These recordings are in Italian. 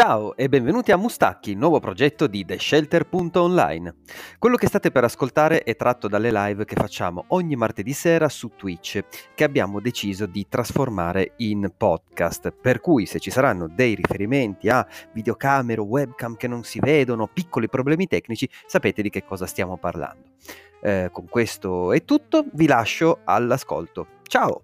Ciao e benvenuti a Mustacchi, nuovo progetto di TheShelter.online. Quello che state per ascoltare è tratto dalle live che facciamo ogni martedì sera su Twitch, che abbiamo deciso di trasformare in podcast, per cui se ci saranno dei riferimenti a videocamere o webcam che non si vedono, piccoli problemi tecnici, sapete di che cosa stiamo parlando. Con questo è tutto, vi lascio all'ascolto. Ciao!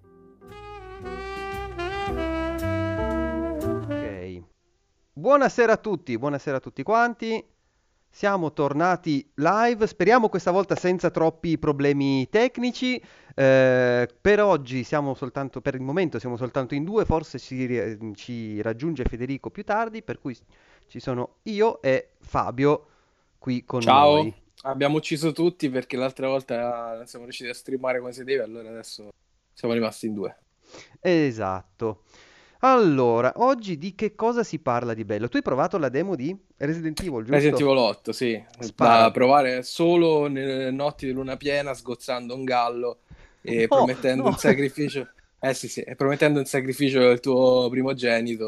Buonasera a tutti quanti. Siamo tornati live, speriamo questa volta senza troppi problemi tecnici. Per oggi per il momento siamo soltanto in due, forse ci raggiunge Federico più tardi, per cui ci sono io e Fabio qui con Ciao, noi. abbiamo ucciso tutti perché l'altra volta non siamo riusciti a streamare come si deve, allora adesso siamo rimasti in due. Esatto. Allora, oggi di che cosa si parla di bello? Tu hai provato la demo di Resident Evil, Resident giusto? Evil 8, sì, Spara. da provare solo nelle notti di luna piena, sgozzando un gallo e No, promettendo no. un sacrificio. Sì, sì, e promettendo un sacrificio del tuo primogenito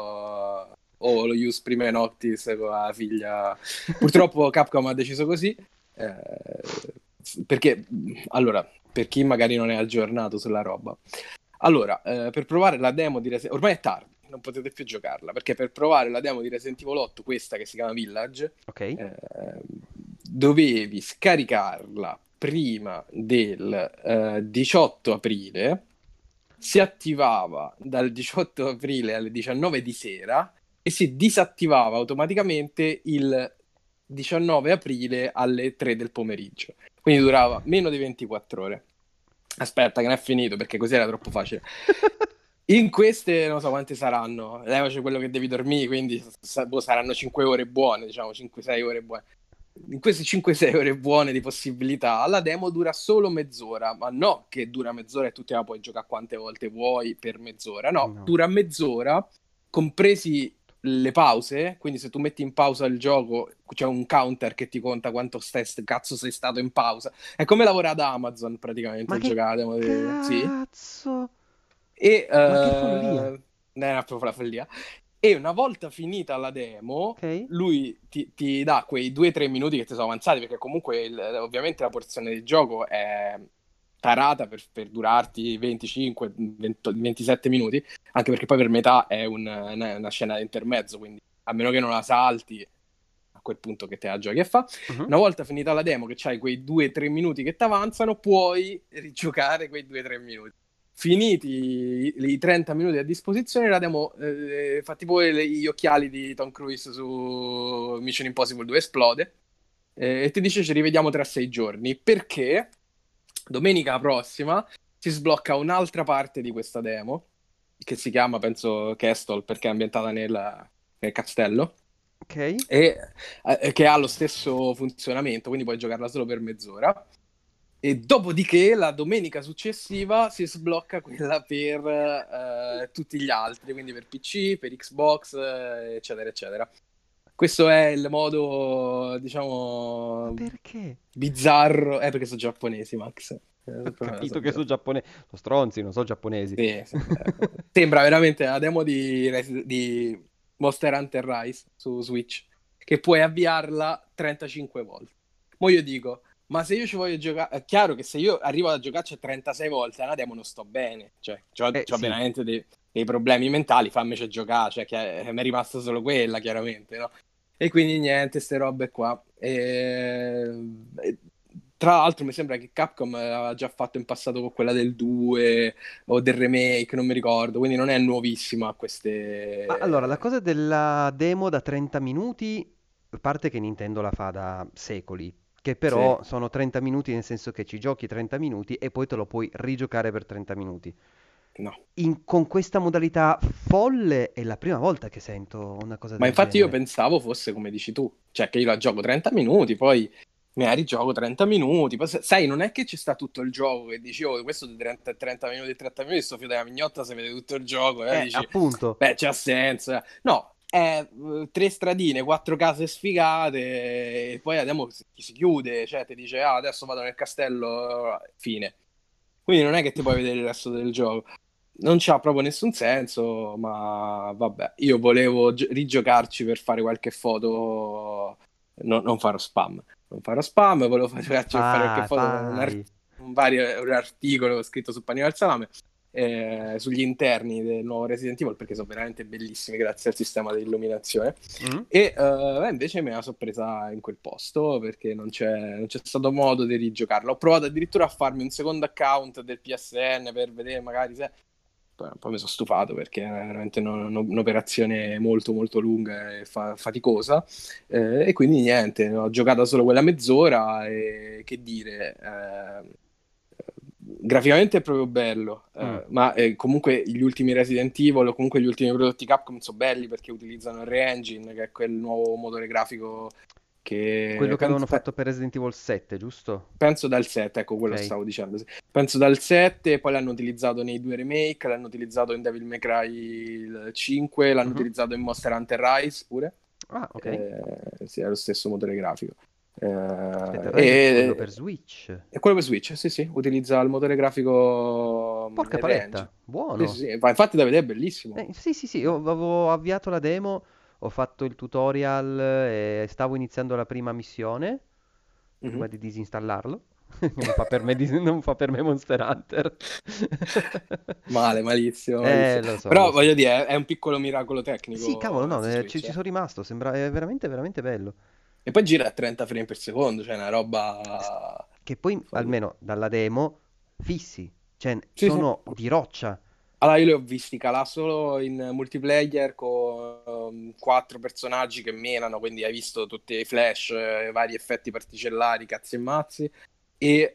o lo Ius Prime Noctis con la figlia. Purtroppo Capcom ha deciso così, perché, allora, per chi magari non è aggiornato sulla roba. Allora, per provare la demo di Resident ormai è tardi, non potete più giocarla, perché per provare la demo di Resident Evil 8, questa che si chiama Village, Ok. dovevi scaricarla prima del 18 aprile, si attivava dal 18 aprile alle 19 di sera e si disattivava automaticamente il 19 aprile alle 3 del pomeriggio. Quindi durava meno di 24 ore. Aspetta, che non è finito perché così era troppo facile. In queste non so quante saranno, levaci quello che devi dormire, quindi saranno 5 ore buone, diciamo 5-6 ore buone. In queste 5-6 ore buone di possibilità, la demo dura solo mezz'ora, ma no che dura mezz'ora e tu te la puoi giocare quante volte vuoi per mezz'ora, no, No. dura mezz'ora, compresi le pause, quindi se tu metti in pausa il gioco c'è un counter che ti conta quanto cazzo sei stato in pausa. È come lavora ad Amazon praticamente Ma il che giocare la demo sì. cazzo? E Ma che follia. è proprio la follia. E una volta finita la demo, Ok? lui ti dà quei 2-3 minuti che ti sono avanzati, perché comunque ovviamente la porzione di gioco è tarata per durarti 25, 20 27 minuti, anche perché poi per metà è una scena di intermezzo, quindi a meno che non la salti, a quel punto che te la giochi e fa. Mhm. Una volta finita la demo, che c'hai quei 2-3 minuti che ti avanzano, puoi rigiocare quei 2-3 minuti. Finiti i 30 minuti a disposizione, la demo fa tipo gli occhiali di Tom Cruise su Mission Impossible 2 esplode e ti dice ci rivediamo tra 6 giorni, perché domenica prossima si sblocca un'altra parte di questa demo, che si chiama, penso, Castle, perché è ambientata nel castello, Ok? e che ha lo stesso funzionamento, quindi puoi giocarla solo per mezz'ora. E dopodiché la domenica successiva si sblocca quella per tutti gli altri, quindi per PC, per Xbox, eccetera, eccetera. Questo è il modo, Ma diciamo, perché? bizzarro. Perché sono giapponesi, Max. Ho capito Sono che sono giapponesi. Sono stronzi, non so giapponesi. sì, sì. Sembra veramente la demo di Monster Hunter Rise su Switch, che puoi avviarla 35 volte. Mo' io dico, ma se io ci voglio giocare, è chiaro che se io arrivo a giocarci 36 volte alla demo non sto bene, cioè c'ho Sì. veramente dei problemi mentali, fammici giocare, cioè che mi è rimasta solo quella, chiaramente, no? E quindi niente, ste robe qua. Tra l'altro mi sembra che Capcom aveva già fatto in passato con quella del 2 o del remake, non mi ricordo, quindi non è nuovissima Ma allora, la queste. cosa della demo da 30 minuti, a parte che Nintendo la fa da secoli, che Sì, però sono 30 minuti nel senso che ci giochi 30 minuti e poi te lo puoi rigiocare per 30 minuti. no. Con questa modalità folle è la prima volta che sento una cosa Ma del infatti io genere. pensavo fosse come dici tu, cioè che io la gioco 30 minuti, poi me la rigioco 30 minuti, poi, sai, non è che ci sta tutto il gioco che dici, oh, questo di 30 minuti, 30 minuti, sto fio della mignotta, se vede tutto il gioco, dici, Appunto. beh, c'ha senso. No, è tre stradine, quattro case sfigate, e poi andiamo, si chiude, cioè ti dice, adesso vado nel castello, fine. Quindi non è che ti puoi vedere il resto del gioco. non c'ha proprio nessun senso, ma vabbè, io volevo rigiocarci per fare qualche foto, non farò spam, non farò spam, volevo giocarci per fare qualche foto, Fai. un articolo scritto su Panino al Salame, sugli interni del nuovo Resident Evil, perché sono veramente bellissimi grazie al sistema di illuminazione. Mm? E invece me la sono presa in quel posto perché non c'è stato modo di rigiocarla. Ho provato addirittura a farmi un secondo account del PSN per vedere magari se. Poi mi sono stufato perché era veramente un'operazione molto molto lunga e faticosa, e quindi niente, ho giocato solo quella mezz'ora e che dire, graficamente è proprio bello, Mm. ma comunque gli ultimi Resident Evil o comunque gli ultimi prodotti Capcom sono belli perché utilizzano il Re-Engine, che è quel nuovo motore grafico che Quello che avevano fatto per Resident Evil 7, giusto? penso dal 7, ecco quello Ok. stavo dicendo. Sì. Penso dal 7, poi l'hanno utilizzato nei due remake, l'hanno utilizzato in Devil May Cry il 5, l'hanno Mhm. utilizzato in Monster Hunter Rise pure. Ah, ok. Sì, è lo stesso motore grafico. Aspetta, Rise è quello per E, Switch. e quello per Switch, sì, sì, utilizza il motore grafico Porca Re-Engine. paletta, Sì, sì, buono. sì. Ma infatti da vedere è bellissimo. Sì, sì, sì, io avevo avviato la demo, ho fatto il tutorial e stavo iniziando la prima missione prima Mhm. di disinstallarlo. Non fa per me, non fa per me Monster Hunter. Male, malissimo, malissimo. Lo so, Però lo so. voglio dire, è un piccolo miracolo Sì, cavolo, tecnico no, su ci Switch. sono rimasto, sembra è veramente, veramente bello. E poi gira a 30 frame per secondo, cioè una roba. Che poi, almeno dalla demo, fissi, cioè Sì, sì. sono di roccia. Allora, io li ho visti calà solo in multiplayer con quattro personaggi che menano, quindi hai visto tutti i flash, vari effetti particellari, cazzi e mazzi, e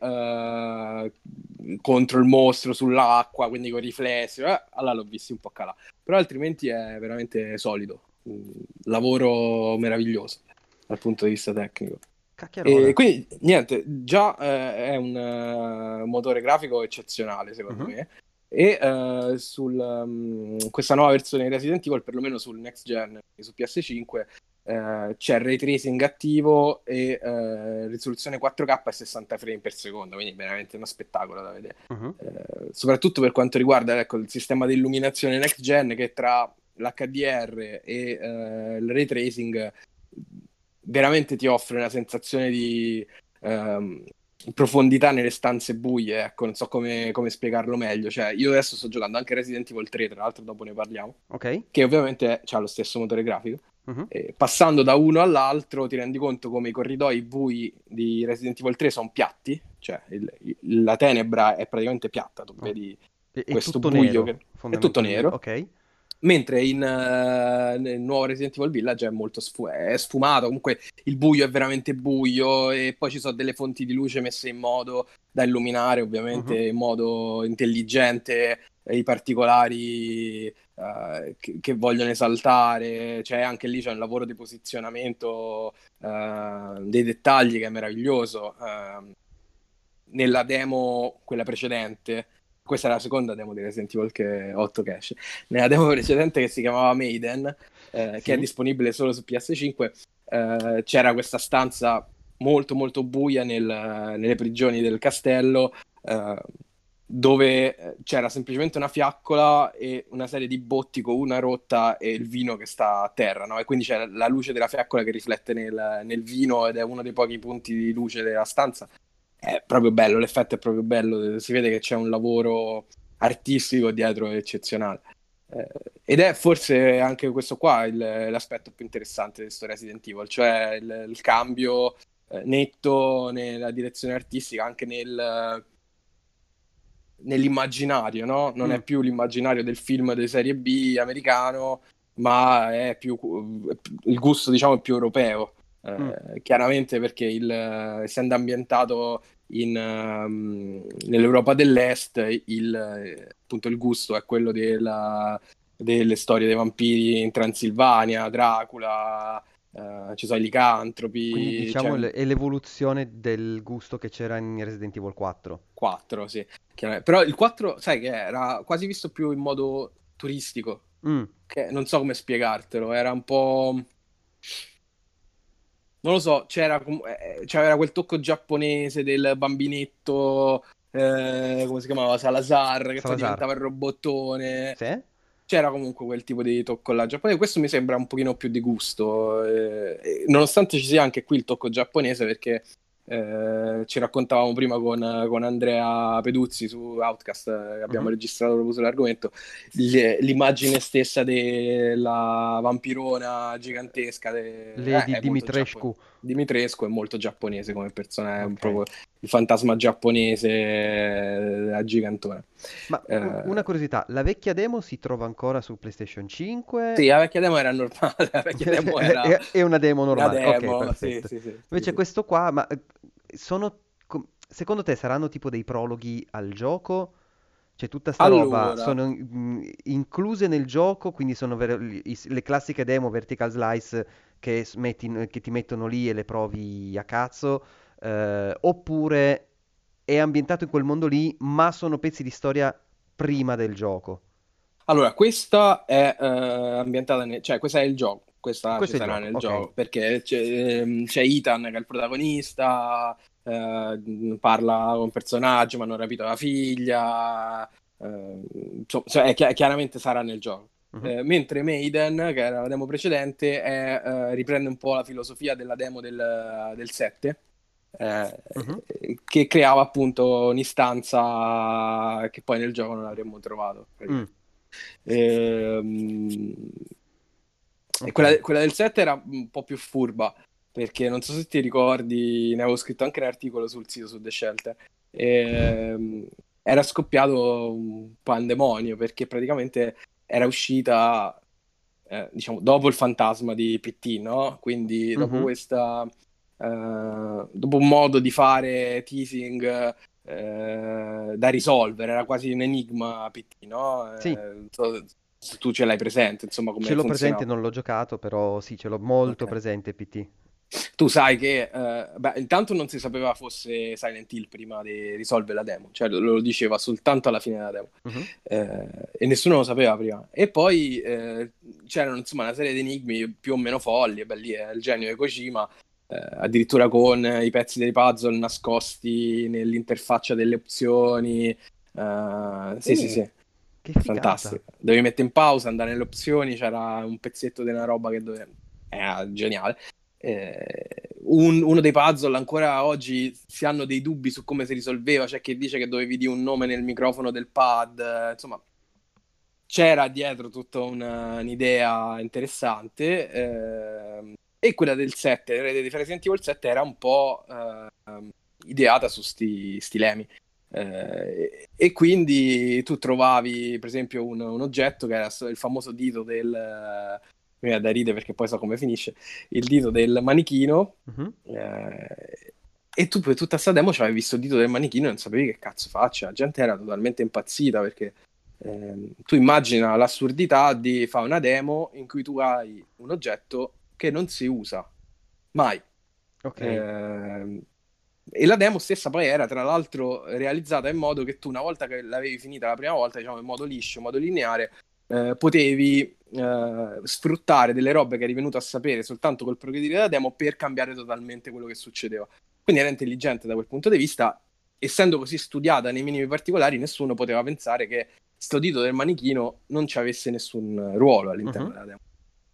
contro il mostro sull'acqua, quindi con i riflessi. Allora l'ho visti un po' calà. Però altrimenti è veramente solido. Lavoro meraviglioso dal punto di vista tecnico. E Cacchiarola. quindi niente, già è un motore grafico eccezionale secondo Mhm. me. E questa nuova versione di Resident Evil, perlomeno sul next gen, su PS5, c'è il ray tracing attivo e risoluzione 4K e 60 frame per secondo, quindi veramente uno spettacolo da vedere. Mhm. Soprattutto per quanto riguarda ecco, il sistema di illuminazione next gen che tra l'HDR e il ray tracing veramente ti offre una sensazione di ehm, profondità nelle stanze buie, ecco, non so come spiegarlo meglio. Cioè, io adesso sto giocando anche Resident Evil 3, tra l'altro dopo ne parliamo, Ok. che ovviamente ha lo stesso motore grafico. Mhm. E passando da uno all'altro ti rendi conto come i corridoi bui di Resident Evil 3 sono piatti, cioè la tenebra è praticamente piatta, tu Oh. vedi È questo tutto buio nero, che è tutto fondamentalmente. nero. Ok. Mentre nel nuovo Resident Evil Village è molto è sfumato, comunque il buio è veramente buio e poi ci sono delle fonti di luce messe in modo da illuminare ovviamente Mhm. in modo intelligente i particolari che vogliono esaltare. C'è anche lì c'è un lavoro di posizionamento dei dettagli che è meraviglioso. Nella demo, quella precedente, questa è la seconda demo di Resident Evil 8 che esce, nella demo precedente che si chiamava Maiden, che è Sì. disponibile solo su PS5, c'era questa stanza molto molto buia nelle prigioni del castello, dove c'era semplicemente una fiaccola e una serie di botti con una rotta e il vino che sta a terra, no? E quindi c'è la luce della fiaccola che riflette nel vino ed è uno dei pochi punti di luce della stanza. È proprio bello, l'effetto è proprio bello, si vede che c'è un lavoro artistico dietro eccezionale. Eh, ed è forse anche questo qua l'aspetto più interessante di questo Resident Evil, cioè il cambio netto nella direzione artistica, anche nell'immaginario, no? Non Mm. è più l'immaginario del film di serie B americano, ma è più il gusto, diciamo, è più europeo. Mm. Chiaramente perché essendo ambientato nell'Europa dell'Est, appunto il gusto è quello delle storie dei vampiri in Transilvania, Dracula, ci sono i Quindi licantropi, diciamo c'è un è l'evoluzione del gusto che c'era in Resident Evil 4. 4, sì. Però il 4, sai che era quasi visto più in modo turistico, Mm. che non so come spiegartelo, era un po'. Non lo so, c'era quel tocco giapponese del bambinetto come si chiamava? Salazar, che poi Salazar. diventava il robottone. Sì? C'era comunque quel tipo di tocco là giapponese. Questo mi sembra un pochino più di gusto, nonostante ci sia anche qui il tocco giapponese, perché ci raccontavamo prima con Andrea Peduzzi su Outcast, che abbiamo Mhm. registrato proprio sull'argomento, l'immagine stessa della vampirona gigantesca Lady è molto giapponese. Dimitrescu. Dimitrescu è molto giapponese come persona, è Ok. proprio il fantasma giapponese, la gigantona. Ma una Eh, curiosità, la vecchia demo si trova ancora su PlayStation sì, 5? la vecchia demo era normale, la vecchia demo era È una demo una normale. Ok, demo, sì, perfetto. sì, sì, sì, Invece sì. questo qua, ma sono, secondo te saranno tipo dei prologhi al gioco? Cioè tutta sta roba Allora, sono incluse nel gioco, quindi sono le classiche demo vertical slice che, che ti mettono lì e le provi a cazzo, oppure è ambientato in quel mondo lì, ma sono pezzi di storia prima del gioco. questa è ambientata cioè questa è il gioco, questa ci Questo è il sarà gioco, nel ok. gioco, perché c'è Ethan che è il protagonista, parla con un personaggio, mi hanno rapito la figlia, insomma, cioè, chiaramente sarà nel gioco. Mhm, Mentre Maiden, che era la demo precedente, riprende un po' la filosofia della demo del 7, mhm, che creava appunto un'istanza che poi nel gioco non avremmo trovato, mm, praticamente. Ehm, E ok. quella del 7 era un po' più furba, perché non so se ti ricordi, ne avevo scritto anche un articolo sul sito su The Shelter. Ehm, Era scoppiato un pandemonio perché praticamente era uscita, diciamo, dopo il fantasma di PT, no? Quindi dopo Mhm, dopo un modo di fare teasing da risolvere, era quasi un enigma PT, no? sì, Non so se tu ce l'hai presente, insomma, ce come l'ho presente, funzionava. non l'ho giocato, però sì, ce l'ho molto Ok. presente PT. Tu sai che, beh, intanto non si sapeva fosse Silent Hill prima di risolvere la demo, cioè lo diceva soltanto alla fine della demo. Mhm, E nessuno lo sapeva prima. E poi c'erano insomma una serie di enigmi più o meno folli, e beh, lì è il genio di Kojima, addirittura con i pezzi dei puzzle nascosti nell'interfaccia delle opzioni. Sì, sì, sì, che figata. fantastico. Dovevi mettere in pausa, andare nelle opzioni, c'era un pezzetto di una roba che doveva... Era geniale. Uno dei puzzle ancora oggi si hanno dei dubbi su come si risolveva, c'è chi dice che dovevi dire un nome nel microfono del pad, insomma c'era dietro tutta un'idea interessante, e quella del 7, di Resident Evil 7 era un po' ideata su sti lemi. E quindi tu trovavi per esempio un oggetto che era il famoso dito mi viene da ridere perché poi so come finisce, il dito del manichino, Mhm. e tu per tutta sta demo c'avevi visto il dito del manichino e non sapevi che cazzo faccia. La gente era totalmente impazzita perché tu immagina l'assurdità di fare una demo in cui tu hai un oggetto che non si usa mai. Ok. Ehm, e la demo stessa poi era tra l'altro realizzata in modo che tu una volta che l'avevi finita la prima volta, diciamo in modo liscio, in modo lineare, potevi sfruttare delle robe che eri venuto a sapere soltanto col progredire della demo per cambiare totalmente quello che succedeva. Quindi era intelligente da quel punto di vista, essendo così studiata nei minimi particolari, nessuno poteva pensare che sto dito del manichino non ci avesse nessun ruolo all'interno Mhm. della demo.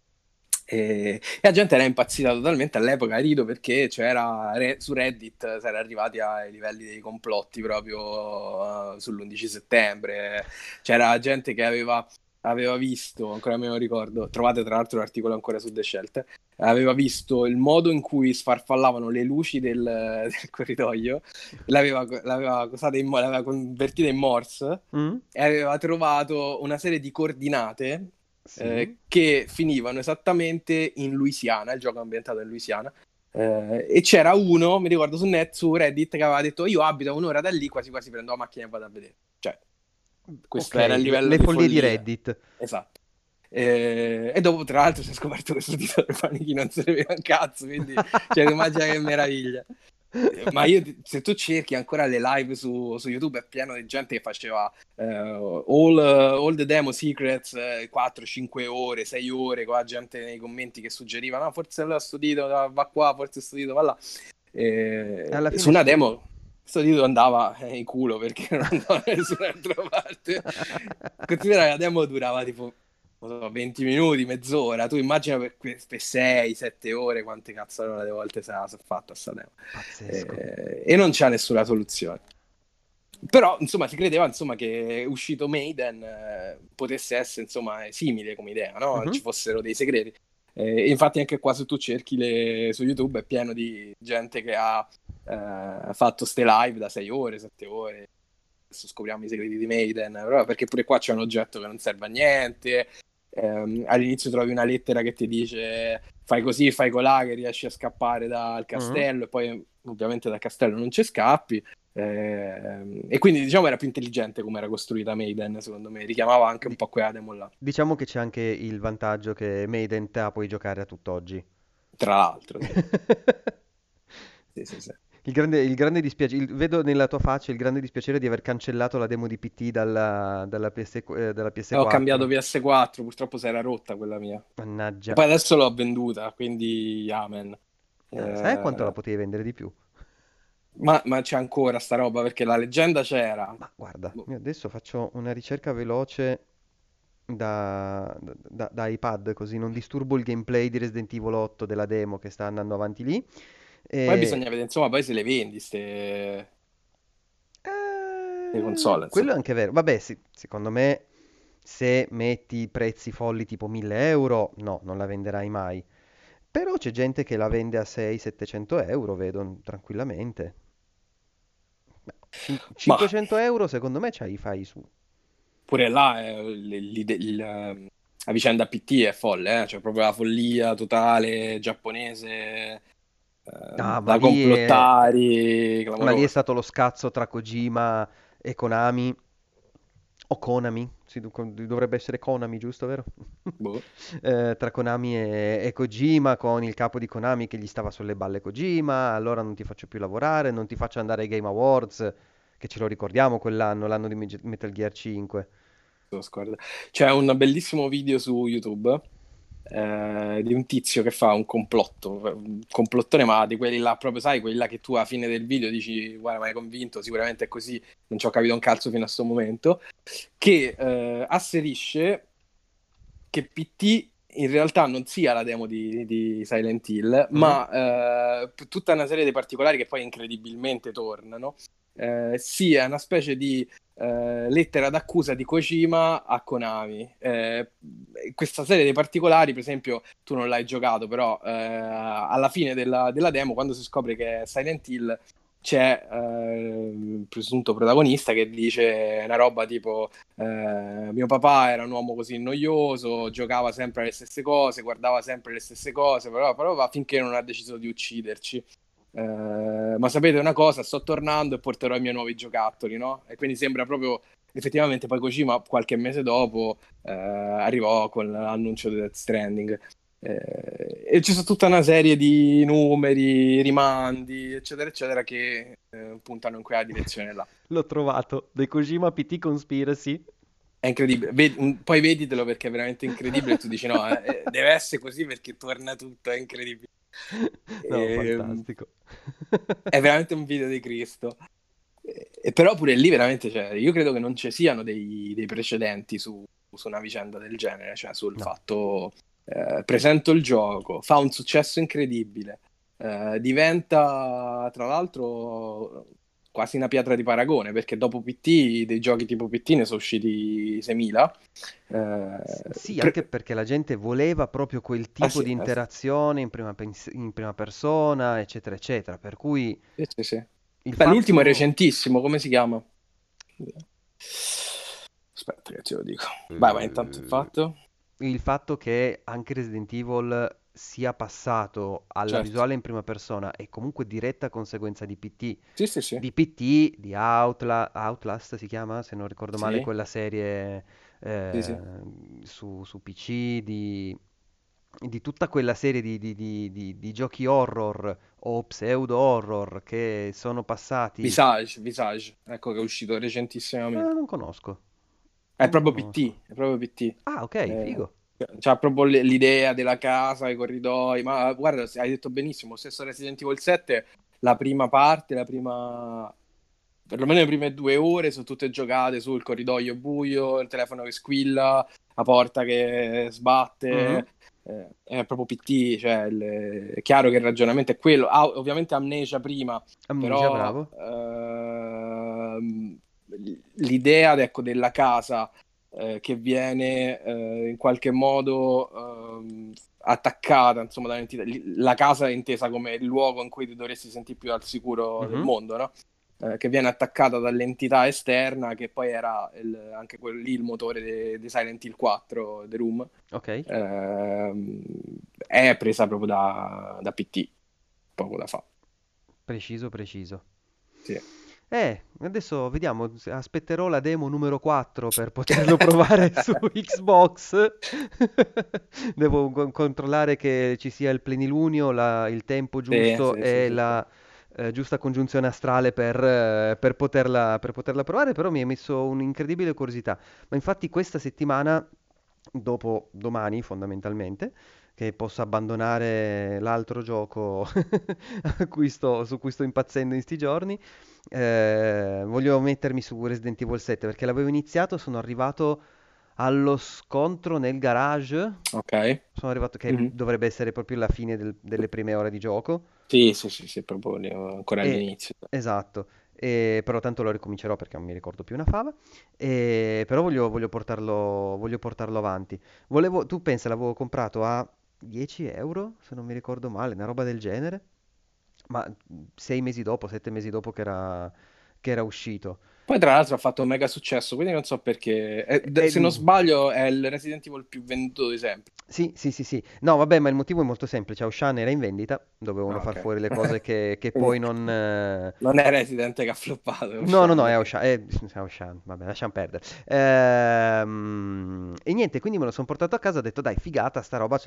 E la gente era impazzita totalmente all'epoca, rido perché c'era su Reddit si era arrivati ai livelli dei complotti proprio sull'11 settembre. C'era gente che aveva visto, ancora me lo ricordo, trovate tra l'altro l'articolo ancora su The Shelter, aveva visto il modo in cui sfarfallavano le luci del corridoio, l'aveva convertita in Morse Mm, e aveva trovato una serie di coordinate sì. che finivano esattamente in Louisiana, il gioco è ambientato in Louisiana. E c'era uno, mi ricordo su Reddit, che aveva detto: Io abito a un'ora da lì, quasi quasi prendo la macchina e vado a vedere. Cioè, Ok, questo era il livello le di follie di follia. Reddit. Esatto. E dopo, tra l'altro, si è scoperto questo titolo di Panichi non serviva un cazzo, quindi cioè, immagina che meraviglia. Ma se tu cerchi ancora le live su YouTube, è pieno di gente che faceva all the demo secrets, 4-5 ore, 6 ore, con la gente nei commenti che suggeriva, no, forse allora sto dito va qua, forse sto dito va là. Alla Su fine una demo, questo titolo andava in culo perché non andava da nessun'altra parte. Considera che la demo durava tipo, non so, 20 minuti, mezz'ora. Tu immagina per 6-7 ore quante cazzate alle volte si è fatta sta demo. Pazzesco. E non c'è nessuna soluzione. Però, insomma, si credeva, insomma, che uscito Maiden potesse essere, insomma, simile come idea, no? Mhm. Ci fossero dei segreti. Infatti anche qua se tu cerchi su YouTube è pieno di gente che ha fatto ste live da 6 ore, 7 ore. Adesso scopriamo i segreti di Maiden, però perché pure qua c'è un oggetto che non serve a niente. All'inizio trovi una lettera che ti dice fai così, fai colà, che riesci a scappare dal castello, e poi ovviamente dal castello non ci scappi. E quindi diciamo era più intelligente come era costruita Maiden, secondo me richiamava anche un Di- po' quella demo là, diciamo che c'è anche il vantaggio che Maiden te la puoi giocare a tutt'oggi. tra l'altro, sì. Sì, sì, sì. Il grande dispiacere, vedo nella tua faccia il grande dispiacere di aver cancellato la demo di PT dalla dalla Ho cambiato PS4. PS4, purtroppo si era rotta quella mia, e Mannaggia. poi adesso l'ho venduta, quindi amen. Sai a quanto la Eh, potevi vendere di più? ma c'è ancora sta roba, perché la leggenda c'era. Ma guarda, Boh, io adesso faccio una ricerca veloce da iPad, così non disturbo il gameplay di Resident Evil 8 della demo che sta andando avanti lì. poi E... bisogna vedere, insomma, poi se le vendi, ste console, quello insomma. è anche vero. Vabbè, secondo me se metti prezzi folli tipo 1000 euro, no, non la venderai mai. Però c'è gente che la vende a 600-700 euro, vedo tranquillamente. Beh, Ma 500 euro secondo me ce li fai su. pure là la vicenda PT è folle, cioè proprio la follia totale giapponese, Ah, da complottari, ma lì è clamorosa. stato lo scazzo tra Kojima e Konami. O Konami, dovrebbe essere Konami, giusto, vero? Boh. Tra Konami e Kojima, con il capo di Konami che gli stava sulle balle Kojima, allora non ti faccio più lavorare, non ti faccio andare ai Game Awards, che ce lo ricordiamo quell'anno, l'anno di Metal Gear 5. Scorda. C'è un bellissimo video su YouTube di un tizio che fa un complottone, ma di quelli là proprio, sai, quelli là che tu alla fine del video dici, guarda, ma hai convinto, sicuramente è così, non ci ho capito un cazzo fino a questo momento, che asserisce che PT in realtà non sia la demo di Silent Hill, Mhm. ma tutta una serie di particolari che poi incredibilmente tornano, sia una specie di lettera d'accusa di Kojima a Konami. Questa serie di particolari, per esempio, tu non l'hai giocato, però alla fine della demo, quando si scopre che è Silent Hill, c'è il presunto protagonista che dice una roba tipo mio papà era un uomo così noioso, giocava sempre alle stesse cose, guardava sempre le stesse cose, però va finché non ha deciso di ucciderci. Ma sapete una cosa, sto tornando e porterò i miei nuovi giocattoli, no? E quindi sembra proprio, effettivamente, poi Kojima qualche mese dopo arrivò con l'annuncio di Death Stranding. E ci sono tutta una serie di numeri, rimandi, eccetera, eccetera, che puntano in quella direzione là. L'ho trovato, The Kojima PT Conspiracy. È incredibile. Poi veditelo perché è veramente incredibile. E tu dici: no, deve essere così perché torna tutto. È incredibile. No, Ehm, fantastico. è veramente un video di Cristo. E però pure lì veramente, cioè, io credo che non ci siano dei precedenti su una vicenda del genere, cioè sul No. fatto presento il gioco, fa un successo incredibile, diventa tra l'altro quasi una pietra di paragone, perché dopo PT, dei giochi tipo PT ne sono usciti 6.000. Sì, anche perché la gente voleva proprio quel tipo Sì, di sì. interazione in prima persona, eccetera, eccetera. Per cui Sì, sì, sì. il Beh, l'ultimo è fatto, recentissimo, come si chiama? Aspetta che te lo dico. Vai, intanto è eh, fatto. il fatto che anche Resident Evil sia passato alla Certo. visuale in prima persona è comunque diretta conseguenza Sì, sì, sì. Di PT, di Outlast si chiama, se non ricordo male, Sì, quella serie sì, sì. su PC, di tutta quella serie di giochi horror o pseudo horror che sono passati. Visage, ecco che è uscito recentissimamente. Non conosco, È non proprio PT, conosco. è proprio PT. Ah, ok, Eh, figo. c'ha proprio l'idea della casa, i corridoi, ma guarda, hai detto benissimo, lo stesso Resident Evil 7, la prima parte, la prima... perlomeno le prime 2 ore sono tutte giocate sul corridoio buio, il telefono che squilla, la porta che Mhm. sbatte, è proprio PT, cioè è chiaro che il ragionamento è quello. Ah, ovviamente amnesia prima, Amnesia, però bravo. l'idea, ecco, della casa che viene in qualche modo attaccata, insomma, dall'entità. La casa è intesa come il luogo in cui ti dovresti sentire più al sicuro del Mhm. mondo, no? Che viene attaccata dall'entità esterna, che poi era anche quello lì il motore di Silent Hill 4, The Room, Ok, ehm, è presa proprio da PT, poco da fa. preciso, preciso. Sì. Adesso vediamo, aspetterò la demo numero 4 per poterlo provare su Xbox. Devo controllare che ci sia il plenilunio, il tempo Sì, giusto sì, sì, e sì, sì. la giusta congiunzione astrale per poterla provare, però mi ha messo un'incredibile curiosità. Ma infatti questa settimana, dopo domani fondamentalmente, che posso abbandonare l'altro gioco su cui sto impazzendo in sti giorni, voglio mettermi su Resident Evil 7 perché l'avevo iniziato, sono arrivato allo scontro nel garage, Ok. sono arrivato che Mhm. dovrebbe essere proprio la fine delle prime ore di gioco. Sì, sì, sì, sì, proprio ancora E, all'inizio. esatto, però tanto lo ricomincerò perché non mi ricordo più una fava. Però voglio portarlo avanti. Tu pensa, l'avevo comprato a 10 euro, se non mi ricordo male, una roba del genere. Ma 6 mesi dopo, 7 mesi dopo che era uscito. Poi tra l'altro ha fatto un mega successo, quindi non so perché. E, Se non sbaglio è il Resident Evil più venduto di sempre. sì, sì, sì, sì. No, vabbè, ma il motivo è molto semplice. Ocean era in vendita, dovevano Ah, far ok. fuori le cose che Quindi poi non... non è Resident che ha floppato, è No, no, no, Ocean. è Ocean, è Ocean, vabbè, lasciamo perdere. E niente, quindi me lo sono portato a casa, ho detto, dai, figata, sta roba,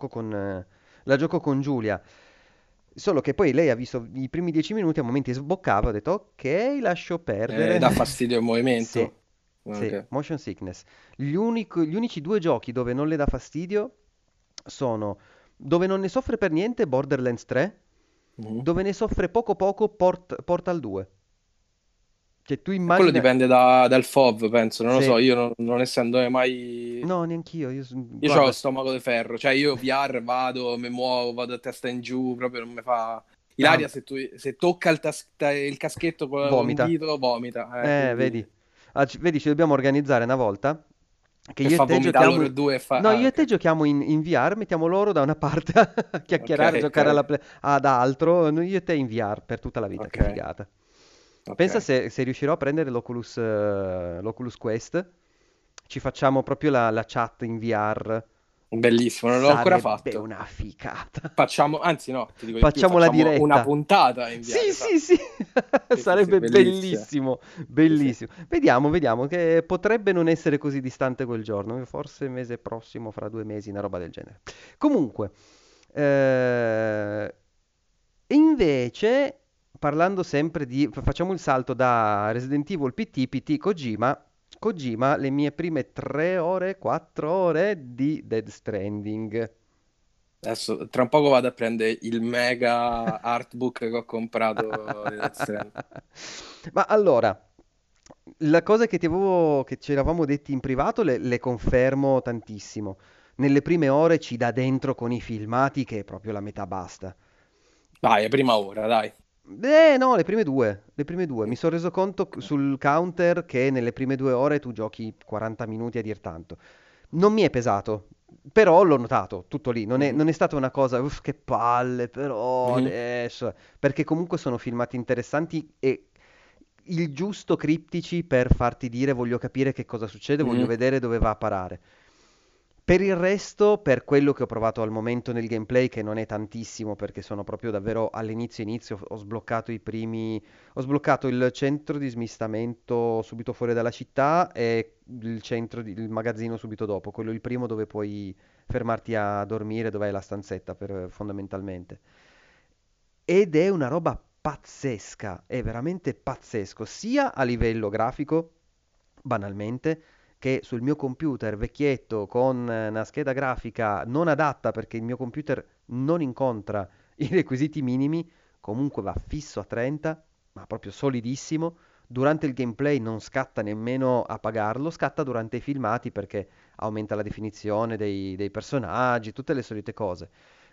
la gioco con Giulia. Solo che poi lei ha visto i primi 10 minuti, a momenti sboccava, ho detto, ok, lascio perdere. Dà fastidio il Sì, movimento. sì, Ok. motion sickness. Gli unici due giochi dove non le dà fastidio sono dove non ne soffre per niente Borderlands 3, Mhm. dove ne soffre poco poco Portal 2. Cioè tu E quello immagina... dipende dal FOV, penso, non lo Se... so, io non essendo mai. No, neanch'io, Io ho guarda... stomaco di ferro, cioè io VR vado, mi muovo, vado a testa in giù, proprio non mi fa. Ah, Ilaria, se tocca il caschetto con un vomita. dito, vomita, quindi. Vedi. Vedi, ci dobbiamo organizzare una volta che E io e fa te vomitare giochiamo... loro due e fa. No, Ah, io e ok, te ok. giochiamo in VR, mettiamo loro da una parte a Ok, chiacchierare, a ok, giocare ad altro, io e te in VR per tutta la vita, che ok, figata. Pensa ok. se riuscirò a prendere l'Oculus Quest, ci facciamo proprio la chat in VR, Bellissimo, non l'ho ancora sarebbe fatto. una figata. Facciamo, anzi no, ti dico di più, Facciamo la facciamo una diretta. puntata in Sì, VR, sì, esatto. sì, Sì, sì, sì, sarebbe bellissimo. bellissimo, Sì, sì. bellissimo. Vediamo, vediamo, che potrebbe non essere così distante quel giorno, forse mese prossimo, fra 2 mesi, una roba del genere. Comunque, eh, invece, parlando sempre facciamo il salto da Resident Evil PT Kojima, Kojima, le mie prime 3 ore, 4 ore di Dead Stranding. Adesso tra un poco vado a prendere il mega artbook che ho comprato di Death Stranding. Ma allora, la cosa che ci eravamo detti in privato le confermo tantissimo. Nelle prime ore ci dà dentro con i filmati che è proprio la metà basta. Vai, è prima ora, dai. No, le prime due, le prime due. Mi Mm, sono reso conto ok. sul counter che nelle prime 2 ore tu giochi 40 minuti a dir tanto. Non mi è pesato, però l'ho notato, tutto lì. Non è, Mhm, non è stata una cosa, uff, che palle, però mhm, adesso... Perché comunque sono filmati interessanti e il giusto criptici per farti dire voglio capire che cosa succede, voglio mhm, vedere dove va a parare. Per il resto, per quello che ho provato al momento nel gameplay, che non è tantissimo perché sono proprio davvero all'inizio inizio, ho sbloccato ho sbloccato il centro di smistamento subito fuori dalla città e il magazzino subito dopo, quello il primo dove puoi fermarti a dormire, dove hai la stanzetta fondamentalmente. Ed è una roba pazzesca, è veramente pazzesco, sia a livello grafico, banalmente, che sul mio computer vecchietto con una scheda grafica non adatta perché il mio computer non incontra i requisiti minimi, comunque va fisso a 30, ma proprio solidissimo, durante il gameplay non scatta nemmeno a pagarlo, scatta durante i filmati perché aumenta la definizione dei personaggi, tutte le solite cose.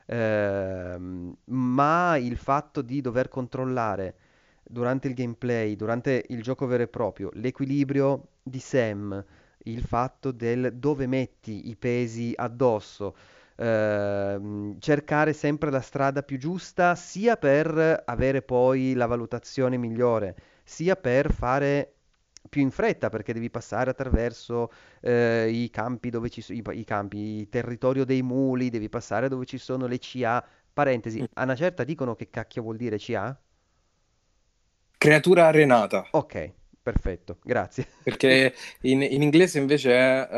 Ma il fatto di dover controllare durante il gameplay, durante il gioco vero e proprio, l'equilibrio di Sam, il fatto del dove metti i pesi addosso, cercare sempre la strada più giusta, sia per avere poi la valutazione migliore, sia per fare più in fretta, perché devi passare attraverso i campi dove ci sono i campi, il territorio dei muli, devi passare dove ci sono le CA. Parentesi, a una certa dicono che cacchio vuol dire CA? Creatura arenata, Ok, perfetto, grazie. perché in inglese invece è...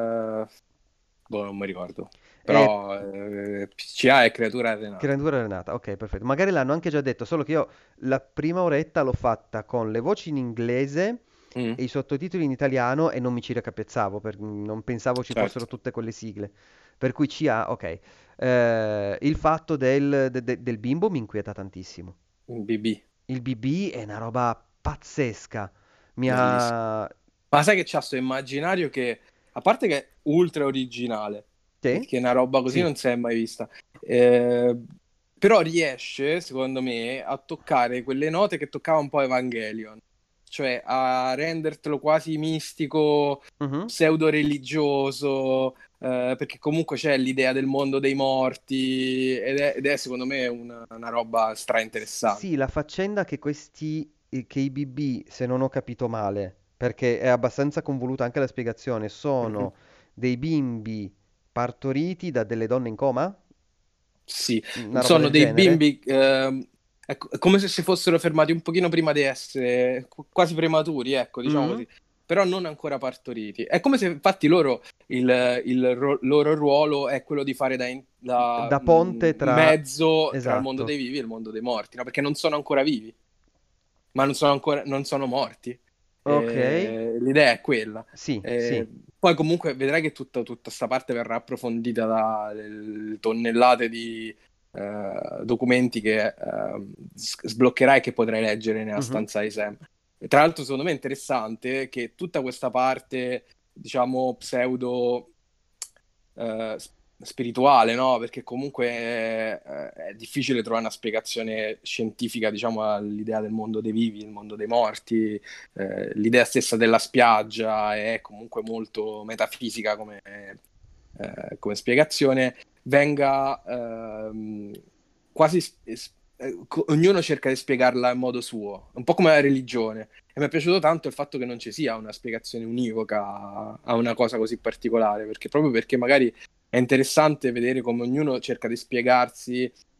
boh, non mi ricordo. È Però PCA è creatura arenata. creatura renata, ok, perfetto. Magari l'hanno anche già detto, solo che io la prima oretta l'ho fatta con le voci in inglese Mm, e i sottotitoli in italiano e non mi ci raccapezzavo, non pensavo ci fossero certo, tutte quelle sigle. Per cui CA, ok. Il fatto del bimbo mi inquieta tantissimo. un BB, Il BB è una roba pazzesca. Mi bellissimo. ha... Ma sai che c'ha sto immaginario che, a parte che è ultra originale, Sì? perché una roba così Sì. non si è mai vista, eh, però riesce, secondo me, a toccare quelle note che toccava un po' Evangelion, cioè a rendertelo quasi mistico, Mhm. pseudo-religioso, perché comunque c'è l'idea del mondo dei morti, ed è secondo me una roba stra interessante. Sì, la faccenda che i BB, se non ho capito male, perché è abbastanza convoluta anche la spiegazione, Mhm. sono dei bimbi partoriti da delle donne in coma? Sì, Una roba sono del dei genere? bimbi, è come se si fossero fermati un pochino prima di essere quasi prematuri, ecco, diciamo Mhm. così, però non ancora partoriti. È come se infatti loro, loro ruolo è quello di fare da Da ponte tra... mezzo tra il mondo Esatto. dei vivi e il mondo dei morti, no? Perché non sono ancora vivi, ma non sono morti. Ok. L'idea è quella. Sì, Eh, sì. poi comunque vedrai che tutta sta parte verrà approfondita da tonnellate di documenti che sbloccherai e che potrai leggere nella Mhm. stanza di Sam. E tra l'altro, secondo me è interessante che tutta questa parte, diciamo, pseudo spirituale, no? Perché comunque è difficile trovare una spiegazione scientifica, diciamo, all'idea del mondo dei vivi, il mondo dei morti. L'idea stessa della spiaggia è comunque molto metafisica come spiegazione, venga quasi... ognuno cerca di spiegarla in modo suo, un po' come la religione. E mi è piaciuto tanto il fatto che non ci sia una spiegazione univoca a una cosa così particolare, perché proprio perché magari è interessante vedere come ognuno cerca di spiegarsi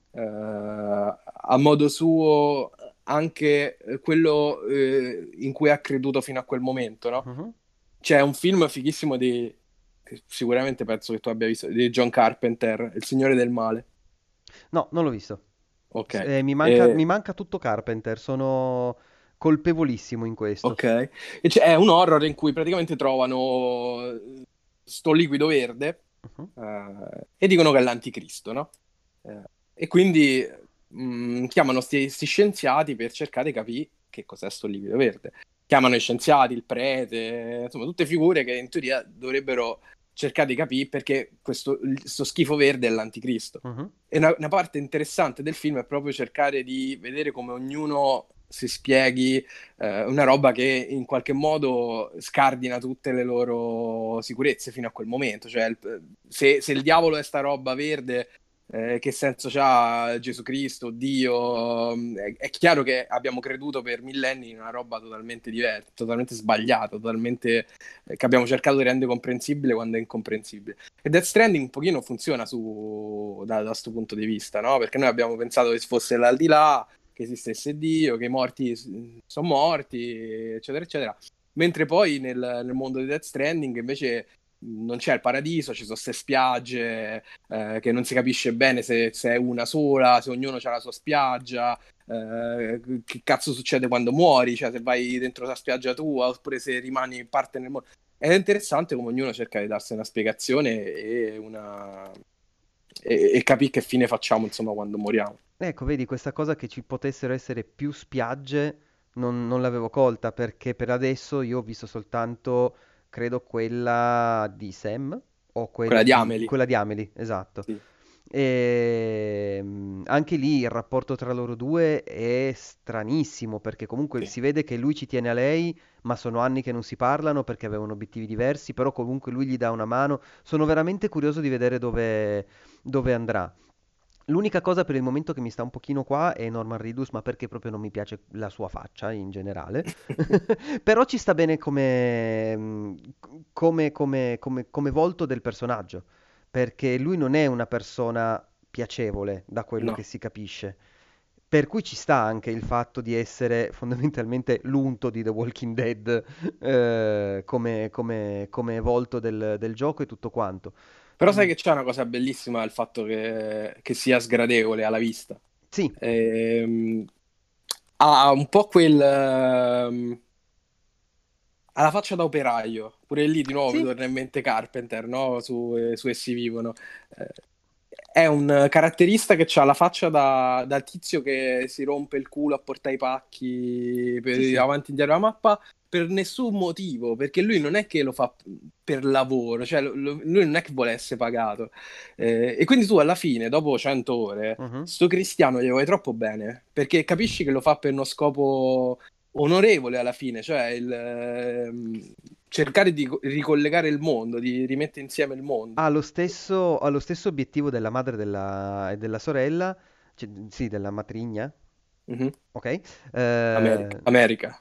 a modo suo anche quello in cui ha creduto fino a quel momento, no? Mhm. C'è un film fighissimo che sicuramente penso che tu abbia visto, di John Carpenter, Il Signore del Male. No, non l'ho visto. Ok. Mi E- manca tutto Carpenter, sono colpevolissimo in questo. ok. È un horror in cui praticamente trovano sto liquido verde Mhm. e dicono che è l'anticristo, no? Eh, e quindi chiamano sti scienziati per cercare di capire che cos'è sto liquido verde. Chiamano i scienziati, il prete, insomma, tutte figure che in teoria dovrebbero cercare di capire perché sto schifo verde è l'anticristo. Mhm. E una parte interessante del film è proprio cercare di vedere come ognuno si spieghi una roba che in qualche modo scardina tutte le loro sicurezze fino a quel momento. Cioè, se il diavolo è sta roba verde, che senso c'ha Gesù Cristo, Dio? È chiaro che abbiamo creduto per millenni in una roba totalmente diversa, totalmente sbagliata, totalmente che abbiamo cercato di rendere comprensibile quando è incomprensibile. E Death Stranding un pochino funziona da questo punto di vista, no? Perché noi abbiamo pensato che fosse l'aldilà, che esistesse Dio, che i morti sono morti, eccetera, eccetera. Mentre poi nel mondo di Death Stranding invece non c'è il paradiso, ci sono queste spiagge che non si capisce bene se è una sola, se ognuno ha la sua spiaggia, che cazzo succede quando muori, cioè se vai dentro la spiaggia tua oppure se rimani parte nel mondo. È interessante come ognuno cerca di darsi una spiegazione e capire che fine facciamo, insomma, quando moriamo. Ecco, vedi questa cosa che ci potessero essere più spiagge non l'avevo colta perché per adesso io ho visto soltanto, credo, quella di Sam o Quella di Amelie. quella di Amelie, esatto. Sì, E anche lì il rapporto tra loro due è stranissimo perché comunque sì. si vede che lui ci tiene a lei, ma sono anni che non si parlano perché avevano obiettivi diversi, però comunque lui gli dà una mano. Sono veramente curioso di vedere dove andrà. L'unica cosa per il momento che mi sta un pochino qua è Norman Reedus, ma perché proprio non mi piace la sua faccia in generale. Però ci sta bene come volto del personaggio, perché lui non è una persona piacevole, da quello che No. si capisce. Per cui ci sta anche il fatto di essere fondamentalmente l'unto di The Walking Dead, come volto del gioco e tutto quanto. Però sai Mm, che c'è una cosa bellissima, il fatto che sia sgradevole alla vista. sì, Ehm, Ha un po' quel... ha la faccia da operaio. Pure lì di nuovo mi sì, torna in mente Carpenter, no? Su Essi vivono. Eh, è un caratterista che ha la faccia da tizio che si rompe il culo a portare i pacchi sì, sì. avanti e indietro la mappa per nessun motivo, perché lui non è che lo fa per lavoro, cioè lui non è che vuole essere pagato. E quindi tu alla fine, dopo 100 ore, Mhm. sto cristiano gli vuoi troppo bene, perché capisci che lo fa per uno scopo onorevole alla fine, cioè cercare di ricollegare il mondo, di rimettere insieme il mondo. Ha lo stesso obiettivo della madre e della sorella, cioè, sì, della matrigna, Mhm. ok? America. Eh, America.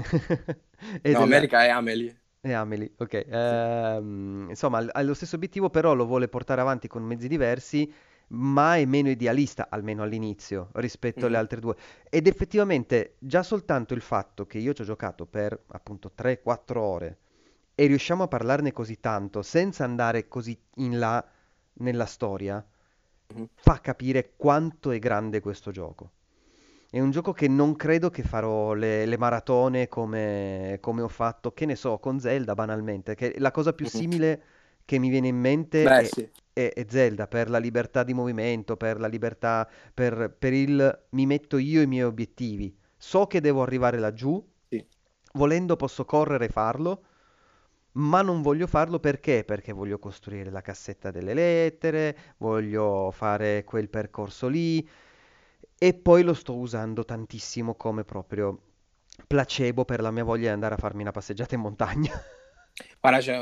e No, della, America è Amelie. e Amelie, ok. Sì. Insomma, ha lo stesso obiettivo, però lo vuole portare avanti con mezzi diversi, ma è meno idealista, almeno all'inizio, rispetto alle Mhm. altre due. Ed effettivamente già soltanto il fatto che io ci ho giocato per appunto 3-4 ore e riusciamo a parlarne così tanto senza andare così in là nella storia, Mhm. fa capire quanto è grande questo gioco. È un gioco che non credo che farò le maratone come ho fatto, che ne so, con Zelda banalmente, che la cosa più Mhm. simile che mi viene in mente Beh, sì. è Zelda, per la libertà di movimento, per la libertà, per il mi metto io i miei obiettivi. So che devo arrivare laggiù, Sì. volendo posso correre e farlo, ma non voglio farlo perché? Perché voglio costruire la cassetta delle lettere, voglio fare quel percorso lì e poi lo sto usando tantissimo come proprio placebo per la mia voglia di andare a farmi una passeggiata in montagna. Guarda, c'è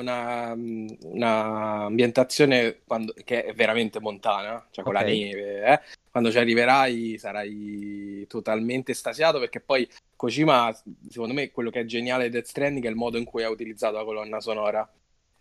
una ambientazione che è veramente montana, cioè con Ok? la neve, eh. Quando ci arriverai sarai totalmente estasiato perché poi Kojima, secondo me, quello che è geniale di Death Stranding è il modo in cui ha utilizzato la colonna sonora.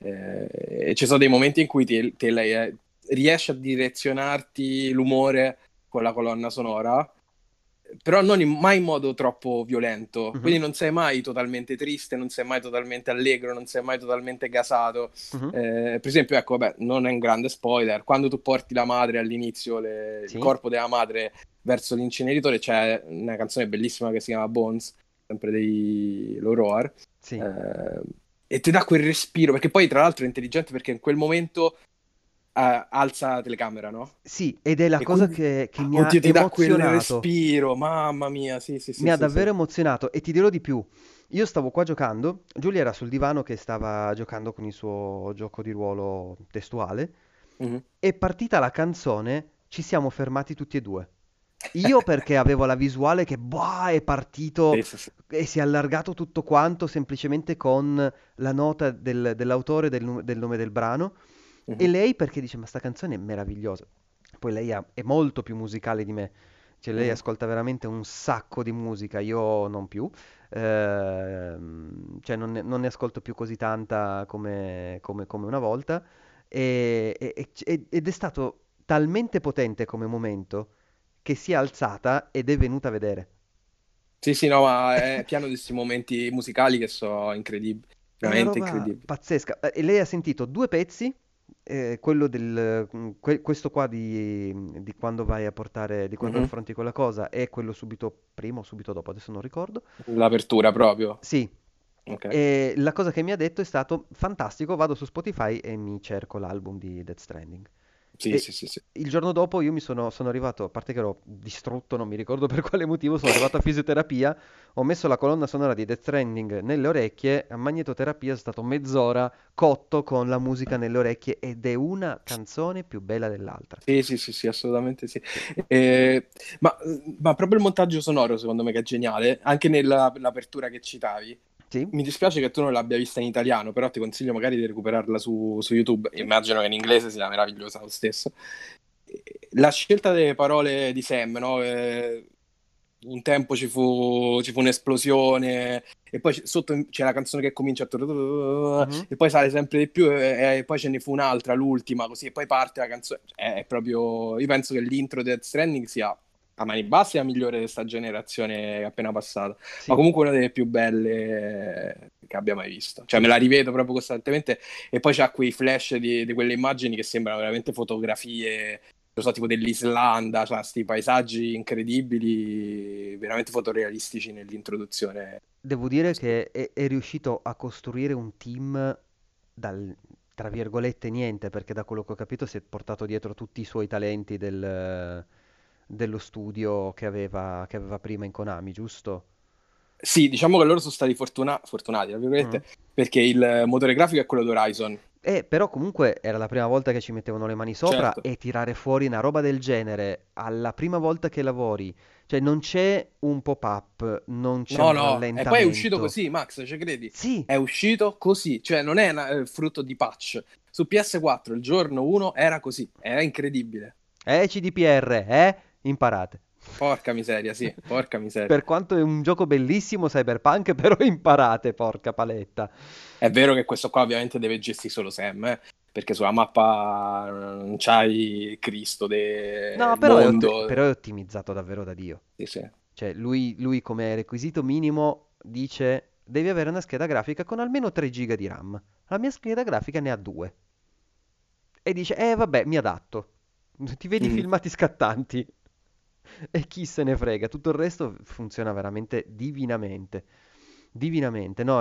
E ci sono dei momenti in cui riesce a direzionarti l'umore con la colonna sonora, però non mai in modo troppo violento. Mhm, Quindi non sei mai totalmente triste, non sei mai totalmente allegro, non sei mai totalmente gasato. mhm. Per esempio, ecco, vabbè, non è un grande spoiler, quando tu porti la madre all'inizio, il Sì, corpo della madre verso l'inceneritore, c'è una canzone bellissima che si chiama Bones, sempre dei Loroar, sì. eh, e ti dà quel respiro, perché poi tra l'altro è intelligente perché in quel momento alza la telecamera, no? Sì, ed è la E cosa quindi, che mi ha oddio, ti dà quel emozionato. respiro, mamma mia, sì, sì, Mi sì, ha sì, sì. davvero emozionato e ti dirò di più. Io stavo qua giocando, Giulia era sul divano che stava giocando con il suo gioco di ruolo testuale. Mhm. È partita la canzone, ci siamo fermati tutti e due. Io perché avevo la visuale che boh, è partito Sì, sì, sì. e si è allargato tutto quanto semplicemente con la nota dell'autore del nome del brano. E Mhm. lei perché dice: Ma sta canzone è meravigliosa. Poi lei è molto più musicale di me. Cioè, lei Mhm. ascolta veramente un sacco di musica, io non più. Cioè, non ne ascolto più così tanta come una volta. Ed è stato talmente potente come momento che si è alzata ed è venuta a vedere. Sì, sì, no, ma è pieno di questi momenti musicali che sono incredibili, È una veramente roba incredibili. pazzesca. E lei ha sentito due pezzi, questo qua di quando vai a portare, di quando Mhm. affronti quella cosa, e quello subito prima o subito dopo, adesso non ricordo. L'apertura proprio. Sì, Ok. e la cosa che mi ha detto è stato fantastico, vado su Spotify e mi cerco l'album di Death Stranding. Sì, E sì, sì, sì. il giorno dopo io sono arrivato, a parte che ero distrutto, non mi ricordo per quale motivo, sono arrivato a fisioterapia, ho messo la colonna sonora di Death Stranding nelle orecchie, a magnetoterapia sono stato mezz'ora cotto con la musica nelle orecchie ed è una canzone più bella dell'altra. Sì, sì, sì, sì, assolutamente sì. Sì. Eh, ma, ma proprio il montaggio sonoro, secondo me, che è geniale, anche nell'apertura che citavi. Sì? Mi dispiace che tu non l'abbia vista in italiano, però ti consiglio magari di recuperarla su YouTube. Sì? Immagino che in inglese sia meravigliosa lo stesso. La scelta delle parole di Sam, no? Un tempo ci fu un'esplosione, e poi sotto c'è la canzone che comincia Mhm. e poi sale sempre di più, e poi ce ne fu un'altra, l'ultima, così, e poi parte la canzone. È proprio. Io penso che l'intro di Death Stranding sia a mani basse la migliore di sta generazione appena passata, ma Sì, comunque una delle più belle che abbia mai visto. Cioè, me sì. la rivedo proprio costantemente, e poi c'ha quei flash di quelle immagini che sembrano veramente fotografie, non so, tipo dell'Islanda, cioè sti paesaggi incredibili, veramente fotorealistici nell'introduzione. Devo dire che è riuscito a costruire un team dal, tra virgolette, niente, perché da quello che ho capito si è portato dietro tutti i suoi talenti dello studio che aveva prima in Konami, giusto? Sì, diciamo che loro sono stati fortunati, tra Mm. virgolette, perché il motore grafico è quello di Horizon, Però comunque era la prima volta che ci mettevano le mani sopra certo. e tirare fuori una roba del genere alla prima volta che lavori, cioè non c'è un pop-up, non c'è No, un no, e poi è uscito rallentamento. così, Max, ci credi? Sì, È uscito così, cioè non è frutto di patch. Su PS4 il giorno 1 era così, era incredibile. CDPR, imparate. Porca miseria, sì, porca miseria. Per quanto è un gioco bellissimo, Cyberpunk, però imparate, porca paletta. È vero che questo qua ovviamente deve gestire solo Sam, perché sulla mappa non c'hai Cristo No, del però è mondo. ottimizzato davvero da Dio. Sì, sì. Cioè, lui come requisito minimo dice devi avere una scheda grafica con almeno 3 giga di RAM. La mia scheda grafica ne ha 2. E dice, vabbè, mi adatto. Ti vedi i Mhm. filmati scattanti. E chi se ne frega, tutto il resto funziona veramente divinamente. Divinamente, no,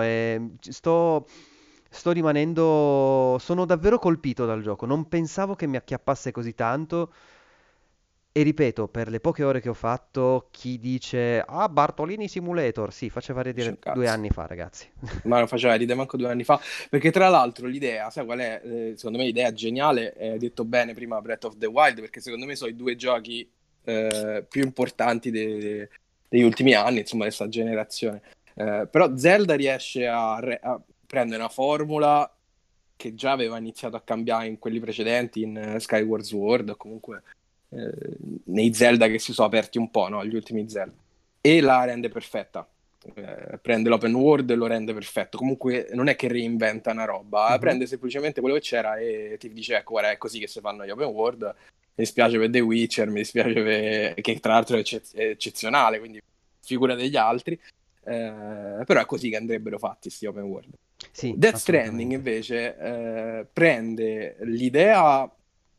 sto rimanendo. Sono davvero colpito dal gioco. Non pensavo che mi acchiappasse così tanto. E ripeto, per le poche ore che ho fatto, chi dice Ah, Bartolini Simulator, sì, faceva Dice ridere un due cazzo. anni fa, ragazzi. Ma lo faceva ridere manco 2 anni fa, perché tra l'altro l'idea, sai qual è? Secondo me l'idea geniale, hai detto bene prima Breath of the Wild, perché secondo me sono i due giochi più importanti degli ultimi anni, insomma, di questa generazione. Però Zelda riesce a prendere una formula che già aveva iniziato a cambiare in quelli precedenti, in Skyward Sword, o comunque eh, nei Zelda che si sono aperti un po', no? Gli ultimi Zelda. E la rende perfetta. Prende l'open world e lo rende perfetto. Comunque non è che reinventa una roba, Mhm. prende semplicemente quello che c'era e ti dice, ecco, guarda, è così che si fanno gli open world. Mi dispiace per The Witcher, mi dispiace che tra l'altro è eccezionale, quindi figura degli altri. Però è così che andrebbero fatti sti open world. Sì, Death Stranding assolutamente. invece prende l'idea,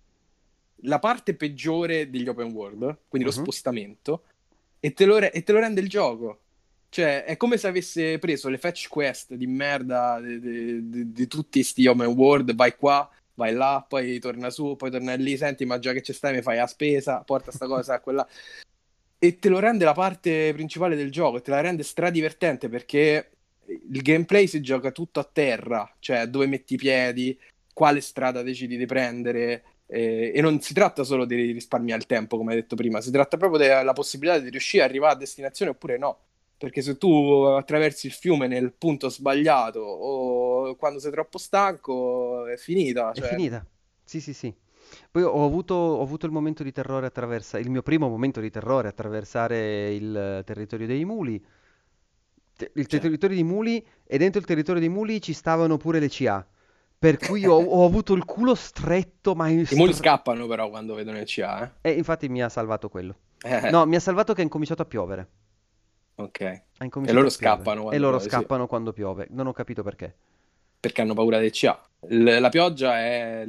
la parte peggiore degli open world, quindi lo Mhm. spostamento, e te lo rende il gioco. Cioè, è come se avesse preso le fetch quest di merda di tutti sti open world, vai qua, vai là, poi torna su, poi torna lì, senti, ma già che ci stai mi fai la spesa, porta sta cosa, quella, e te lo rende la parte principale del gioco, e te la rende stradivertente perché il gameplay si gioca tutto a terra, cioè dove metti i piedi, quale strada decidi di prendere, e non si tratta solo di risparmiare il tempo, come hai detto prima, si tratta proprio della possibilità di riuscire ad arrivare a destinazione oppure no. Perché se tu attraversi il fiume nel punto sbagliato o quando sei troppo stanco, è finita. È Cioè. finita. Sì, sì, sì. Poi ho avuto il momento di terrore il mio primo momento di terrore attraversare il territorio dei muli. Il Cioè. territorio dei muli e dentro il territorio dei muli ci stavano pure le CA. Per cui ho avuto il culo stretto, ma I muli scappano però quando vedono il CA, eh? E infatti mi ha salvato quello. Eh, No, mi ha salvato che ha incominciato a piovere. ok. Ha E incominciato loro a piovere. scappano E quando loro piove, sì, scappano quando piove. Non ho capito perché. perché hanno paura del CA. La pioggia è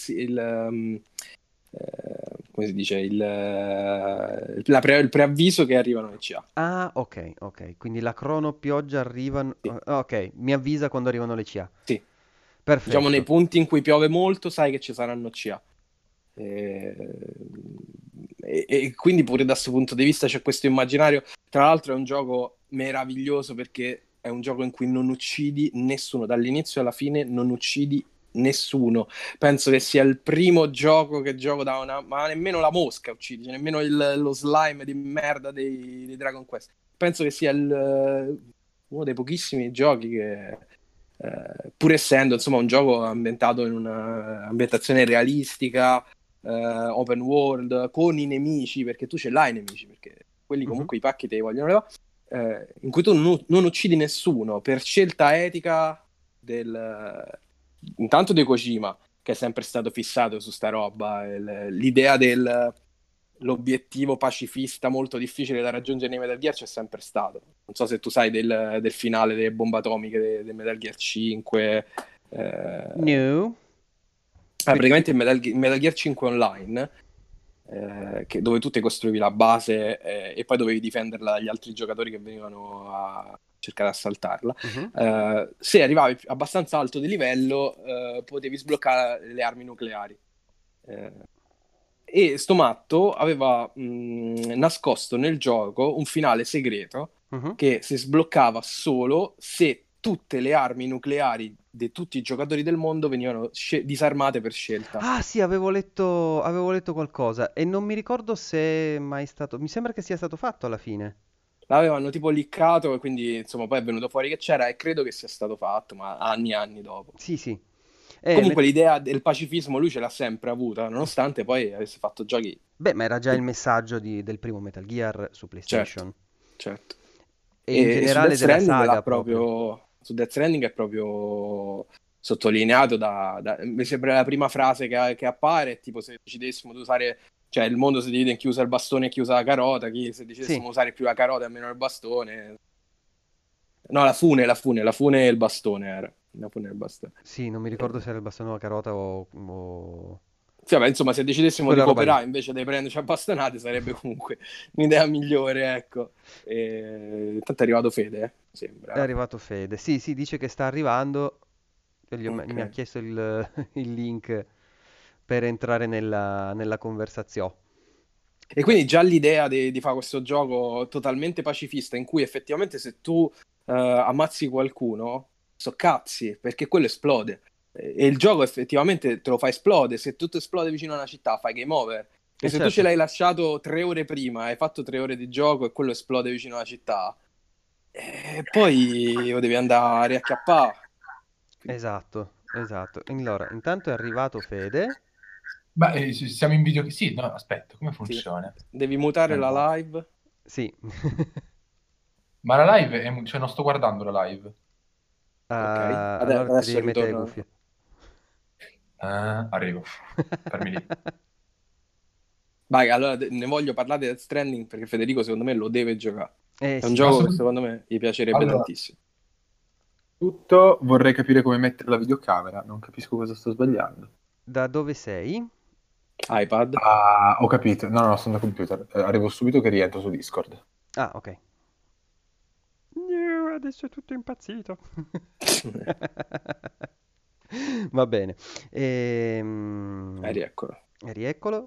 come si dice, il preavviso che arrivano le CA. Ah, ok, ok. Quindi la crono pioggia arriva. Sì, Ok, mi avvisa quando arrivano le CA. sì. Diciamo nei Perfetto. punti in cui piove molto, sai che ci saranno CA. E, e quindi pure da questo punto di vista c'è questo immaginario. Tra l'altro è un gioco meraviglioso perché è un gioco in cui non uccidi nessuno, dall'inizio alla fine non uccidi nessuno. Penso che sia il primo gioco che gioco da una... ma nemmeno la mosca uccidi, cioè nemmeno lo slime di merda dei Dragon Quest. Penso che sia uno dei pochissimi giochi che, pur essendo insomma un gioco ambientato in un'ambientazione realistica, open world, con i nemici, perché tu ce l'hai i nemici, perché quelli Mhm. comunque i pacchi te li vogliono levare, in cui tu non uccidi nessuno per scelta etica intanto di Kojima, che è sempre stato fissato su sta roba, l'idea dell'obiettivo pacifista molto difficile da raggiungere nei Metal Gear c'è sempre stato. Non so se tu sai del finale delle bombe atomiche del Metal Gear 5. No. Quindi, Praticamente in Metal Gear 5 Online, dove tu ti costruivi la base, e poi dovevi difenderla dagli altri giocatori che venivano a cercare di assaltarla. mhm. Se arrivavi abbastanza alto di livello, potevi sbloccare le armi nucleari. Eh, e sto matto aveva nascosto nel gioco un finale segreto Mhm. che si sbloccava solo se tutte le armi nucleari di tutti i giocatori del mondo venivano disarmate per scelta. Ah sì, avevo letto qualcosa e non mi ricordo se è mai stato... Mi sembra che sia stato fatto alla fine. L'avevano tipo liccato e quindi insomma poi è venuto fuori che c'era e credo che sia stato fatto, ma anni e anni dopo. Sì, sì. Comunque l'idea del pacifismo lui ce l'ha sempre avuta, nonostante poi avesse fatto giochi... Beh, ma era già il che- messaggio del primo Metal Gear su Certo, PlayStation certo. e in E su Death generale della Stranding l'ha saga proprio. proprio... Su Death Stranding è proprio sottolineato mi sembra la prima frase che appare, tipo se decidessimo di usare... Cioè il mondo si divide in chi usa il bastone e chi usa la carota, se Sì, decidessimo usare più la carota e meno il bastone... No, la fune e il bastone era. La fune e il bastone. sì, non mi ricordo se era il bastone o la carota Sì, vabbè, insomma, se decidessimo di quella roba lì. cooperare invece di prenderci a bastonate sarebbe comunque un'idea migliore, ecco. Intanto è arrivato Fede, È sembra. arrivato Fede. Sì, sì, dice che sta arrivando. Ok. Mi ha chiesto il link per entrare nella conversazione. E quindi già l'idea di fare questo gioco totalmente pacifista in cui effettivamente se tu ammazzi qualcuno, so cazzi, perché quello esplode. E il gioco effettivamente te lo fa esplodere. Se tutto esplode vicino a una città, fai game over. E E se tu ce certo, l'hai lasciato 3 ore prima, hai fatto 3 ore di gioco e quello esplode vicino alla città, e poi lo devi andare a riacchiappare. Quindi, esatto, esatto. Allora, intanto è arrivato Fede. Ma siamo in video... Sì, no, aspetta, come sì, funziona? devi mutare Allora. la live. Sì. Ma la live è... Cioè, non sto guardando la live. Ok, Allora ti adesso devi mettere le ritorno. cuffie. Ah, arrivo. Fermi lì. Vai, allora ne voglio parlare di Death Stranding perché Federico secondo me lo deve giocare. Eh È un sì. Ma gioco che secondo me gli piacerebbe allora, tantissimo. tutto vorrei capire come mettere la videocamera, non capisco cosa sto sbagliando. Da dove sei? iPad. Ah, ho capito. No, no, sono da computer. Arrivo subito che rientro su Discord. Ah, ok. No, adesso è tutto impazzito. Va bene. Rieccolo. Rieccolo.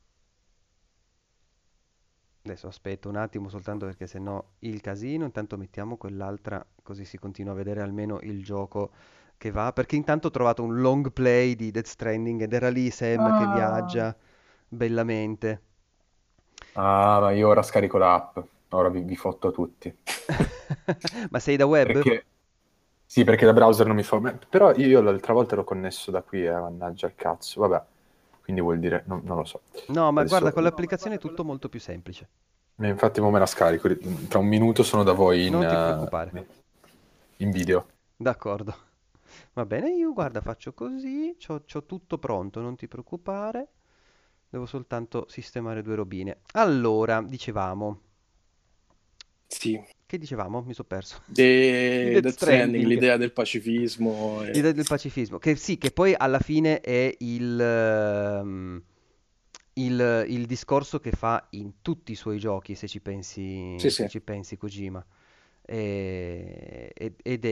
Adesso aspetto un attimo soltanto perché sennò il casino. Intanto mettiamo quell'altra così si continua a vedere almeno il gioco che va. Perché intanto ho trovato un long play di Death Stranding ed era lì Sam che Ah, viaggia bellamente. ah, ma io ora scarico l'app. Ora vi fotto tutti. Ma sei da web? Perché? Sì, perché da browser non mi fa... Però io l'altra volta l'ho connesso da qui, mannaggia il cazzo. Vabbè, quindi vuol dire... non lo so. No, ma guarda, Adesso... con l'applicazione è tutto molto più semplice. Infatti mo me la scarico. Tra un minuto sono da voi Non ti preoccupare. in video. D'accordo. Va bene, io guarda, faccio così, c'ho tutto pronto, non ti preoccupare. Devo soltanto sistemare due robine. Allora, dicevamo, Sì, che dicevamo? Mi sono perso. Di di Death Death Stranding, Stranding. l'idea del pacifismo. L'idea del pacifismo, che sì, che poi alla fine è il discorso che fa in tutti i suoi giochi, Sì, se sì. ci pensi Kojima. Ed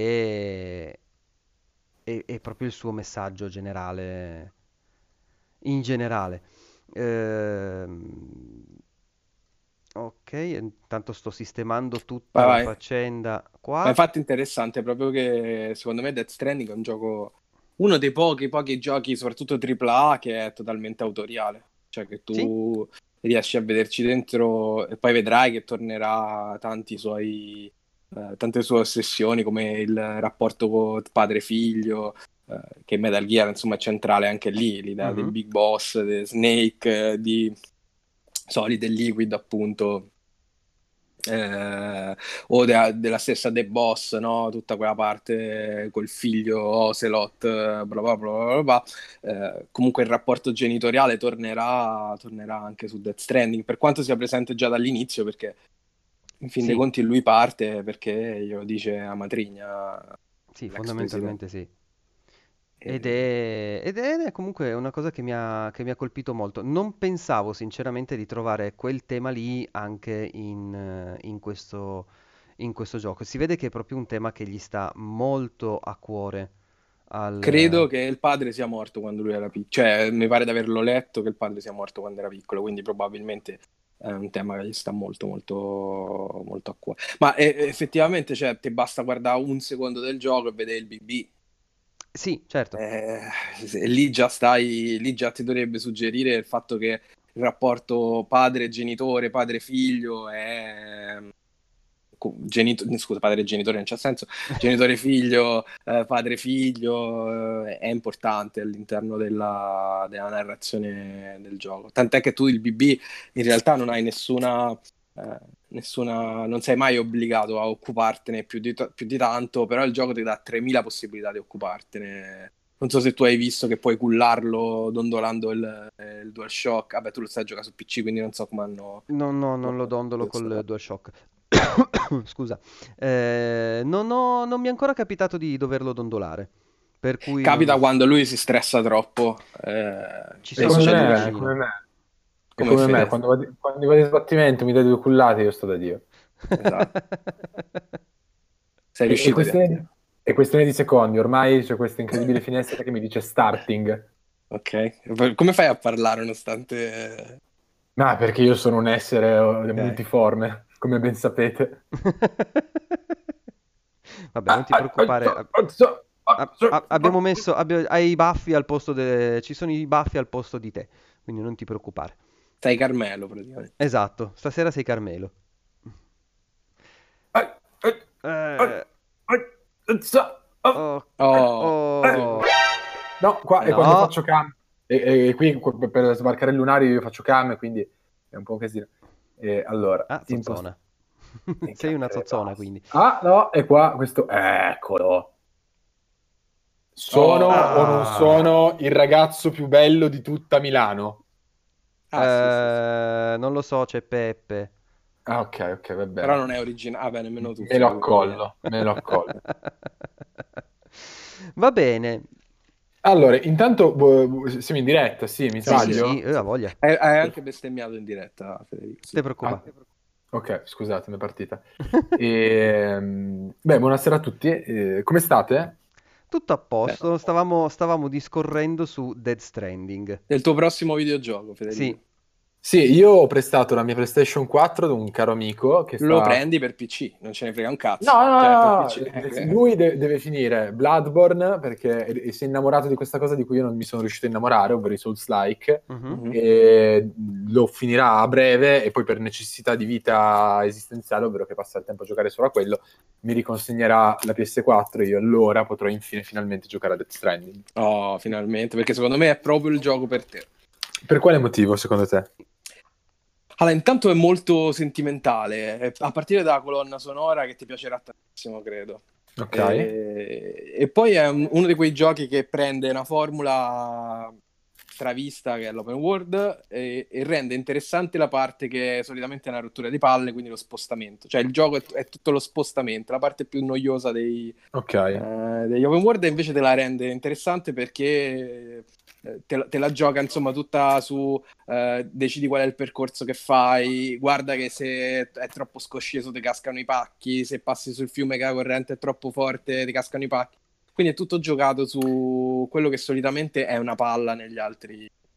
è proprio il suo messaggio generale, in generale. Ehm, ok, intanto sto sistemando tutta Vai, la vai. faccenda Ma qua. infatti è interessante proprio che secondo me Death Stranding è un gioco, uno dei pochi giochi, soprattutto AAA, che è totalmente autoriale. Cioè che Sì, tu riesci a vederci dentro e poi vedrai che tornerà tante sue ossessioni, come il rapporto con padre-figlio, che Metal Gear, insomma, è centrale anche lì, l'idea del mhm, Big Boss, di Snake, di Solid e Liquid, appunto, o della stessa The Boss, no? Tutta quella parte col figlio Ocelot, bla bla bla bla bla. Comunque il rapporto genitoriale tornerà anche su Death Stranding, per quanto sia presente già dall'inizio, perché in fin dei sì, conti lui parte perché glielo dice a matrigna sì, l'ex presidente. fondamentalmente sì. E- Ed è comunque una cosa che mi ha colpito molto. Non pensavo sinceramente di trovare quel tema lì anche in questo gioco. Si vede che è proprio un tema che gli sta molto a cuore al... Credo che il padre sia morto quando lui era piccolo, cioè mi pare di averlo letto che il padre sia morto quando era piccolo, quindi probabilmente è un tema che gli sta molto molto molto a cuore. Ma effettivamente, cioè, ti basta guardare un secondo del gioco e vedere il BB. Sì, certo. Eh, lì già ti dovrebbe suggerire il fatto che il rapporto padre-genitore, padre-figlio è scusa, padre e genitore non c'è senso, genitore-figlio, padre-figlio, è importante all'interno della narrazione del gioco. Tant'è che tu il BB in realtà non hai non sei mai obbligato a occupartene più di tanto, però il gioco ti dà 3000 possibilità di occupartene. Non so se tu hai visto che puoi cullarlo dondolando il DualShock. Vabbè, tu lo stai giocando su PC, quindi non so come hanno. No, no, non lo dondolo col DualShock. Scusa. Non mi è ancora capitato di doverlo dondolare, per cui Capita non... quando lui si stressa troppo, Ci È e sono come succede delle me, è vicino. come me. È come come me, Fede. quando vado in sbattimento mi dai due cullate, io sto da Dio. Esatto. Sei E riuscito a riattivare. è questione di secondi, ormai c'è questa incredibile finestra che mi dice starting. Ok. Come fai a parlare nonostante... No, perché io sono un essere Ok. multiforme, come ben sapete. Vabbè, non ti preoccupare. Abbiamo messo, hai i baffi al posto ci sono i baffi al posto di te, quindi non ti preoccupare. Sei Carmelo, praticamente. Esatto, stasera sei Carmelo. Eh, oh, Oh, sì. oh, No, qua è quando no, faccio cam. E qui per sbarcare il lunario io faccio cam, quindi è un po' un casino. E allora, ah, zozzona. Sei una zozzona, basta. quindi. Ah, no, è qua questo. Eccolo. Sono o non Oh. Ah, sono il ragazzo più bello di tutta Milano? Sì, sì, sì. non lo so, c'è Peppe. Ah, ok, ok, va Però bene. non è originale. Ah, beh, nemmeno tu, Me lo figurati. accollo, me lo accollo. Va bene. Allora, intanto siamo in diretta, sì, mi Sì, sì, sì, sbaglio? ha voglia. Hai anche bestemmiato in diretta, Federico. Non ti Sì. Ah, preoccupare. ok, scusatemi, è partita. Beh, buonasera a tutti. Come state? Tutto a Beh, posto, stavamo discorrendo su Dead Stranding. del tuo prossimo videogioco, Sì, Federico. Sì, io ho prestato la mia PlayStation 4 ad un caro amico che Lo sta... prendi per PC, non ce ne frega un No, cazzo. no, Cioè, per no, PC. no, lui deve finire Bloodborne perché si è innamorato di questa cosa di cui io non mi sono riuscito a innamorare, ovvero i Souls-like, mhm. Mhm. e lo finirà a breve e poi per necessità di vita esistenziale, ovvero che passa il tempo a giocare solo a quello, mi riconsegnerà la PS4 e io allora potrò infine finalmente giocare a Death Stranding. Oh, finalmente, perché secondo me è proprio il gioco per te. Per quale motivo, secondo te? Allora, intanto è molto sentimentale, a partire dalla colonna sonora che ti piacerà tantissimo, credo. Ok, E poi è uno di quei giochi che prende una formula stravista che è l'open world e rende interessante la parte che solitamente è una rottura di palle, quindi lo spostamento. Cioè il gioco è tutto lo spostamento, la parte più noiosa ok. degli open world invece te la rende interessante perché te la gioca insomma tutta su decidi qual è il percorso che fai, guarda che se è troppo scosceso ti cascano i pacchi, se passi sul fiume che la corrente è troppo forte ti cascano i pacchi. Quindi è tutto giocato su quello che solitamente è una palla negli altri.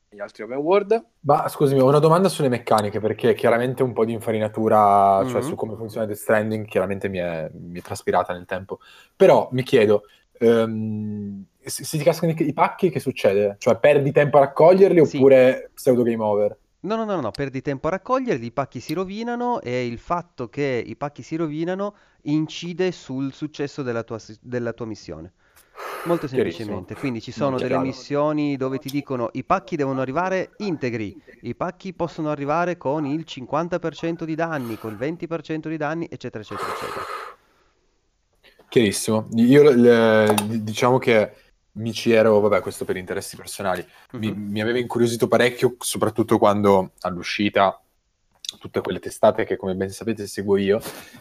gli altri open world. Ma scusami, ho una domanda sulle meccaniche, perché chiaramente un po' di infarinatura, cioè Mhm. su come funziona Death Stranding, chiaramente mi è traspirata nel tempo. Però mi chiedo, se ti cascano i pacchi, che succede? Cioè perdi tempo a raccoglierli Sì. oppure pseudo game over? No, perdi tempo a raccoglierli, i pacchi si rovinano e il fatto che i pacchi si rovinano incide sul successo della tua missione. Molto Chiarissimo, semplicemente, quindi ci sono molto delle chiaro. missioni dove ti dicono i pacchi devono arrivare integri, i pacchi possono arrivare con il 50% di danni, con il 20% di danni, eccetera, eccetera, eccetera. Chiarissimo. Io diciamo che mi ci ero, vabbè, questo per interessi personali, Mhm. mi aveva incuriosito parecchio, soprattutto quando all'uscita tutte quelle testate che, come ben sapete, seguo io,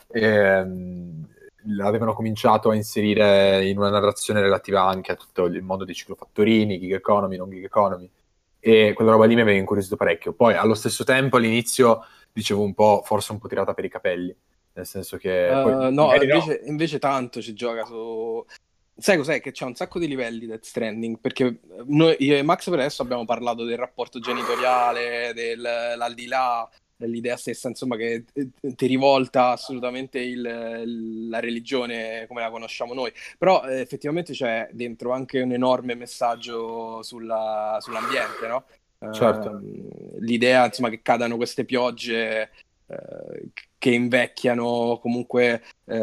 avevano cominciato a inserire in una narrazione relativa anche a tutto il mondo dei ciclofattorini, gig economy, non gig economy, e quella roba lì mi aveva incuriosito parecchio. Poi, allo stesso tempo, all'inizio dicevo un po', forse un po' tirata per i capelli, nel senso che poi No, magari no. invece tanto si gioca su... Sai cos'è? Che c'è un sacco di livelli Death Stranding, perché noi, io e Max per adesso abbiamo parlato del rapporto genitoriale, dell'aldilà, dell'idea stessa, insomma, che ti rivolta assolutamente la religione come la conosciamo noi. Però effettivamente c'è dentro anche un enorme messaggio sull'ambiente, no? Certo. L'idea, insomma, che cadano queste piogge che invecchiano comunque.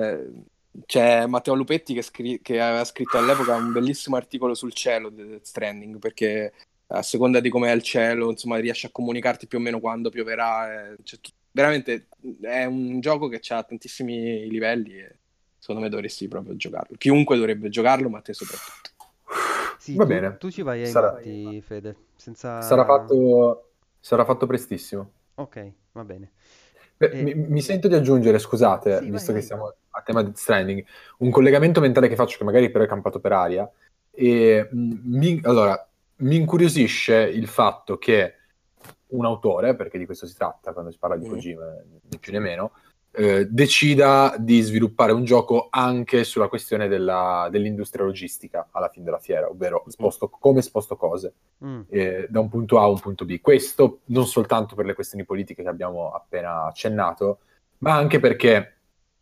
C'è Matteo Lupetti che aveva scritto all'epoca un bellissimo articolo sul cielo di Death Stranding, perché a seconda di com'è il cielo, insomma, riesci a comunicarti più o meno quando pioverà. Veramente è un gioco che ha tantissimi livelli e secondo me dovresti proprio giocarlo. Chiunque dovrebbe giocarlo, ma te soprattutto. Sì, Va tu, bene, tu ci vai ai sarà, matti, Fede, sarà senza... fatto, sarà fatto prestissimo. Ok, va bene. Beh, E... mi sento di aggiungere, scusate, Sì, vai, visto che vai. siamo a tema di Stranding, un collegamento mentale che faccio che magari però è campato per aria. E, allora, mi incuriosisce il fatto che un autore, perché di questo si tratta quando si parla di Mm. Kojima, né più né meno, decida di sviluppare un gioco anche sulla questione dell'industria logistica alla fine della fiera, ovvero come sposto cose Mm, da un punto A a un punto B. Questo non soltanto per le questioni politiche che abbiamo appena accennato, ma anche perché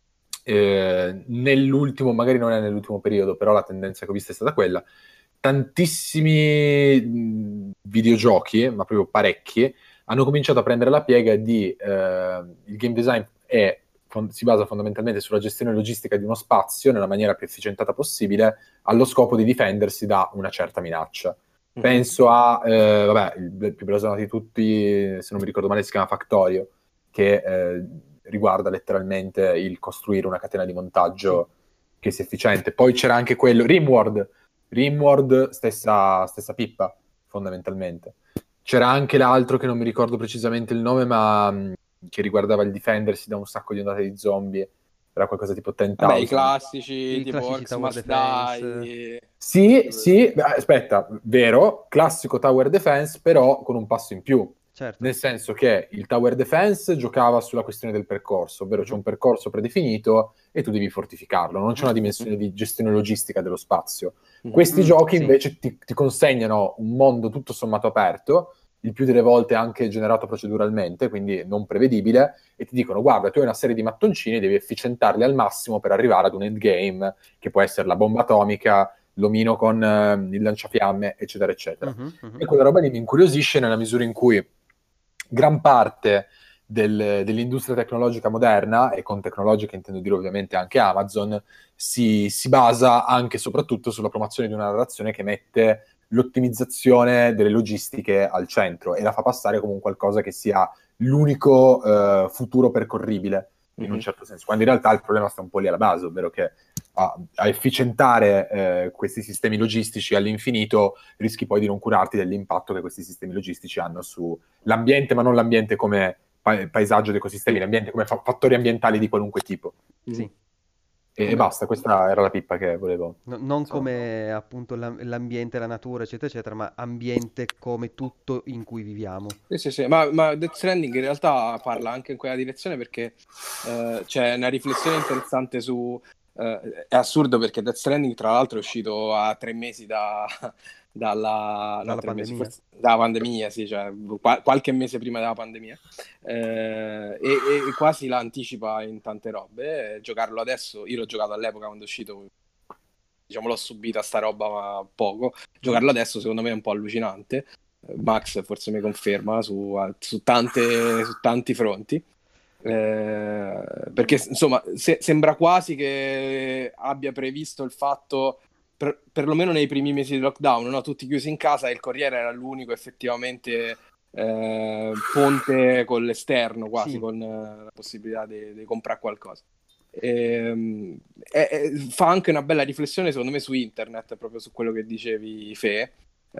nell'ultimo, magari non è nell'ultimo periodo, però la tendenza che ho visto è stata quella, tantissimi videogiochi, ma proprio parecchi, hanno cominciato a prendere la piega di il game design si basa fondamentalmente sulla gestione logistica di uno spazio nella maniera più efficientata possibile, allo scopo di difendersi da una certa minaccia. Penso a, vabbè, il più blasonato di tutti, se non mi ricordo male, si chiama Factorio, che riguarda letteralmente il costruire una catena di sì. montaggio che sia efficiente. Poi c'era anche quello, Rimworld stessa pippa, fondamentalmente. C'era anche l'altro che non mi ricordo precisamente il nome, ma che riguardava il difendersi da un sacco di ondate di zombie. Era qualcosa tipo Vabbè, i 10,000. classici I tipo classici Orcs tower Must defense. Die. Sì, sì, beh, aspetta, vero, classico tower defense, però con un passo in più. Certo. Nel senso che il tower defense giocava sulla questione del percorso, ovvero c'è Mhm, un percorso predefinito e tu devi fortificarlo, non c'è una mhm, dimensione di gestione logistica dello spazio. Mhm. Questi giochi sì. invece ti consegnano un mondo tutto sommato aperto, il più delle volte anche generato proceduralmente, quindi non prevedibile, e ti dicono: guarda, tu hai una serie di mattoncini, devi efficientarli al massimo per arrivare ad un endgame, che può essere la bomba atomica, l'omino con il lanciafiamme, eccetera, eccetera. Mhm, mhm, E quella roba lì mi incuriosisce nella misura in cui gran parte dell'industria tecnologica moderna, e con tecnologica intendo dire ovviamente anche Amazon, si basa anche e soprattutto sulla promozione di una narrazione che mette l'ottimizzazione delle logistiche al centro e la fa passare come un qualcosa che sia l'unico futuro percorribile, in un Mhm. certo senso, quando in realtà il problema sta un po' lì alla base, ovvero che a efficientare questi sistemi logistici all'infinito rischi poi di non curarti dell'impatto che questi sistemi logistici hanno sull'ambiente, ma non l'ambiente come paesaggio ed ecosistemi, Sì. l'ambiente come fattori ambientali di qualunque tipo. Mhm. Sì. E Come... basta, questa era la pippa che volevo. non Insomma. come appunto l'ambiente, la natura, eccetera, eccetera, ma ambiente come tutto in cui viviamo. Sì, sì, sì. Ma Death Stranding in realtà parla anche in quella direzione perché c'è una riflessione interessante su È assurdo perché Death Stranding tra l'altro è uscito a 3 mesi dalla pandemia. dalla pandemia, sì, cioè qualche mese prima della pandemia, e quasi la anticipa in tante robe. Giocarlo adesso, io l'ho giocato all'epoca quando è uscito, diciamo l'ho subita sta roba ma poco. Giocarlo adesso secondo me è un po' allucinante. Max forse mi conferma su tanti fronti. Perché insomma sembra quasi che abbia previsto il fatto, perlomeno nei primi mesi di lockdown, no? Tutti chiusi in casa e il Corriere era l'unico effettivamente ponte con l'esterno, quasi Sì. con la possibilità di comprare qualcosa. Fa anche una bella riflessione secondo me su internet, proprio su quello che dicevi, Fe.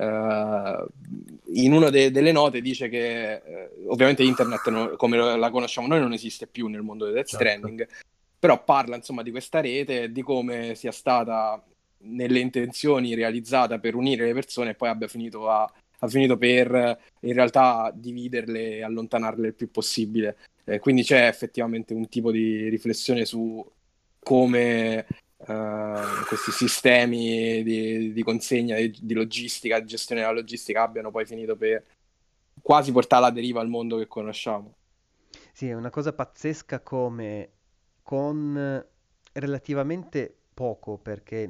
In una delle note dice che ovviamente internet come la conosciamo noi non esiste più nel mondo di Death Stranding, però parla insomma di questa rete e di come sia stata nelle intenzioni realizzata per unire le persone e poi ha finito per in realtà dividerle e allontanarle il più possibile. Quindi c'è effettivamente un tipo di riflessione su come questi sistemi di consegna, di logistica, di gestione della logistica abbiano poi finito per quasi portare alla deriva il mondo che conosciamo. Sì, è una cosa pazzesca come con relativamente poco, perché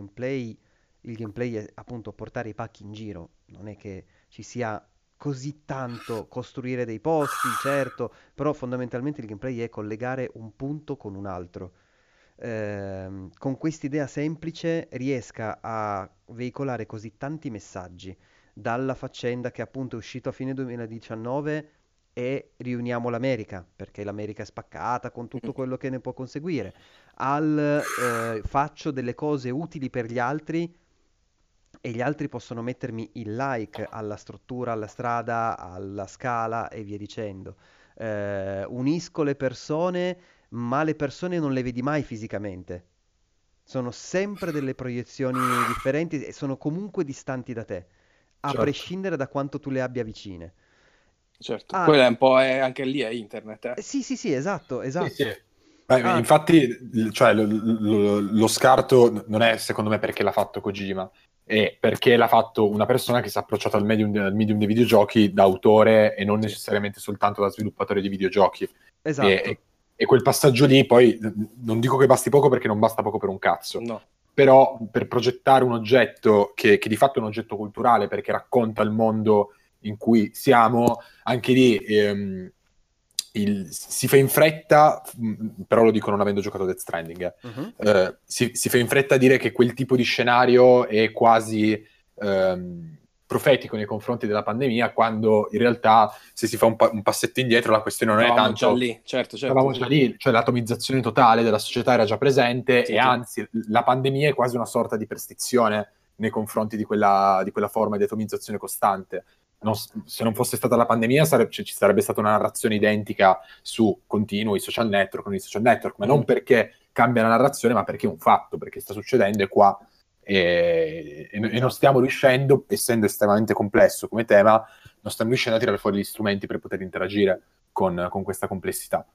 il gameplay è appunto portare i pacchi in giro, non è che ci sia così tanto costruire dei posti, certo, però fondamentalmente il gameplay è collegare un punto con un altro. Con quest'idea semplice riesca a veicolare così tanti messaggi dalla faccenda che appunto è uscito a fine 2019 e riuniamo l'America, perché l'America è spaccata con tutto quello che ne può conseguire, faccio delle cose utili per gli altri e gli altri possono mettermi il like alla struttura, alla strada, alla scala e via dicendo. Unisco le persone, ma le persone non le vedi mai fisicamente. Sono sempre delle proiezioni differenti e sono comunque distanti da te, a Certo. prescindere da quanto tu le abbia vicine. Certo, Ah, quello è un po' anche lì è internet. sì, sì, sì, esatto, Sì, esatto. sì. Beh, Ah, infatti, cioè, lo scarto non è secondo me perché l'ha fatto Kojima, è perché l'ha fatto una persona che si è approcciata al medium dei videogiochi da autore e non Sì. necessariamente soltanto da sviluppatore di videogiochi. esatto. E quel passaggio lì, poi, non dico che basti poco perché non basta poco per un cazzo, No, però per progettare un oggetto che di fatto è un oggetto culturale perché racconta il mondo in cui siamo, anche lì si fa in fretta, però lo dico non avendo giocato Death Stranding, Mhm. si fa in fretta a dire che quel tipo di scenario è quasi profetico nei confronti della pandemia, quando in realtà se si fa un passetto indietro la questione non è eravamo tanto... già lì, certo, Eravamo sì. già lì, cioè l'atomizzazione totale della società era già presente Sì, e sì. anzi la pandemia è quasi una sorta di prestizione nei confronti di quella forma di atomizzazione costante. Se non fosse stata la pandemia ci sarebbe stata una narrazione identica su continuo i social network, con i social network, ma non perché cambia la narrazione, ma perché è un fatto, perché sta succedendo e qua e non Esatto. stiamo riuscendo, essendo estremamente complesso come tema, non stiamo riuscendo a tirare fuori gli strumenti per poter interagire con questa complessità.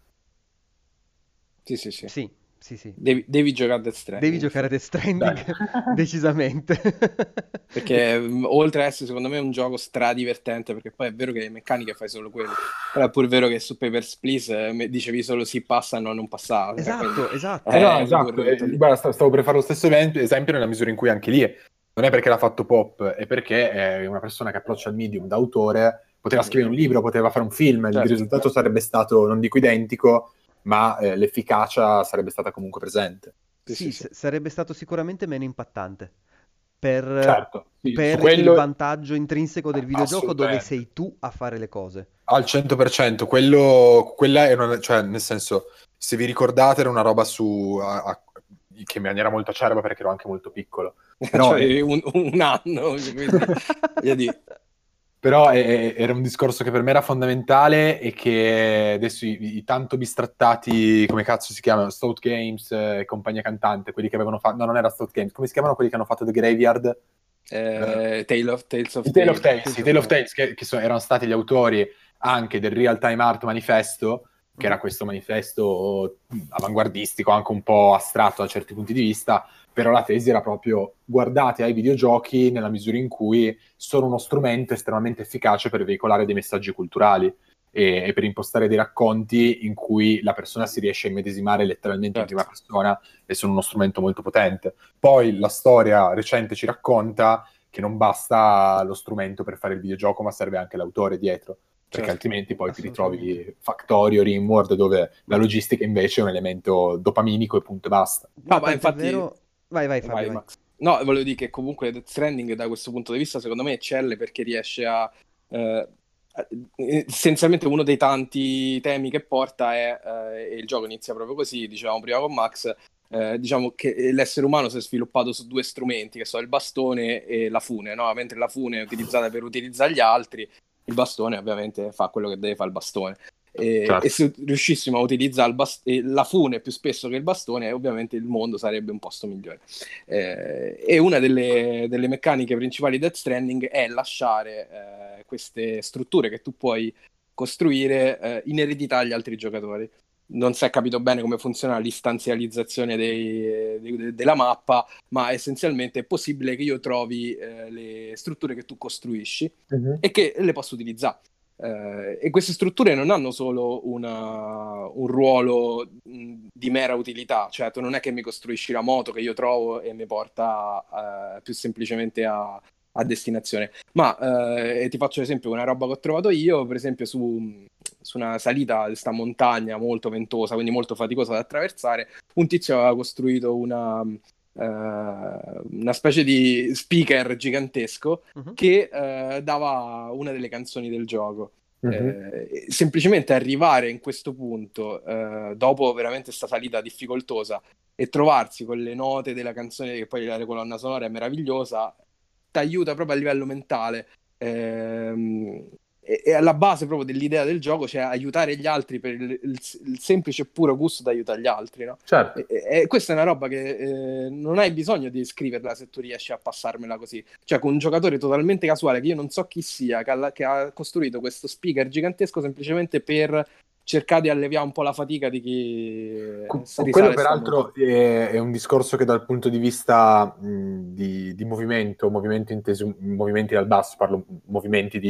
Sì. Sì, sì, sì. Devi giocare a Death Devi Stranding. giocare Death Stranding, Dai. decisamente. Perché oltre ad essere secondo me un gioco stradivertente, perché poi è vero che le meccaniche fai solo quello, però è pure vero che su Papers, Please dicevi solo sì passa, no non passava, Esatto, esatto. No, quindi pure esatto. tutto lì. Guarda, stavo per fare lo stesso esempio nella misura in cui anche lì non è perché l'ha fatto Pop, è perché è una persona che approccia il medium da autore, poteva scrivere un libro, poteva fare un film, il Certo. risultato sarebbe stato, non dico identico, ma l'efficacia sarebbe stata comunque presente. Sì, sarebbe stato sicuramente meno impattante per, Certo, sì, su per il quello vantaggio intrinseco del videogioco dove assolutamente. sei tu a fare le cose. Al 100%, quella è una, cioè, nel senso, se vi ricordate era una roba che in maniera molto acerba perché ero anche molto piccolo, però, Cioè un anno, quindi voglio dire. però era un discorso che per me era fondamentale e che adesso i tanto bistrattati, come cazzo si chiamano, Stout Games e compagnia cantante, quelli che avevano fatto, no, non era Stout Games, come si chiamano quelli che hanno fatto The Graveyard? Tales of I Tale of Tales. Tales, erano stati gli autori anche del Real Time Art Manifesto, che era questo manifesto avanguardistico, anche un po' astratto da certi punti di vista, però la tesi era proprio: guardate ai videogiochi nella misura in cui sono uno strumento estremamente efficace per veicolare dei messaggi culturali e per impostare dei racconti in cui la persona si riesce a immedesimare letteralmente in prima persona, e sono uno strumento molto potente. Poi la storia recente ci racconta che non basta lo strumento per fare il videogioco, ma serve anche l'autore dietro, perché altrimenti poi ti ritrovi Factorio, Rimworld, dove la logistica invece è un elemento dopaminico e punto e basta. No, ma infatti... Vai Fabio, vai. Max. No, volevo dire che comunque Death Stranding da questo punto di vista secondo me eccelle, perché riesce a... essenzialmente uno dei tanti temi che porta è, e il gioco inizia proprio così, dicevamo prima con Max, diciamo che l'essere umano si è sviluppato su due strumenti, che sono il bastone e la fune, no? Mentre la fune è utilizzata per utilizzare gli altri, il bastone ovviamente fa quello che deve fare il bastone. Certo. E se riuscissimo a utilizzare la fune più spesso che il bastone, ovviamente il mondo sarebbe un posto migliore. E una delle meccaniche principali di Death Stranding è lasciare queste strutture che tu puoi costruire in eredità agli altri giocatori. Non si è capito bene come funziona l'istanzializzazione della mappa, ma essenzialmente è possibile che io trovi le strutture che tu costruisci e che le posso utilizzare. E queste strutture non hanno solo un ruolo di mera utilità, cioè tu non è che mi costruisci la moto che io trovo e mi porta più semplicemente a destinazione, ma ti faccio esempio una roba che ho trovato io, per esempio su una salita di questa montagna molto ventosa, quindi molto faticosa da attraversare, un tizio aveva costruito una specie di speaker gigantesco che dava una delle canzoni del gioco. Semplicemente arrivare in questo punto dopo veramente questa salita difficoltosa e trovarsi con le note della canzone, che poi la colonna sonora è meravigliosa, ti aiuta proprio a livello mentale, e alla base proprio dell'idea del gioco c'è aiutare gli altri per il semplice e puro gusto di aiutare gli altri, no? Certo. E questa è una roba che non hai bisogno di scriverla se tu riesci a passarmela così, cioè con un giocatore totalmente casuale che io non so chi sia, che ha costruito questo speaker gigantesco semplicemente per cercare di alleviare un po' la fatica di chi quello peraltro è un discorso che dal punto di vista di movimento inteso movimenti dal basso, parlo movimenti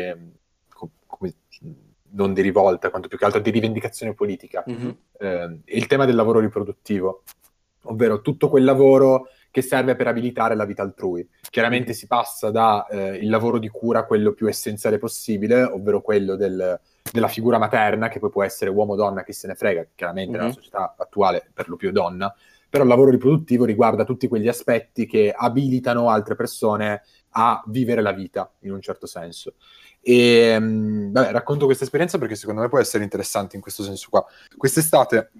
non di rivolta, quanto più che altro di rivendicazione politica, è il tema del lavoro riproduttivo, ovvero tutto quel lavoro che serve per abilitare la vita altrui. Chiaramente si passa da il lavoro di cura, quello più essenziale possibile, ovvero quello della figura materna, che poi può essere uomo o donna, chi se ne frega, chiaramente nella società attuale per lo più donna, però il lavoro riproduttivo riguarda tutti quegli aspetti che abilitano altre persone a vivere la vita, in un certo senso. E racconto questa esperienza perché secondo me può essere interessante in questo senso qua. Quest'estate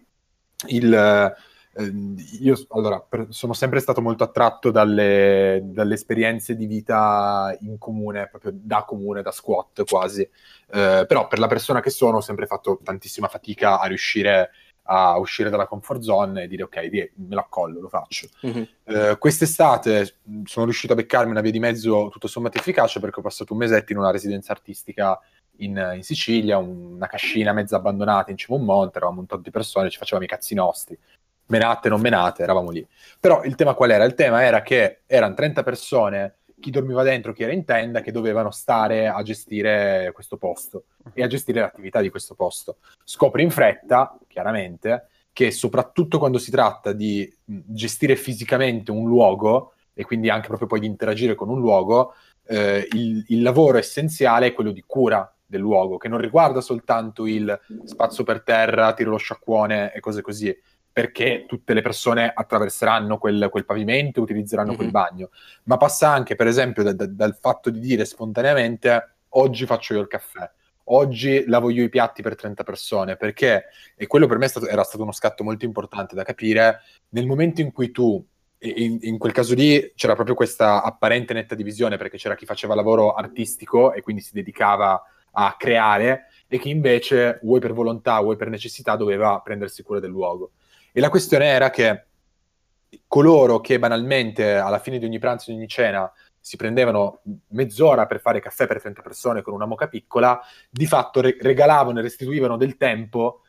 io sono sempre stato molto attratto dalle esperienze di vita in comune, proprio da squat quasi, però per la persona che sono ho sempre fatto tantissima fatica a riuscire a uscire dalla comfort zone e dire ok, me lo accollo, lo faccio. Quest'estate sono riuscito a beccarmi una via di mezzo tutto sommato efficace, perché ho passato un mesetto in una residenza artistica in Sicilia, una cascina mezza abbandonata in cima a un monte, eravamo un tot di persone, ci facevamo i cazzi nostri, menate, non menate, eravamo lì. Però il tema qual era? Il tema era che erano 30 persone, chi dormiva dentro, chi era in tenda, che dovevano stare a gestire questo posto e a gestire l'attività di questo posto. Scopri in fretta, chiaramente, che soprattutto quando si tratta di gestire fisicamente un luogo, e quindi anche proprio poi di interagire con un luogo, il lavoro essenziale è quello di cura del luogo, che non riguarda soltanto il spazzo per terra, tiro lo sciacquone e cose così, perché tutte le persone attraverseranno quel pavimento, utilizzeranno quel bagno, ma passa anche, per esempio, dal fatto di dire spontaneamente oggi faccio io il caffè, oggi lavo io i piatti per 30 persone, perché, e quello per me era stato uno scatto molto importante da capire, nel momento in cui tu, in quel caso lì c'era proprio questa apparente netta divisione, perché c'era chi faceva lavoro artistico e quindi si dedicava a creare, e chi invece, vuoi per volontà, vuoi per necessità, doveva prendersi cura del luogo. E la questione era che coloro che banalmente alla fine di ogni pranzo e di ogni cena si prendevano mezz'ora per fare caffè per 30 persone con una moka piccola, di fatto regalavano e restituivano del tempo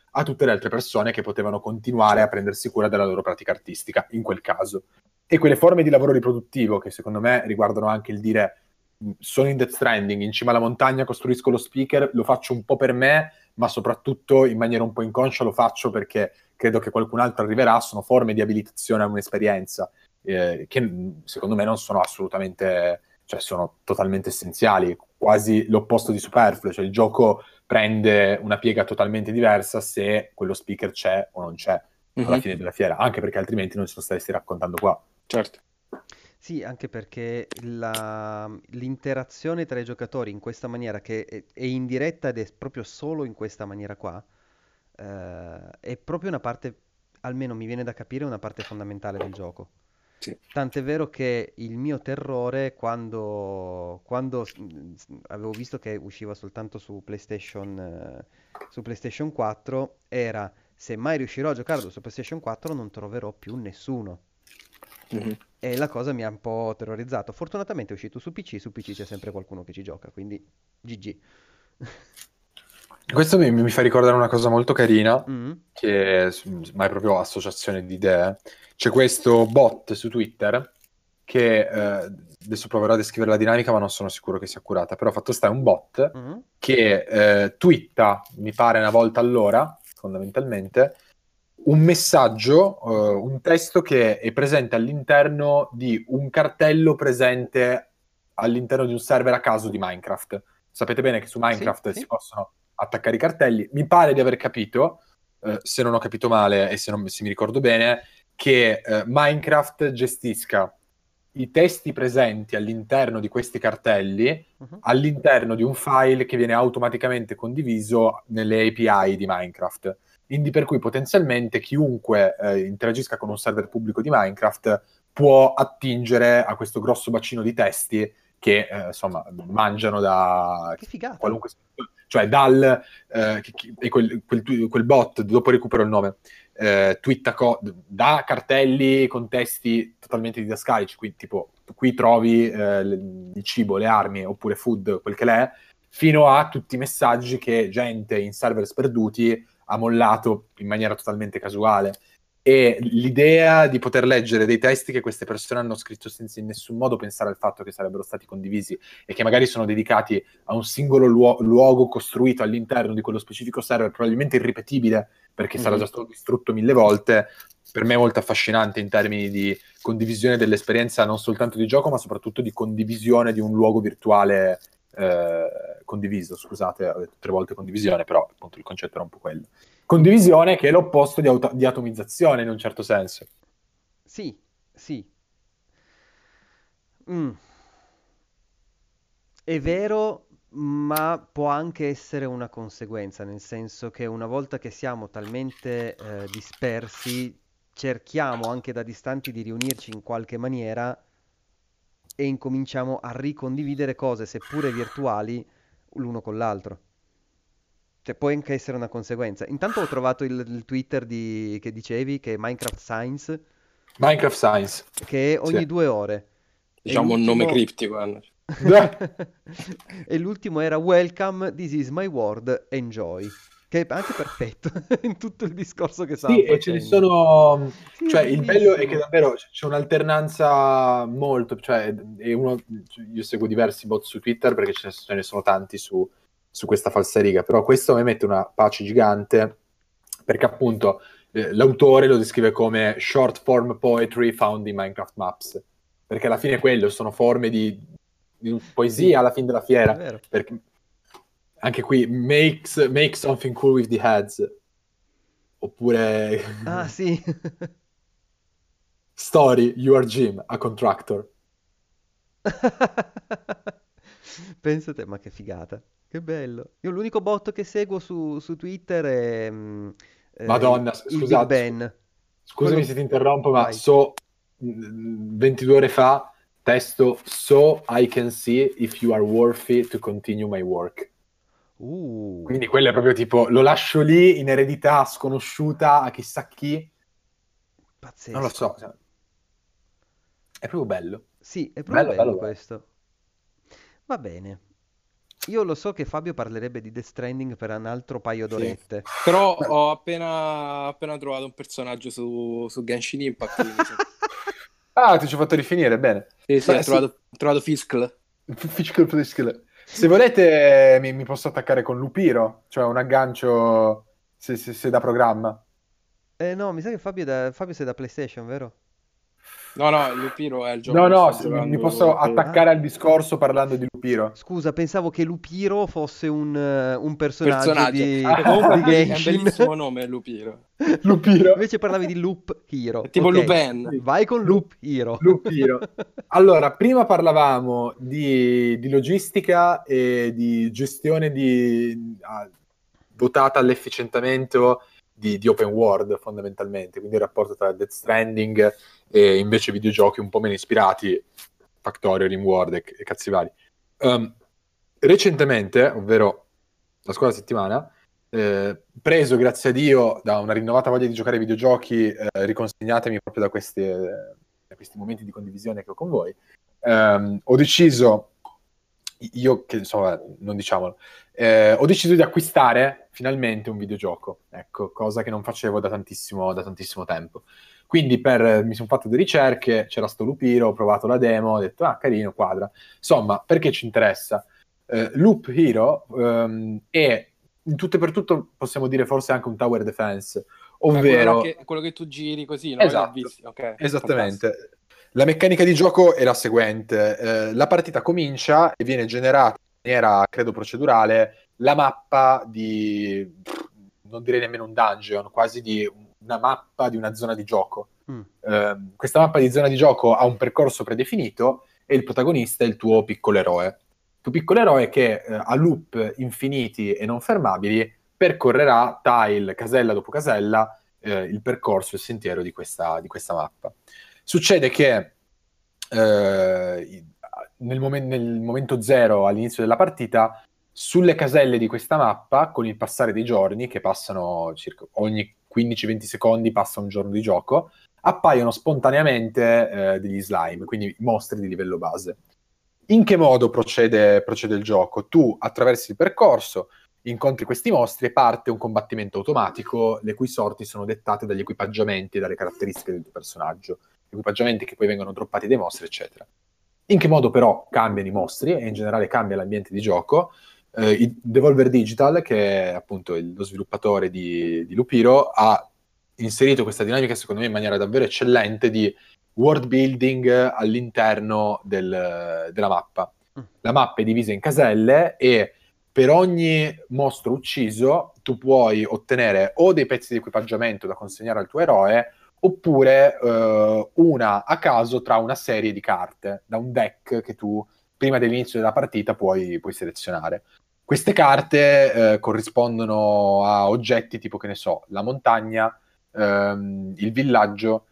a tutte le altre persone che potevano continuare a prendersi cura della loro pratica artistica, in quel caso. E quelle forme di lavoro riproduttivo, che secondo me riguardano anche il dire sono in Death Stranding, in cima alla montagna costruisco lo speaker, lo faccio un po' per me, ma soprattutto in maniera un po' inconscia lo faccio perché credo che qualcun altro arriverà, sono forme di abilitazione a un'esperienza che secondo me non sono assolutamente, cioè sono totalmente essenziali, quasi l'opposto di superfluo, cioè il gioco prende una piega totalmente diversa se quello speaker c'è o non c'è alla fine della fiera, anche perché altrimenti non ce lo staresti raccontando qua. Certo. Sì, anche perché l'interazione tra i giocatori in questa maniera, che è indiretta ed è proprio solo in questa maniera qua, è proprio una parte, almeno mi viene da capire, una parte fondamentale del gioco. Sì. Tant'è vero che il mio terrore quando avevo visto che usciva soltanto su PlayStation 4 era: se mai riuscirò a giocarlo su PlayStation 4 non troverò più nessuno. Mhm. E la cosa mi ha un po' terrorizzato. Fortunatamente è uscito su PC c'è sempre qualcuno che ci gioca, quindi GG. Questo mi fa ricordare una cosa molto carina, Mm, che ma è proprio associazione di idee. C'è questo bot su Twitter che adesso proverò a descrivere la dinamica, ma non sono sicuro che sia accurata. Però fatto sta è un bot mm, che twitta, mi pare una volta all'ora, fondamentalmente, un messaggio, un testo che è presente all'interno di un cartello presente all'interno di un server a caso di Minecraft. Sapete bene che su sì, Minecraft si sì. possono attaccare i cartelli. Mi pare di aver capito, se non ho capito male e se mi ricordo bene, che Minecraft gestisca i testi presenti all'interno di questi cartelli Mhm. all'interno di un file che viene automaticamente condiviso nelle API di Minecraft. Quindi per cui potenzialmente chiunque interagisca con un server pubblico di Minecraft può attingere a questo grosso bacino di testi che insomma mangiano da Che figata. qualunque, cioè dal e quel bot, dopo recupero il nome, twitta da cartelli con testi totalmente didascalici, quindi tipo qui trovi il cibo, le armi oppure food, quel che l'è, fino a tutti i messaggi che gente in server sperduti ha mollato in maniera totalmente casuale. E l'idea di poter leggere dei testi che queste persone hanno scritto senza in nessun modo pensare al fatto che sarebbero stati condivisi e che magari sono dedicati a un singolo luogo costruito all'interno di quello specifico server, probabilmente irripetibile perché sarà già stato distrutto 1000 volte, per me è molto affascinante in termini di condivisione dell'esperienza non soltanto di gioco, ma soprattutto di condivisione di un luogo virtuale condiviso. Scusate, ho detto 3 volte condivisione, però appunto il concetto era un po' quello. Condivisione che è l'opposto di atomizzazione in un certo senso. Sì, sì. Mm. È vero, ma può anche essere una conseguenza, nel senso che una volta che siamo talmente dispersi, cerchiamo anche da distanti di riunirci in qualche maniera e incominciamo a ricondividere cose, seppure virtuali, l'uno con l'altro. Cioè, può anche essere una conseguenza. Intanto ho trovato il Twitter che dicevi, che è Minecraft Science, Minecraft Science. che è Sì. ogni 2 ore. E Diciamo un nome l'ultimo... criptico. E l'ultimo era Welcome, this is my world, enjoy. Che è anche perfetto in tutto il discorso che Sì, stavano e ce ne facendo. sono, Sì, è cioè il bello è che bellissimo. davvero c'è un'alternanza molto, cioè io seguo diversi bot su Twitter perché ce ne sono tanti su questa falsariga, però questo a me mette una pace gigante perché appunto l'autore lo descrive come short form poetry found in Minecraft Maps, perché alla fine quello sono forme di Sì, poesia alla fine della è fiera, vero. perché anche qui make something cool with the heads. Oppure Ah, sì. Story, you are Jim, a contractor. Pensa te, ma che figata. Che bello. Io l'unico bot che seguo su Twitter è Madonna, il Big Ben. scusami Quello... se ti interrompo, ma Vai. so 22 ore fa testo so I can see if you are worthy to continue my work. Uh, Quindi quello è proprio tipo, lo lascio lì in eredità sconosciuta a chissà chi, non lo pazzesco. so, cioè, è proprio bello. Sì, è proprio Bello, bello, bello bello. questo. Va bene. Io lo so che Fabio parlerebbe di Death Stranding per un altro paio Sì. d'orette. Però ho appena trovato un personaggio su Genshin Impact, quindi sì. Ah, ti ci ho fatto rifinire, bene. Sì, Beh, sì. ho trovato Fiskl. Se volete mi posso attaccare con Lupiro, cioè un aggancio se da programma. No, mi sa che Fabio sei da PlayStation, vero? No, Lupiro è il gioco No, che no, sto mi giocando. posso Ah, attaccare al discorso parlando di Lupiro. scusa, pensavo che Lupiro fosse un personaggio Personaggio. di, Che comunque di è un Genshin. bellissimo nome, Lupiro. Lupiro. Invece parlavi di Loop È Hero. tipo Ok, Lupin. Sì. vai con Loop Hero. Lupiro. Allora, prima parlavamo di logistica e di gestione votata all'efficientamento di open world, fondamentalmente, quindi il rapporto tra Death Stranding e invece videogiochi un po' meno ispirati, Factorio, Rimworld e cazzi vari. Recentemente, ovvero la scorsa settimana, preso, grazie a Dio, da una rinnovata voglia di giocare ai videogiochi, riconsegnatemi proprio da questi momenti di condivisione che ho con voi, ho deciso, io che insomma, non diciamolo, ho deciso di acquistare finalmente un videogioco, ecco, cosa che non facevo da tantissimo tempo. Quindi mi sono fatto delle ricerche, c'era sto Lupiro, ho provato la demo, ho detto, ah, carino, quadra. Insomma, perché ci interessa? Loop Hero è, in tutto e per tutto, possiamo dire forse anche un tower defense, Ma quello là ovvero... quello che tu giri così, no? Io l'ho Esatto, visto. Ok, fantastico. esattamente. La meccanica di gioco è la seguente. La partita comincia e viene generata in maniera, credo, procedurale la mappa non direi nemmeno un dungeon, quasi di una mappa di una zona di gioco. Mm. Questa mappa di zona di gioco ha un percorso predefinito e il protagonista è il tuo piccolo eroe. Il tuo piccolo eroe che a loop infiniti e non fermabili percorrerà tile, casella dopo casella, il percorso, il sentiero di questa mappa. Succede che nel momento zero, all'inizio della partita, sulle caselle di questa mappa, con il passare dei giorni, che passano circa ogni 15-20 secondi, passa un giorno di gioco, appaiono spontaneamente degli slime, quindi mostri di livello base. In che modo procede il gioco? Tu attraversi il percorso, incontri questi mostri e parte un combattimento automatico, le cui sorti sono dettate dagli equipaggiamenti e dalle caratteristiche del tuo personaggio. Equipaggiamenti che poi vengono droppati dai mostri, eccetera. In che modo però cambiano i mostri e in generale cambia l'ambiente di gioco? Devolver Digital, che è appunto lo sviluppatore di Lupiro, ha inserito questa dinamica secondo me in maniera davvero eccellente di world building all'interno della mappa. Mm. La mappa è divisa in caselle e per ogni mostro ucciso tu puoi ottenere o dei pezzi di equipaggiamento da consegnare al tuo eroe oppure una a caso tra una serie di carte da un deck che tu prima dell'inizio della partita puoi selezionare. Queste carte corrispondono a oggetti tipo, che ne so, la montagna, il villaggio,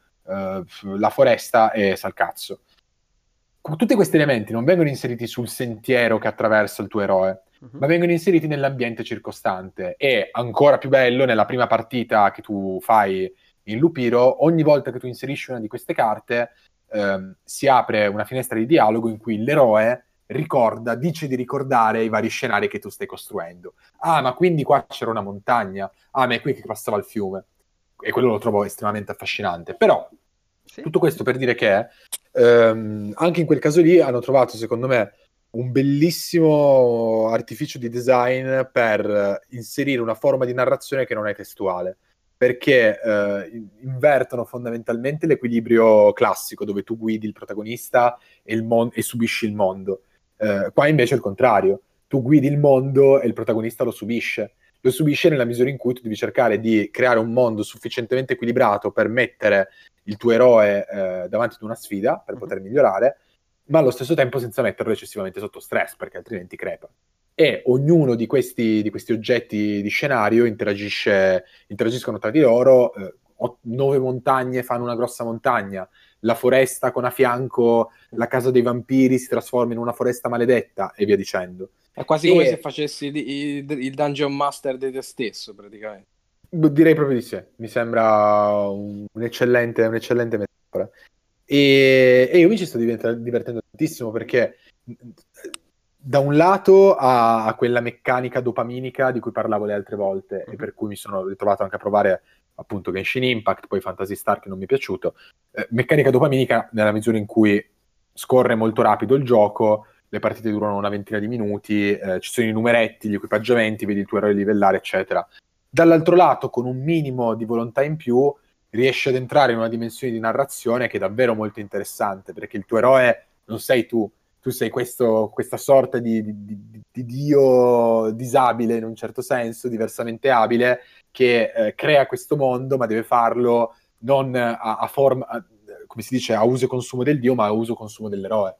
la foresta e Salcazzo. Tutti questi elementi non vengono inseriti sul sentiero che attraversa il tuo eroe, Mhm. ma vengono inseriti nell'ambiente circostante. E ancora più bello, nella prima partita che tu fai in Lupiro, ogni volta che tu inserisci una di queste carte, si apre una finestra di dialogo in cui l'eroe dice di ricordare i vari scenari che tu stai costruendo. Ah, ma quindi qua c'era una montagna. Ah, ma è qui che passava il fiume. E quello lo trovo estremamente affascinante. Però, Sì? tutto questo per dire che anche in quel caso lì hanno trovato, secondo me, un bellissimo artificio di design per inserire una forma di narrazione che non è testuale, perché invertono fondamentalmente l'equilibrio classico dove tu guidi il protagonista e subisci il mondo. Qua invece è il contrario, tu guidi il mondo e il protagonista lo subisce. Lo subisce nella misura in cui tu devi cercare di creare un mondo sufficientemente equilibrato per mettere il tuo eroe davanti ad una sfida per poter migliorare, ma allo stesso tempo senza metterlo eccessivamente sotto stress, perché altrimenti crepa. E ognuno di questi oggetti di scenario interagiscono tra di loro. 9 montagne fanno una grossa montagna, la foresta con a fianco la casa dei vampiri si trasforma in una foresta maledetta e via dicendo. È quasi come se E facessi il Dungeon Master di te stesso, praticamente. direi proprio di sì, mi sembra un'eccellente metafora. E io mi ci sto divertendo tantissimo perché da un lato ha quella meccanica dopaminica di cui parlavo le altre volte e per cui mi sono ritrovato anche a provare appunto Genshin Impact, poi Phantasy Star che non mi è piaciuto. Meccanica dopaminica nella misura in cui scorre molto rapido il gioco, le partite durano una ventina di minuti, ci sono i numeretti, gli equipaggiamenti, vedi il tuo eroe livellare, eccetera. Dall'altro lato, con un minimo di volontà in più, riesci ad entrare in una dimensione di narrazione che è davvero molto interessante, perché il tuo eroe non sei tu sei questa sorta di dio disabile in un certo senso, diversamente abile, che crea questo mondo, ma deve farlo non a forma, come si dice, a uso e consumo del dio, ma a uso e consumo dell'eroe.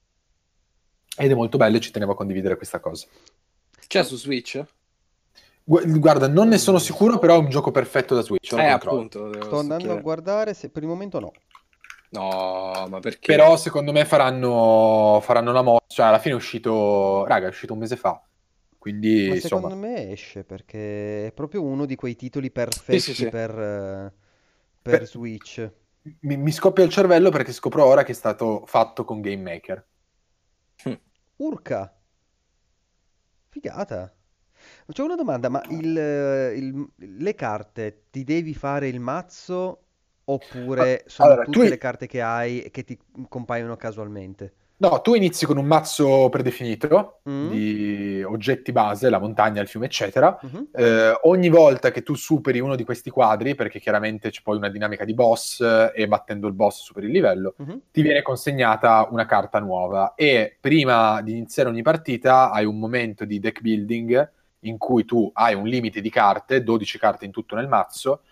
Ed è molto bello e ci tenevo a condividere questa cosa. C'è su Switch? Guarda, non ne sono sicuro, però è un gioco perfetto da Switch. Appunto. Sto andando a guardare, se per il momento no. No, ma perché? Però secondo me faranno la mossa. Cioè, alla fine è uscito un mese fa. Quindi, Ma insomma, secondo me esce perché è proprio uno di quei titoli perfetti Sì. per Per- Switch. mi scoppia il cervello perché scopro ora che è stato fatto con Game Maker. Urca, figata. C'ho una domanda, ma le carte ti devi fare il mazzo oppure sono Allora, tutte le carte che hai e che ti compaiono casualmente? no, tu inizi con un mazzo predefinito Mm? di oggetti base, la montagna, il fiume, eccetera. Mhm. Ogni volta che tu superi uno di questi quadri, perché chiaramente c'è poi una dinamica di boss e battendo il boss superi il livello, Mhm. ti viene consegnata una carta nuova e prima di iniziare ogni partita hai un momento di deck building in cui tu hai un limite di carte, 12 carte in tutto nel mazzo,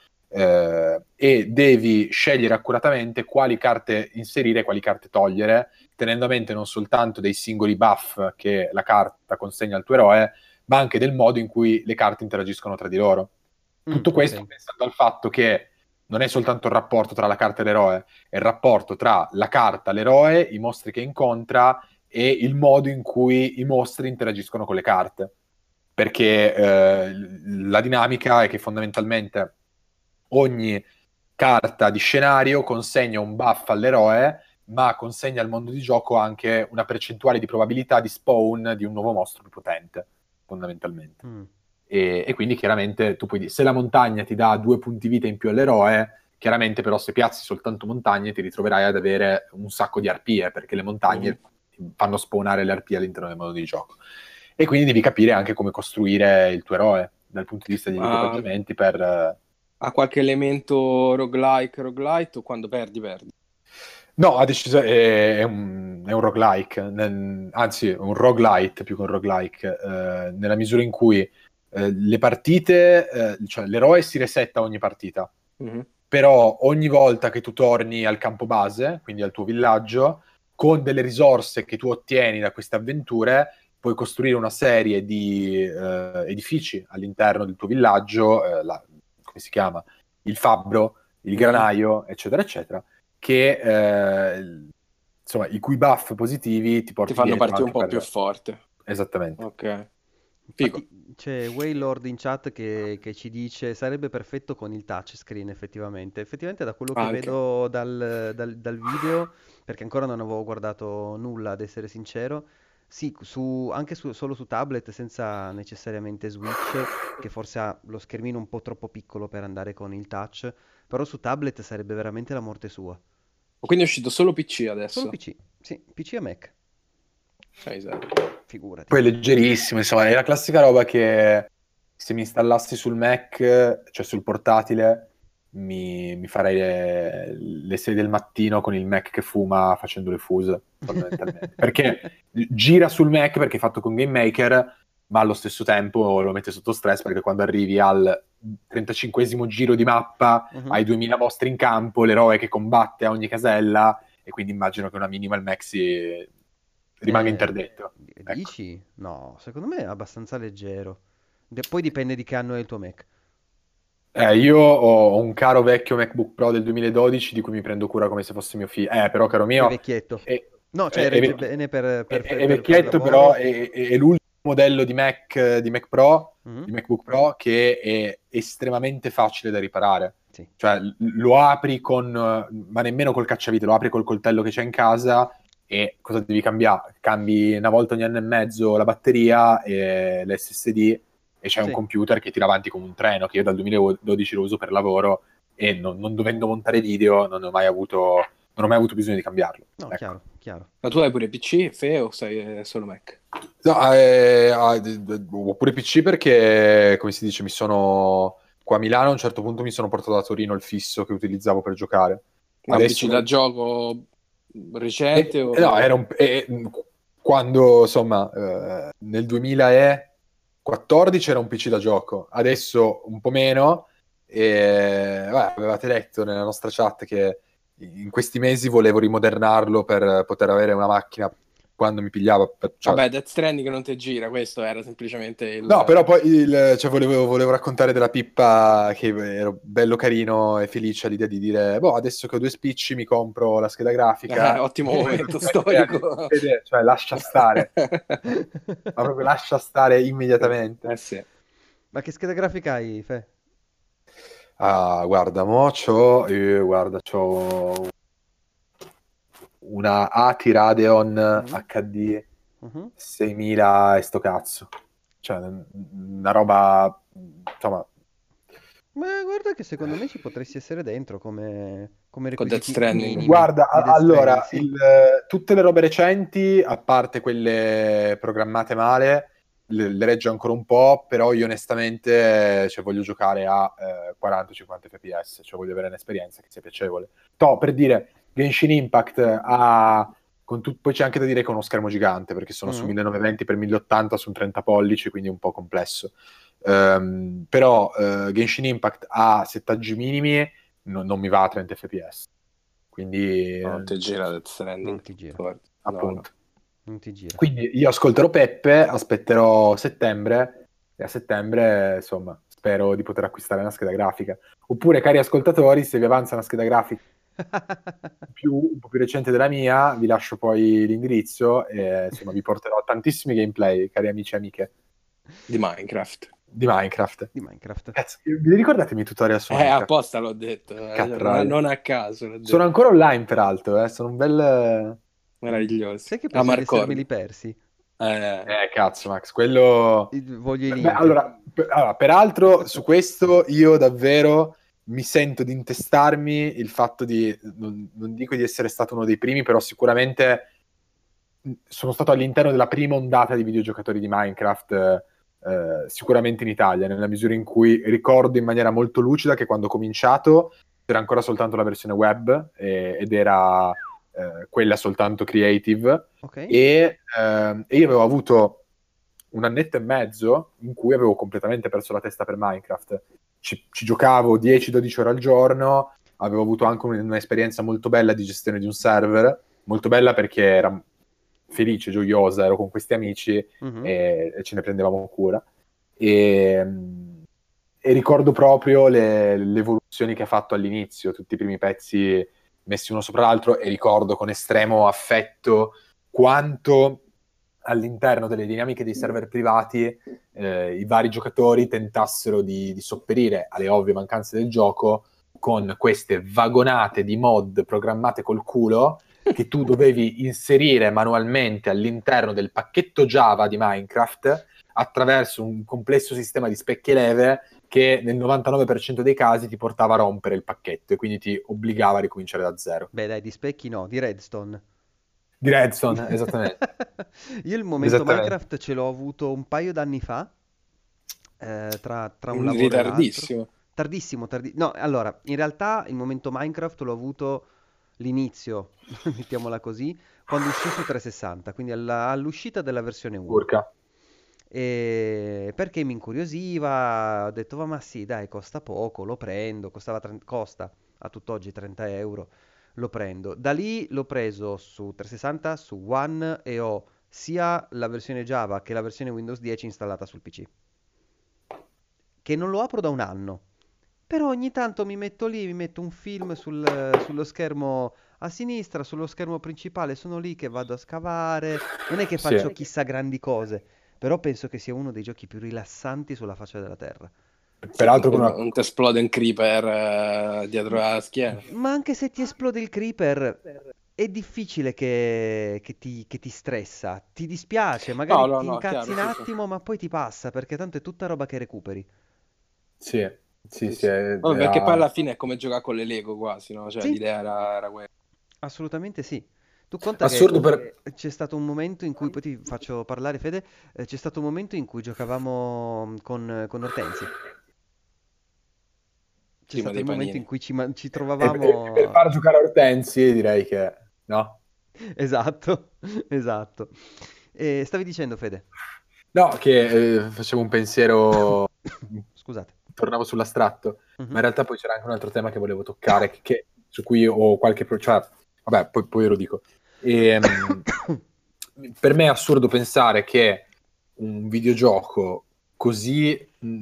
e devi scegliere accuratamente quali carte inserire e quali carte togliere, tenendo a mente non soltanto dei singoli buff che la carta consegna al tuo eroe, ma anche del modo in cui le carte interagiscono tra di loro. Tutto questo Ok. pensando al fatto che non è soltanto il rapporto tra la carta e l'eroe, è il rapporto tra la carta, l'eroe, i mostri che incontra e il modo in cui i mostri interagiscono con le carte. Perché la dinamica è che fondamentalmente ogni carta di scenario consegna un buff all'eroe, ma consegna al mondo di gioco anche una percentuale di probabilità di spawn di un nuovo mostro più potente, fondamentalmente. Mm. E quindi chiaramente tu puoi dire, se la montagna ti dà 2 punti vita in più all'eroe, chiaramente però se piazzi soltanto montagne ti ritroverai ad avere un sacco di arpie, perché le montagne fanno spawnare le arpie all'interno del mondo di gioco. E quindi devi capire anche come costruire il tuo eroe dal punto di vista degli equipaggiamenti per... Ha qualche elemento roguelite o quando perdi? No, ha deciso, è un roguelike, anzi è un roguelite più che un roguelike, nella misura in cui le partite, cioè l'eroe si resetta ogni partita, però ogni volta che tu torni al campo base, quindi al tuo villaggio, con delle risorse che tu ottieni da queste avventure, puoi costruire una serie di edifici all'interno del tuo villaggio, come si chiama? Il fabbro, il granaio, eccetera, eccetera, che insomma i cui buff positivi ti porti Ti fanno dietro partire un anche po' più forte. Esattamente. Ok. Figo. Infatti c'è Waylord in chat che ci dice sarebbe perfetto con il touchscreen effettivamente. Effettivamente da quello che Anche. vedo dal video, perché ancora non avevo guardato nulla ad essere sincero, sì, solo su tablet senza necessariamente Switch, che forse ha lo schermino un po' troppo piccolo per andare con il touch, però su tablet sarebbe veramente la morte sua. Quindi è uscito solo PC Solo adesso? PC, sì, PC e Mac, figurati. Poi è leggerissimo, insomma, è la classica roba che se mi installassi sul Mac, cioè sul portatile, mi farei le 6 del mattino con il Mac che fuma facendo le fuse, fondamentalmente. Perché gira sul Mac perché è fatto con Game Maker, ma allo stesso tempo lo mette sotto stress perché quando arrivi al 35esimo giro di mappa, Mhm. hai 2000 mostri in campo, l'eroe che combatte a ogni casella, e quindi immagino che una minimal Mac rimanga interdetto. Ecco. Dici? No, secondo me è abbastanza leggero. Poi dipende di che anno è il tuo Mac. Io ho un caro vecchio MacBook Pro del 2012 di cui mi prendo cura come se fosse mio figlio. Però, caro È mio, vecchietto. è, No, cioè è regge vecchi- bene è per il vecchietto, però lavoro. è l'ultimo modello di Mac Pro, Mhm. di MacBook Pro, che è estremamente facile da riparare. Sì. Cioè, lo apri ma nemmeno col cacciavite, lo apri col coltello che c'è in casa e cosa devi cambiare? Cambi una volta ogni anno e mezzo la batteria e l'SSD e c'è un Sì. computer che tira avanti come un treno, che io dal 2012 lo uso per lavoro e non dovendo montare video non ho mai avuto bisogno di cambiarlo. No, Ecco. chiaro, chiaro. Ma tu hai pure PC, Fe, o sei solo Mac? No, ho pure PC perché, come si dice, qua a Milano a un certo punto mi sono portato da Torino il fisso che utilizzavo per giocare. Ma un Adesso PC da gioco recente? no, quando, insomma, nel 2014 era un PC da gioco, adesso un po' meno, e avevate letto nella nostra chat che in questi mesi volevo rimodernarlo per poter avere una macchina quando mi pigliava. Vabbè, Death Stranding non ti gira, questo era semplicemente il... No, però poi volevo raccontare della pippa che ero bello carino e felice all'idea di dire, boh, adesso che ho 2 spicci mi compro la scheda grafica. Ottimo momento storico. Cioè, lascia stare. Ma proprio lascia stare immediatamente. Sì. Ma che scheda grafica hai, Fe? Ah, guarda, c'ho una ATI Radeon HD Mhm. 6000 e sto cazzo. Cioè, una roba, insomma, Ma guarda che secondo me ci potresti essere dentro come Con requisiti Death Stranding. minimi guarda, di Death allora, Stranding, sì. tutte le robe recenti, a parte quelle programmate male, le reggo ancora un po', però io onestamente voglio giocare a 40-50 fps, cioè voglio avere un'esperienza che sia piacevole. Per dire, Genshin Impact poi c'è anche da dire che è uno schermo gigante, perché sono su 1920x1080 su un 30 pollici, quindi è un po' complesso. Però Genshin Impact a settaggi minimi non mi va a 30 fps, quindi Non ti gira Death Stranding. Non ti gira. Forte. appunto. Non ti gira. Quindi io ascolterò Peppe, aspetterò settembre e a settembre, insomma, spero di poter acquistare una scheda grafica. Oppure, cari ascoltatori, se vi avanza una scheda grafica un po' più recente della mia, vi lascio poi l'indirizzo e insomma vi porterò tantissimi gameplay, cari amici e amiche. Di Minecraft. Di Minecraft. Di Minecraft. Cazzo, vi ricordate i miei tutorial su Minecraft? Apposta l'ho detto, non a caso l'ho detto. Sono ancora online, peraltro, sono un bel... Meraviglioso. Sai che penso di essermeli persi? Cazzo, Max, quello... Voglio i link. Allora, peraltro, su questo io davvero mi sento di intestarmi il fatto di... Non dico di essere stato uno dei primi, però sicuramente sono stato all'interno della prima ondata di videogiocatori di Minecraft, sicuramente in Italia, nella misura in cui ricordo in maniera molto lucida che quando ho cominciato c'era ancora soltanto la versione web ed era quella soltanto creative, Ok. e io avevo avuto un annetto e mezzo in cui avevo completamente perso la testa per Minecraft. Ci giocavo 10-12 ore al giorno, avevo avuto anche un'esperienza molto bella di gestione di un server, molto bella perché era felice, gioiosa, ero con questi amici e ce ne prendevamo cura. E ricordo proprio le evoluzioni che ha fatto all'inizio, tutti i primi pezzi messi uno sopra l'altro, e ricordo con estremo affetto quanto all'interno delle dinamiche dei server privati i vari giocatori tentassero di sopperire alle ovvie mancanze del gioco con queste vagonate di mod programmate col culo che tu dovevi inserire manualmente all'interno del pacchetto Java di Minecraft attraverso un complesso sistema di specchi e leve che nel 99% dei casi ti portava a rompere il pacchetto e quindi ti obbligava a ricominciare da zero. Beh, dai, di specchi no, di redstone. Di redstone, esattamente. Io il momento Minecraft ce l'ho avuto un paio d'anni fa, tra un lavoro ritardissimo. e l'altro. Tardissimo. No, allora, in realtà il momento Minecraft l'ho avuto l'inizio, mettiamola così, quando uscì su 360, quindi all'uscita della versione 1. Urca. E perché mi incuriosiva, ho detto, ma sì, dai, costa poco, lo prendo, costa a tutt'oggi 30 euro, lo prendo. Da lì l'ho preso su 360, su One e ho sia la versione Java che la versione Windows 10 installata sul PC. Che non lo apro da un anno, però ogni tanto mi metto lì, mi metto un film sullo schermo a sinistra, sullo schermo principale, sono lì che vado a scavare, non è che Sì. faccio chissà grandi cose. Però penso che sia uno dei giochi più rilassanti sulla faccia della terra. Peraltro Non ti esplode un creeper dietro la schiena. Ma anche se ti esplode il creeper, è difficile che ti stressa, ti dispiace, No, magari no, ti no, incazzi chiaro, un sì, sì. attimo, ma poi ti passa, perché tanto è tutta roba che recuperi. Sì, sì, Sì, sì, sì. Vabbè, perché poi era... alla fine è come giocare con le Lego quasi, no? Cioè, Sì, l'idea era quella. assolutamente sì. Tu conta che assurdo per... c'è stato un momento in cui, poi ti faccio parlare, Fede, c'è stato un momento in cui giocavamo con Ortensi. C'è Prima stato dei il momento in panini. cui ci E per trovavamo. far giocare Ortensi direi che... No? Esatto, esatto. E stavi dicendo, Fede? No, che facevo un pensiero, Scusate. tornavo sull'astratto, ma Mhm. in realtà poi c'era anche un altro tema che volevo toccare, su cui ho qualche... cioè, vabbè, poi lo dico. E, per me è assurdo pensare che un videogioco così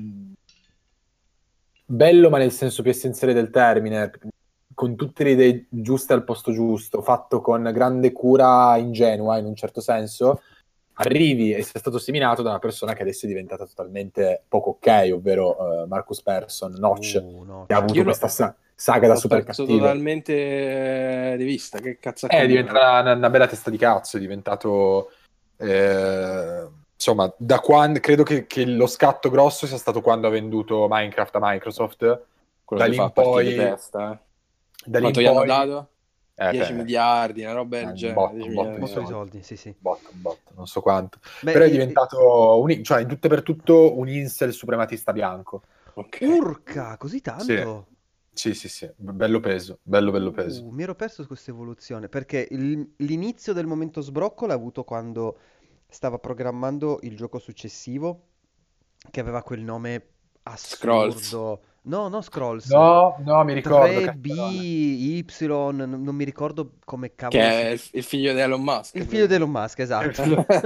bello, ma nel senso più essenziale del termine, con tutte le idee giuste al posto giusto, fatto con grande cura ingenua in un certo senso, arrivi e sia stato seminato da una persona che adesso è diventata totalmente poco ok, ovvero Marcus Persson, Notch, che ha Notch. avuto Io questa saga da l'ho super perso cattivo. totalmente di vista. Che cazzo ha È combinato? diventata una bella testa di cazzo, è diventato... insomma, da quando credo che lo scatto grosso sia stato quando ha venduto Minecraft a Microsoft. Quello Da ti lì fa in partire di poi, testa, eh. da lì Quanto in gli hanno poi, dato? 10 beh, miliardi, una roba del genere. un 10 botto miliardi di di Botto di euro. soldi, soldi, sì, sì. un botto, non so quanto. Beh, Però è diventato, cioè in tutto e per tutto, un incel suprematista bianco. Ok. urca, così Sì, tanto? sì, sì, sì, bello peso, bello, bello peso. Mi ero perso questa evoluzione, perché l'inizio del momento sbrocco l'ha avuto quando stava programmando il gioco successivo, che aveva quel nome Scrolls. assurdo. No, no, Scrolls. No, no, mi ricordo, 3B, cazzarola. Y, non mi ricordo come Che cavolo si... è il figlio di Elon Musk, Il figlio di Elon praticamente. Musk, esatto.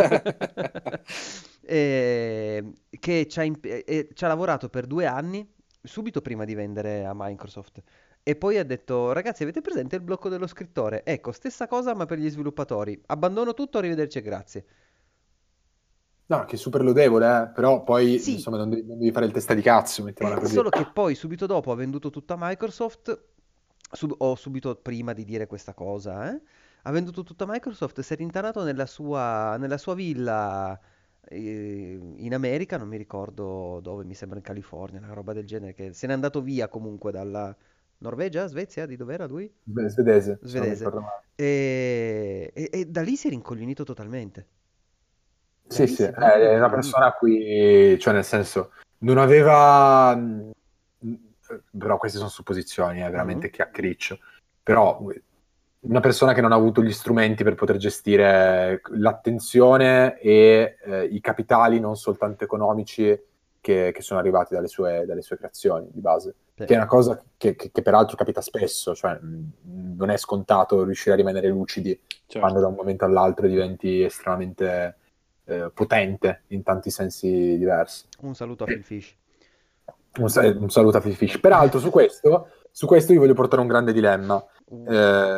Che ci ha lavorato per 2 anni, subito prima di vendere a Microsoft. E poi ha detto, ragazzi, avete presente il blocco dello scrittore? Ecco, stessa cosa ma per gli sviluppatori. Abbandono tutto, arrivederci e grazie. No, che è super lodevole, però poi, Sì, insomma, non devi fare il testa di cazzo, mettiamola così. solo che poi subito dopo ha venduto tutta Microsoft, o subito prima di dire questa cosa, ha venduto tutta Microsoft, si è rintanato nella sua villa in America, non mi ricordo dove, mi sembra in California, una roba del genere, che se n'è andato via comunque dalla Norvegia, Svezia, di dov'era lui? Beh, svedese, se non mi Svedese. ricordo male. E da lì si è rincoglionito totalmente. Da Sì, lì sì, si è proprio è una persona rincoglionito. a cui, cioè nel senso, non aveva, però queste sono supposizioni, è Mhm. veramente chiacchiericcio, però una persona che non ha avuto gli strumenti per poter gestire l'attenzione e i capitali non soltanto economici che sono arrivati dalle sue creazioni di base, Sì. che è una cosa che peraltro capita spesso, cioè non è scontato riuscire a rimanere lucidi quando Certo. da un momento all'altro diventi estremamente potente in tanti sensi diversi. Un saluto a Phil Fish. Un saluto a Phil Fish. Peraltro, su questo io voglio portare un grande dilemma. Uh,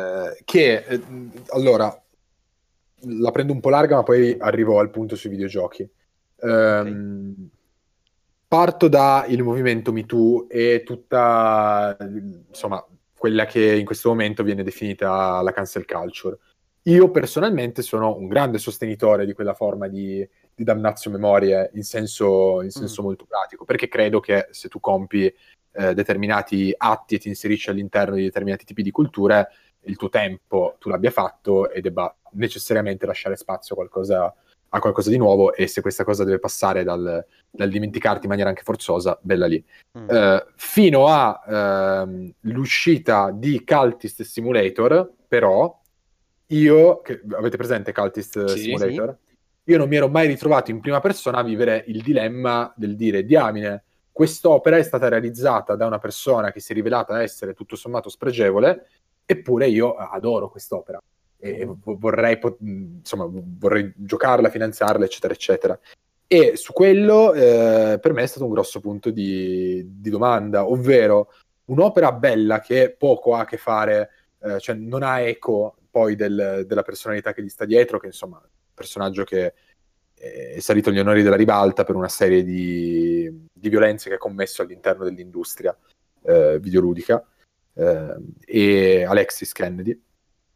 Allora, la prendo un po' larga, ma poi arrivo al punto sui videogiochi. ok. Parto da il movimento Me Too e tutta, insomma, quella che in questo momento viene definita la cancel culture. Io personalmente sono un grande sostenitore di quella forma di damnatio memorie in Mm. senso molto pratico, perché credo che se tu compi determinati atti e ti inserisci all'interno di determinati tipi di culture, il tuo tempo tu l'abbia fatto e debba necessariamente lasciare spazio a qualcosa di nuovo, e se questa cosa deve passare dal dimenticarti in maniera anche forzosa, bella lì. Mm. Fino a l'uscita di Cultist Simulator, però, avete presente Cultist Sì. Sì. Simulator? Io non mi ero mai ritrovato in prima persona a vivere il dilemma del dire, diamine, quest'opera è stata realizzata da una persona che si è rivelata essere tutto sommato spregevole, eppure io adoro quest'opera e vorrei giocarla, finanziarla, eccetera, eccetera. E su quello per me è stato un grosso punto di domanda, ovvero un'opera bella che poco ha a che fare, cioè non ha eco poi della personalità che gli sta dietro, che insomma è un personaggio che è salito agli onori della ribalta per una serie di violenze che ha commesso all'interno dell'industria videoludica, e Alexis Kennedy.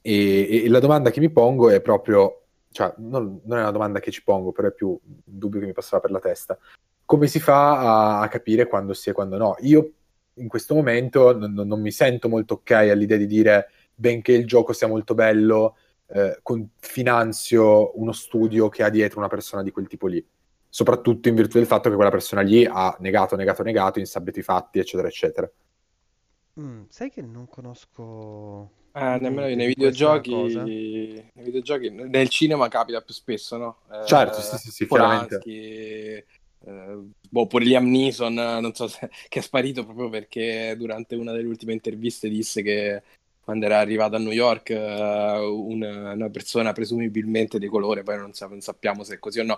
E la domanda che mi pongo è proprio, cioè non è una domanda che ci pongo, però è più un dubbio che mi passava per la testa. Come si fa a capire quando sì e quando no? Io in questo momento non mi sento molto ok all'idea di dire, benché il gioco sia molto bello, finanzio uno studio che ha dietro una persona di quel tipo lì. Soprattutto in virtù del fatto che quella persona lì ha negato, insabbiato i fatti, eccetera, eccetera. Sai che non conosco Nemmeno io niente di questa cosa? nei videogiochi, nel cinema capita più spesso, no? Certo, sì, chiaramente. Polanski, pure Liam Neeson, non so se, che è sparito proprio perché durante una delle ultime interviste disse che quando era arrivato a New York una persona presumibilmente di colore, poi non sappiamo se è così o no,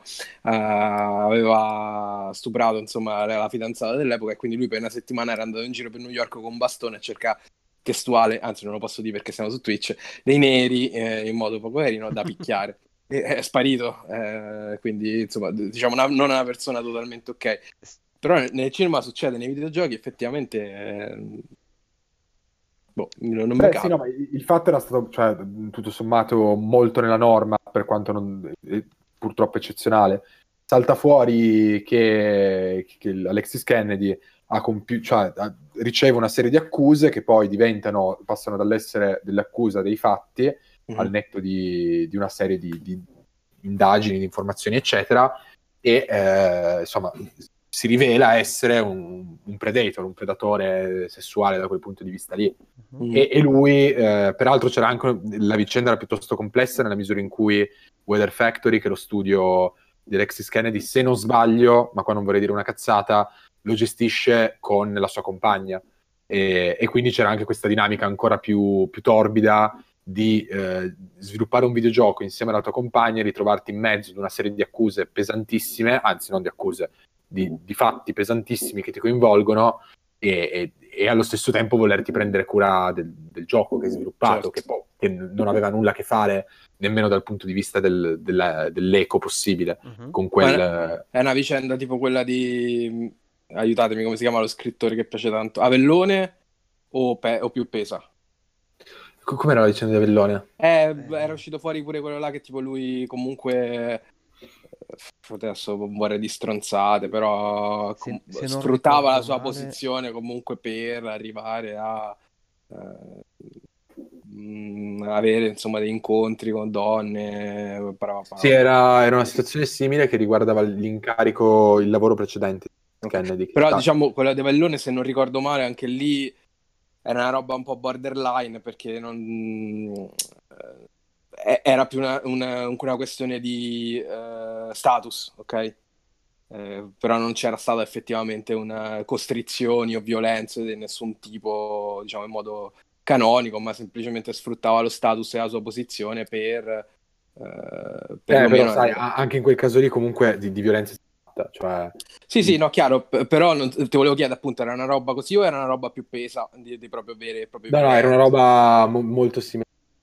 aveva stuprato insomma la fidanzata dell'epoca e quindi lui per una settimana era andato in giro per New York con un bastone a cercare testuale, anzi non lo posso dire perché siamo su Twitch, dei neri in modo poco carino da picchiare. È sparito, quindi insomma diciamo non una persona totalmente ok. S- Però nel cinema succede, nei videogiochi effettivamente non mi Beh, sì, no, capita. ma il fatto era stato, cioè, tutto sommato molto nella norma, per quanto purtroppo eccezionale. Salta fuori che Alexis Kennedy riceve una serie di accuse che poi passano dall'essere delle accuse a dei fatti, al netto di una serie di indagini, di informazioni, eccetera, e insomma si rivela essere un predator, un predatore sessuale da quel punto di vista lì. Mhm. E lui, peraltro c'era anche, la vicenda era piuttosto complessa nella misura in cui Weather Factory, che è lo studio di Alexis Kennedy, se non sbaglio, ma qua non vorrei dire una cazzata, lo gestisce con la sua compagna. E quindi c'era anche questa dinamica ancora più torbida di sviluppare un videogioco insieme alla tua compagna e ritrovarti in mezzo ad una serie di accuse pesantissime, anzi non di accuse, di fatti pesantissimi che ti coinvolgono e allo stesso tempo volerti prendere cura del gioco che hai sviluppato, Certo. che non aveva nulla a che fare nemmeno dal punto di vista dell'eco possibile Mhm. con quel... È una vicenda tipo quella di, aiutatemi, come si chiama lo scrittore che piace tanto, Avellone o più Pesa? Com'era la vicenda di Avellone? Era Eh, uscito fuori pure quello là che tipo lui comunque adesso non vorrei di stronzate, però se non sfruttava ricordo la sua male, posizione comunque per arrivare a avere insomma dei incontri con donne. Sì, era una situazione simile che riguardava l'incarico, il lavoro precedente di Ok. Kennedy. Però diciamo quella di Avellone, se non ricordo male, anche lì era una roba un po' borderline perché era più una questione di status, ok? Però non c'era stata effettivamente una costrizioni o violenze di nessun tipo, diciamo, in modo canonico, ma semplicemente sfruttava lo status e la sua posizione per Però perlomeno sai, arrivare. anche in quel caso lì comunque di violenza si tratta, cioè... Sì, sì, no, chiaro, però ti volevo chiedere appunto, era una roba così o era una roba più pesa di proprio vere e proprie No, era una violenze? roba molto simile.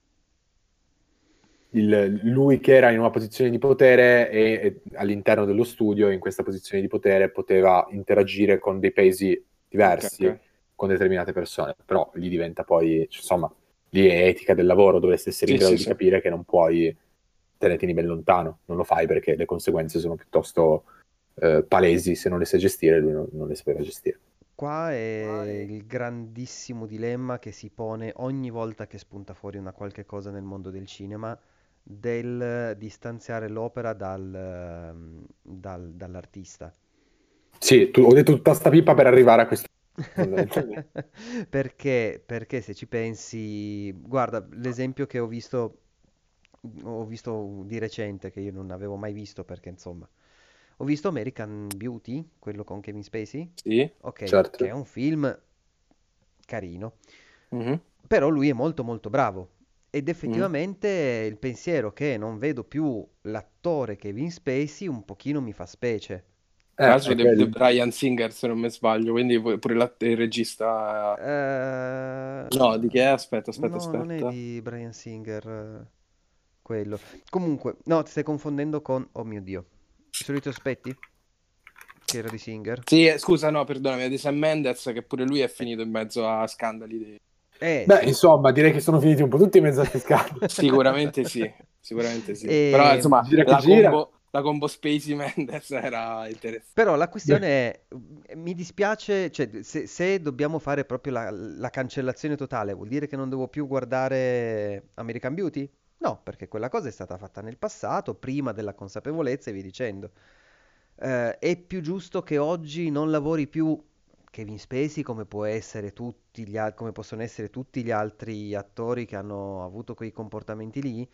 Lui che era in una posizione di potere e all'interno dello studio, in questa posizione di potere, poteva interagire con dei pesi Ok, diversi ok. con determinate persone. Però lì diventa poi, insomma, lì è etica del lavoro, dovresti essere in Sì, grado sì, di sì. capire che non puoi tenerti ben lontano. Non lo fai perché le conseguenze sono piuttosto palesi, se non le sai gestire, lui non le sapeva gestire. qua è il grandissimo dilemma che si pone ogni volta che spunta fuori una qualche cosa nel mondo del cinema, del distanziare l'opera dall'artista. Sì, ho detto tutta sta pippa per arrivare a questo fondamentalmente. Perché se ci pensi, guarda, l'esempio che ho visto di recente, che io non avevo mai visto perché insomma, ho visto American Beauty, quello con Kevin Spacey, Sì. ok, che è Certo. un film carino, Mhm, però lui è molto molto bravo. Ed mhm. effettivamente il pensiero che non vedo più l'attore Kevin Spacey un pochino mi fa specie. Tra l'altro È di quello. Bryan Singer, se non mi sbaglio, quindi pure il regista... No, di che è? Aspetta, aspetta, No, non è aspetta. di Bryan Singer, quello. Comunque, no, ti stai confondendo con, oh mio Dio, I soliti sospetti? Che era di Singer? Sì, scusa, no, perdonami, è di Sam Mendes, che pure lui è finito in mezzo a scandali Beh, Sì. insomma, direi che sono finiti un po' tutti in mezzo al fiscale. Sicuramente sì, sicuramente sì. Però E, insomma, Gira che gira. la combo Spacey Mendes era interessante. però la questione è, mi dispiace, cioè se dobbiamo fare proprio la cancellazione totale, vuol dire che non devo più guardare American Beauty? No, perché quella cosa è stata fatta nel passato, prima della consapevolezza e via dicendo. È più giusto che oggi non lavori più Kevin Spacey come può essere come possono essere tutti gli altri attori che hanno avuto quei comportamenti lì?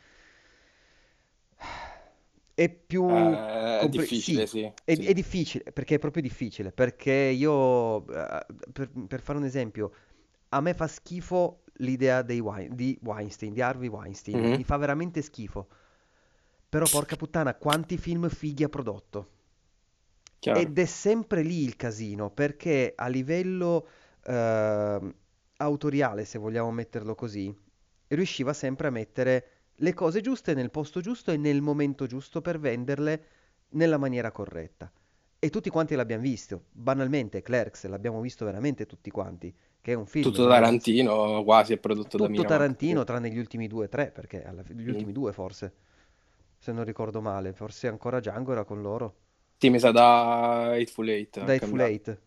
È più È difficile, sì, sì, è sì. difficile, perché è proprio difficile, perché io, per fare un esempio, a me fa schifo l'idea di Weinstein, di Harvey Weinstein, Mhm, mi fa veramente schifo, però porca puttana, quanti film fighi ha prodotto? chiaro. Ed è sempre lì il casino, perché a livello ehm, autoriale, se vogliamo metterlo così, riusciva sempre a mettere le cose giuste nel posto giusto e nel momento giusto per venderle nella maniera corretta. E tutti quanti l'abbiamo visto. Banalmente, Clerks l'abbiamo visto veramente tutti quanti, che è un film Tutto di ragazzi. Tarantino quasi è prodotto da Tutto Miramax. Sì. Tarantino, tranne gli ultimi due o tre, perché gli Mm. ultimi due forse, se non ricordo male, forse ancora Django era con loro. Sì, mi sa da Hateful Eight ha Da Hateful cambiato. Eight,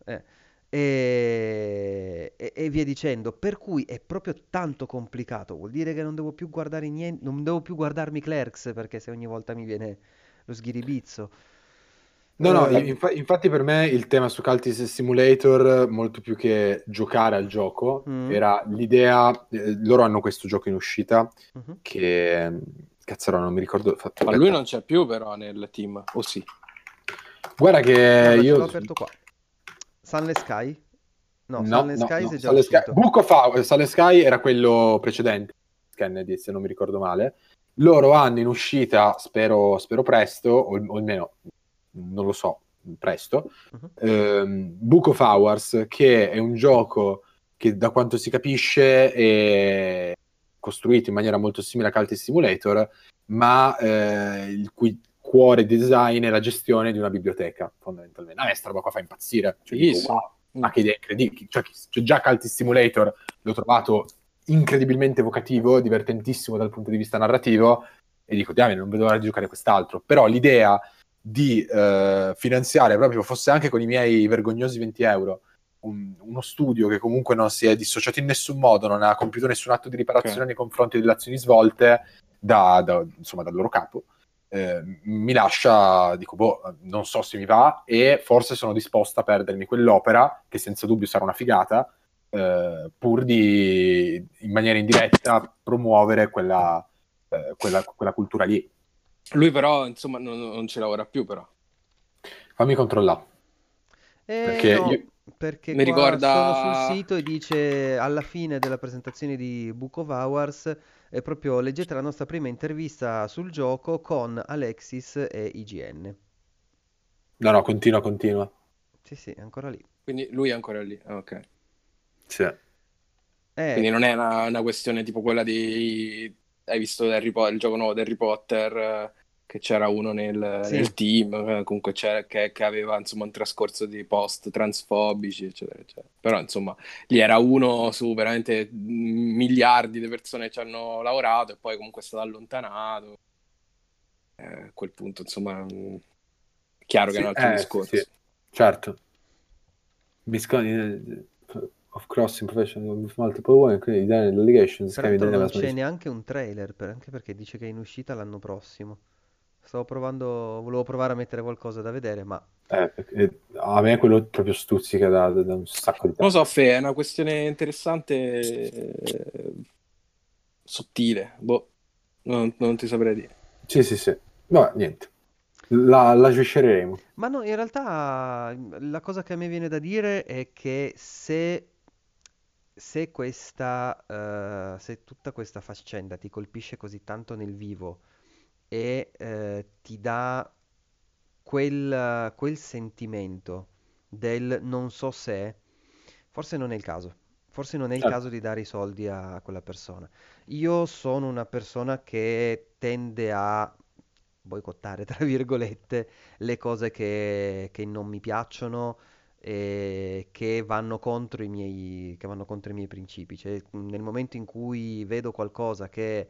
e via dicendo. Per cui è proprio tanto complicato. Vuol dire che non devo più guardare niente, non devo più guardarmi Clerks perché se ogni volta mi viene lo sghiribizzo. No, no, Ehm, infatti per me il tema su Cultist Simulator, molto più che giocare al gioco, mm, era l'idea, loro hanno questo gioco in uscita mhm. che, cazzaro, non mi ricordo, Ma lui aspetta. non c'è più però nel team, o sì? Guarda che Guarda, ce l'ho io... aperto qua. Sunless Sky? No, No, Sunless no, Skies no, è già uscito. Book of Hours, Silent Sky era quello precedente, Kennedy, se non mi ricordo male. Loro hanno in uscita, spero presto, o almeno, non lo so, presto, Mhm. Book of Hours, che è un gioco che da quanto si capisce è costruito in maniera molto simile a Cultist Simulator, ma il cui cuore design è la gestione di una biblioteca, fondamentalmente. A me sta roba qua fa impazzire, cioè dico Fighissimo. wow, ma che idea incredibile, cioè, già Cultist Simulator l'ho trovato incredibilmente evocativo, divertentissimo dal punto di vista narrativo, e dico, diamine, non vedo l'ora di giocare quest'altro, però l'idea di finanziare proprio, fosse anche con i miei vergognosi 20 euro, uno studio che comunque non si è dissociato in nessun modo, non ha compiuto nessun atto di riparazione Ok. nei confronti delle azioni svolte insomma, dal loro capo, mi lascia, dico, boh, non so se mi va, e forse sono disposta a perdermi quell'opera, che senza dubbio sarà una figata, pur di, in maniera indiretta, promuovere quella cultura lì. Lui però, insomma, non ci lavora più però. Fammi controllare, perché io... No, perché Mi qua sono sul ricorda... sito e dice alla fine della presentazione di Book of Hours, è proprio leggete la nostra prima intervista sul gioco con Alexis e IGN. No, no, continua. Sì, sì, è ancora lì. Quindi lui è ancora lì. Ah, ok. Sì. Quindi Eh, non è una questione tipo quella di... Hai visto il gioco nuovo di Harry Potter, che c'era uno sì, nel team, comunque c'era, che aveva insomma un trascorso di post transfobici, eccetera, eccetera. Però insomma, lì era uno su veramente miliardi di persone che ci hanno lavorato e poi comunque è stato allontanato. A quel punto, insomma, è chiaro che è un Sì, altro sì, sì, discorso. certo. Misconduct of crossing professional with multiple women, quindi identity allegations, scambi di peraltro non name c'è neanche un trailer, anche perché dice che è in uscita l'anno prossimo. Volevo provare a mettere qualcosa da vedere, ma a me quello proprio stuzzica da un sacco di Non lo tempo. so, Fe, è una questione interessante, sottile. Boh, non ti saprei dire. Sì, sì, sì. Vabbè, niente. La giudiceremo. Ma no, in realtà la cosa che a me viene da dire è che se tutta questa faccenda ti colpisce così tanto nel vivo e ti dà quel sentimento del non so se, forse non è il caso. Forse non è il caso Certo. di dare i soldi a quella persona. Io sono una persona che tende a boicottare, tra virgolette, le cose che non mi piacciono che vanno contro i miei principi. Cioè, nel momento in cui vedo qualcosa che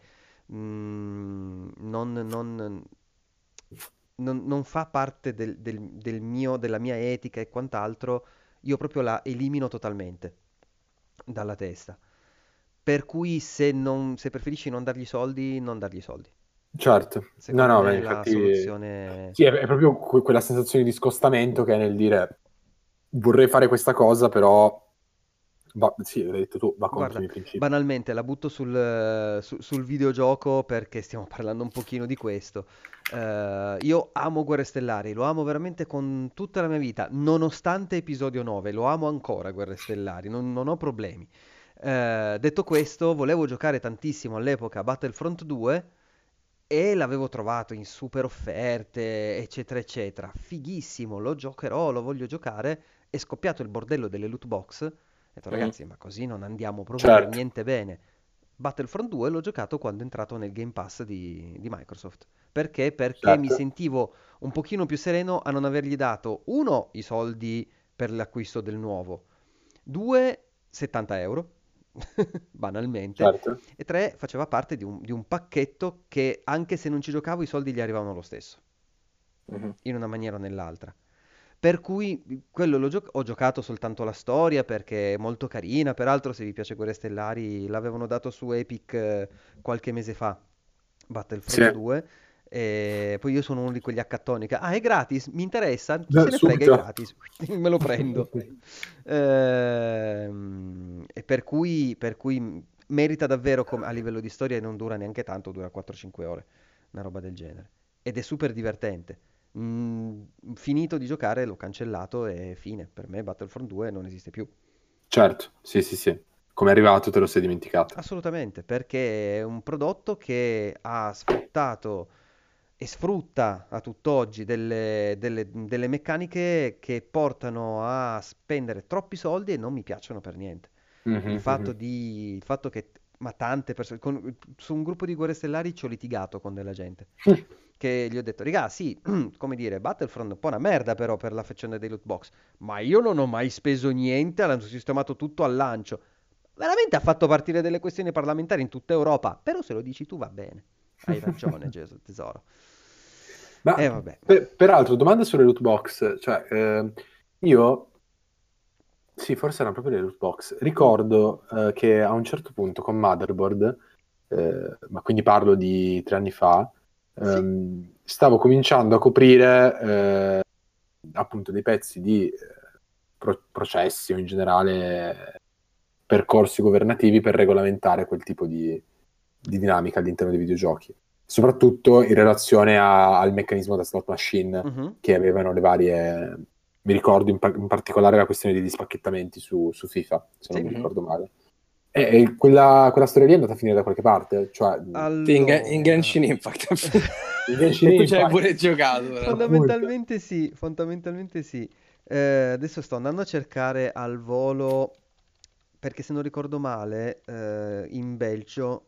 non fa parte della mia etica e quant'altro, io proprio la elimino totalmente dalla testa. Per cui se preferisci non dargli soldi, non dargli soldi. Certo, no, Secondo no, me beh, è la infatti soluzione. sì, è proprio quella sensazione di scostamento che è nel dire vorrei fare questa cosa, però sì, l'hai detto tu, va contro i Guarda, miei principi. banalmente la butto sul videogioco perché stiamo parlando un pochino di questo. Io amo Guerre Stellari, lo amo veramente con tutta la mia vita, nonostante episodio 9, lo amo ancora Guerre Stellari, non ho problemi. Detto questo, volevo giocare tantissimo all'epoca a Battlefront 2 e l'avevo trovato in super offerte, eccetera, eccetera. Fighissimo, lo giocherò, lo voglio giocare. È scoppiato il bordello delle loot box. Ho detto, Mhm. ragazzi, ma così non andiamo proprio per Certo, niente bene. Battlefront 2 l'ho giocato quando è entrato nel Game Pass di Microsoft. Perché? Perché mi certo, sentivo un pochino più sereno a non avergli dato, uno, i soldi per l'acquisto del nuovo, due, 70 euro, banalmente, certo. e tre, faceva parte di un pacchetto che anche se non ci giocavo i soldi gli arrivavano lo stesso, Mhm. in una maniera o nell'altra. Per cui quello ho giocato soltanto la storia perché è molto carina. Peraltro, se vi piace Guerre Stellari, l'avevano dato su Epic qualche mese fa, Sì, Battlefront 2. E poi io sono uno di quegli accattoni che, è gratis, mi interessa, chi se ne frega, è subito. gratis, me lo prendo. E per cui merita davvero a livello di storia e non dura neanche tanto, dura 4-5 ore, una roba del genere. Ed è super divertente. Finito di giocare, l'ho cancellato e fine. Per me Battlefront 2 non esiste più. Certo, sì, sì, sì. Come è arrivato te lo sei dimenticato. Assolutamente, perché è un prodotto che ha sfruttato e sfrutta a tutt'oggi delle meccaniche che portano a spendere troppi soldi e non mi piacciono per niente. Il Mhm, fatto mhm. il fatto che, ma tante persone, su un gruppo di Guerre Stellari ci ho litigato con della gente, che gli ho detto, raga, sì, come dire, Battlefront è un po' una merda però per la faccenda dei loot box, ma io non ho mai speso niente, hanno sistemato tutto al lancio. Veramente ha fatto partire delle questioni parlamentari in tutta Europa, però se lo dici tu va bene. Hai ragione, Gesù tesoro. Ma E vabbè. peraltro, domanda sulle loot box, cioè io, sì, forse erano proprio le loot box, ricordo che a un certo punto con Motherboard, ma quindi parlo di 3 anni fa, Sì. stavo cominciando a coprire appunto dei pezzi di processi o in generale percorsi governativi per regolamentare quel tipo di dinamica all'interno dei videogiochi, soprattutto in relazione al meccanismo da slot machine Mhm. che avevano le varie. Mi ricordo in particolare la questione degli spacchettamenti su FIFA, se non Sì. mi Mhm. ricordo male. E quella storia lì è andata a finire da qualche parte, cioè Sì, in Allora, Genshin Impact. in Genshin E tu ci hai Impact, pure giocato, però. appunto. fondamentalmente sì, fondamentalmente sì. Adesso sto andando a cercare al volo, perché se non ricordo male, in Belgio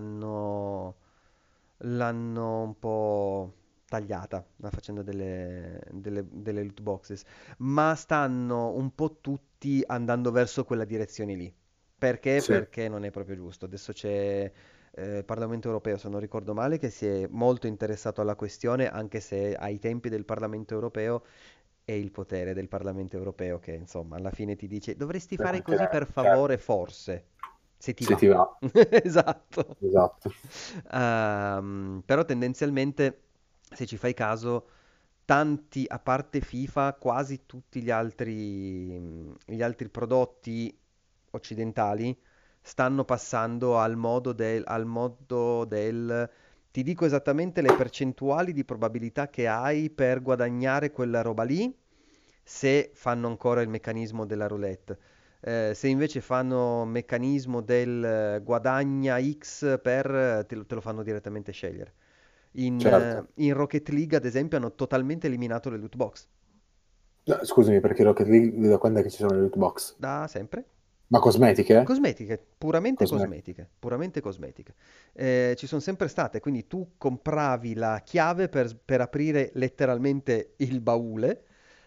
l'hanno un po' tagliata la faccenda delle loot boxes, ma stanno un po' tutti andando verso quella direzione lì. Perché? Sì. Perché non è proprio giusto. Adesso c'è il Parlamento europeo, se non ricordo male, che si è molto interessato alla questione, anche se ai tempi del Parlamento europeo è il potere del Parlamento europeo che, insomma, alla fine ti dice dovresti fare così per Certo, favore, forse, se ti se va. ti va, Esatto. esatto. Però tendenzialmente, se ci fai caso, tanti, a parte FIFA, quasi tutti gli altri prodotti occidentali stanno passando al modo del. Ti dico esattamente le percentuali di probabilità che hai per guadagnare quella roba lì, se fanno ancora il meccanismo della roulette. Se invece fanno meccanismo del guadagna X te lo fanno direttamente scegliere. In, Certo. eh, in Rocket League, ad esempio, hanno totalmente eliminato le loot box. No, scusami, perché Rocket League da quando è che ci sono le loot box? Da sempre. Ma cosmetiche? Cosmetiche, puramente Cosmetiche. cosmetiche, puramente cosmetiche. Ci sono sempre state, quindi tu compravi la chiave per aprire letteralmente il baule,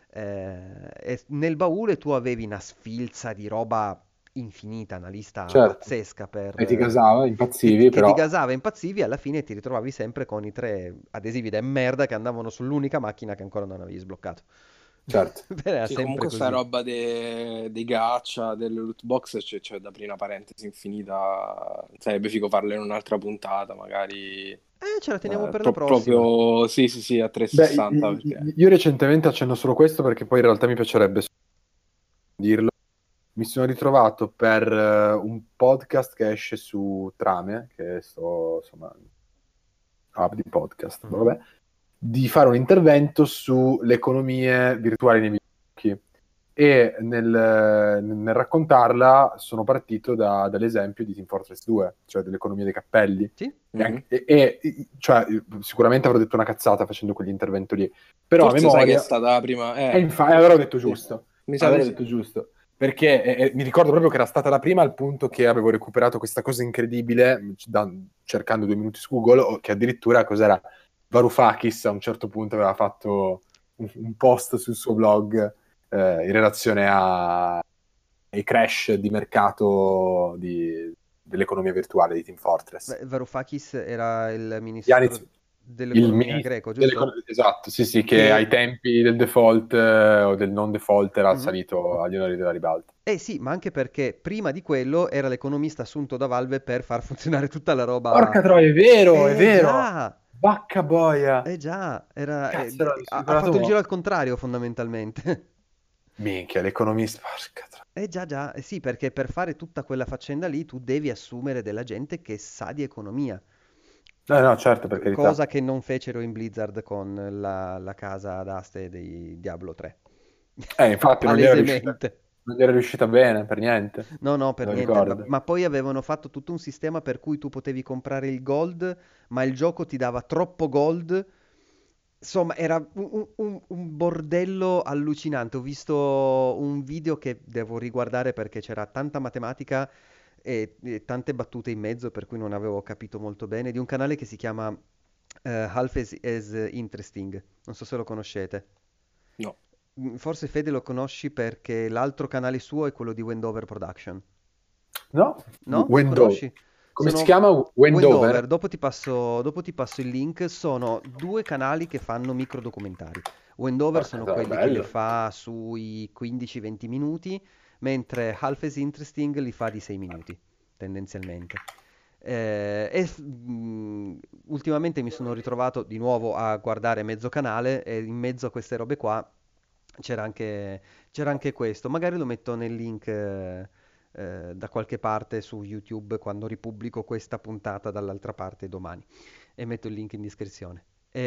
E nel baule tu avevi una sfilza di roba infinita, una lista Certo. pazzesca E ti gasava, impazzivi, che ti però... gasava, impazzivi, e alla fine ti ritrovavi sempre con i 3 adesivi da merda che andavano sull'unica macchina che ancora non avevi sbloccato. Certo. Era Sì, sempre comunque sta così. roba dei gacha, delle loot box, c'è da aprire una parentesi infinita. Sarebbe figo farle in un'altra puntata, magari Ce la teniamo per la prossima. proprio sì, a Beh, 360 perché io recentemente accenno solo questo perché poi in realtà mi piacerebbe dirlo. Mi sono ritrovato per un podcast che esce su Trame, che sto, insomma, hub di podcast, Mhm. vabbè, di fare un intervento sulle economie virtuali nei videogiochi. E nel raccontarla sono partito dall'esempio di Team Fortress 2, cioè dell'economia dei cappelli. Sì? Mhm. Cioè, sicuramente avrò detto una cazzata facendo quell'intervento lì, però a forse sai che è memoria... stata la prima, E infatti, allora ho detto sì. giusto. Mi sa Allora di ho sì. detto giusto. Perché mi ricordo proprio che era stata la prima al punto che avevo recuperato questa cosa incredibile cercando 2 minuti su Google, che addirittura cos'era Varoufakis a un certo punto aveva fatto un post sul suo blog in relazione ai crash di mercato dell'economia virtuale di Team Fortress. Beh, Varoufakis era il Yanis, ministro il dell'economia ministro greco, giusto? esatto, sì, sì, che ai Che... tempi del default o del non default era Mhm. salito agli onori della ribalta. Eh sì, ma anche perché prima di quello era l'economista assunto da Valve per far funzionare tutta la roba. Porca troia, è vero, è Eh vero! già, Vacca boia! eh già, era, Cazzo, mi sono ha ricordato fatto il giro mo. al contrario fondamentalmente. Minchia, l'economista, porca troia. Già, sì, perché per fare tutta quella faccenda lì tu devi assumere della gente che sa di economia, No, no, certo, per carità. cosa che non fecero in Blizzard con la casa d'aste di Diablo 3. Infatti Palesemente. non gli era riuscita bene, per niente. No, no, Me per lo niente, ma, ricordo. ma poi avevano fatto tutto un sistema per cui tu potevi comprare il gold, ma il gioco ti dava troppo gold. Insomma, era un bordello allucinante. Ho visto un video che devo riguardare perché c'era tanta matematica e tante battute in mezzo, per cui non avevo capito molto bene, di un canale che si chiama Half as Interesting. Non so se lo conoscete. No. Forse Fede lo conosci perché l'altro canale suo è quello di Wendover Production. No? No? Non Wendover. conosci? Come si Sono chiama? Wendover, Wendover? dopo ti passo il link, sono 2 canali che fanno microdocumentari. Wendover Porca sono troia, quelli che li bello. fa sui 15-20 minuti, mentre Half as Interesting li fa di 6 minuti, tendenzialmente. Ultimamente mi sono ritrovato di nuovo a guardare mezzo canale e in mezzo a queste robe qua c'era anche, c'era anche questo. Magari lo metto nel link da qualche parte su YouTube quando ripubblico questa puntata dall'altra parte domani e metto il link in descrizione.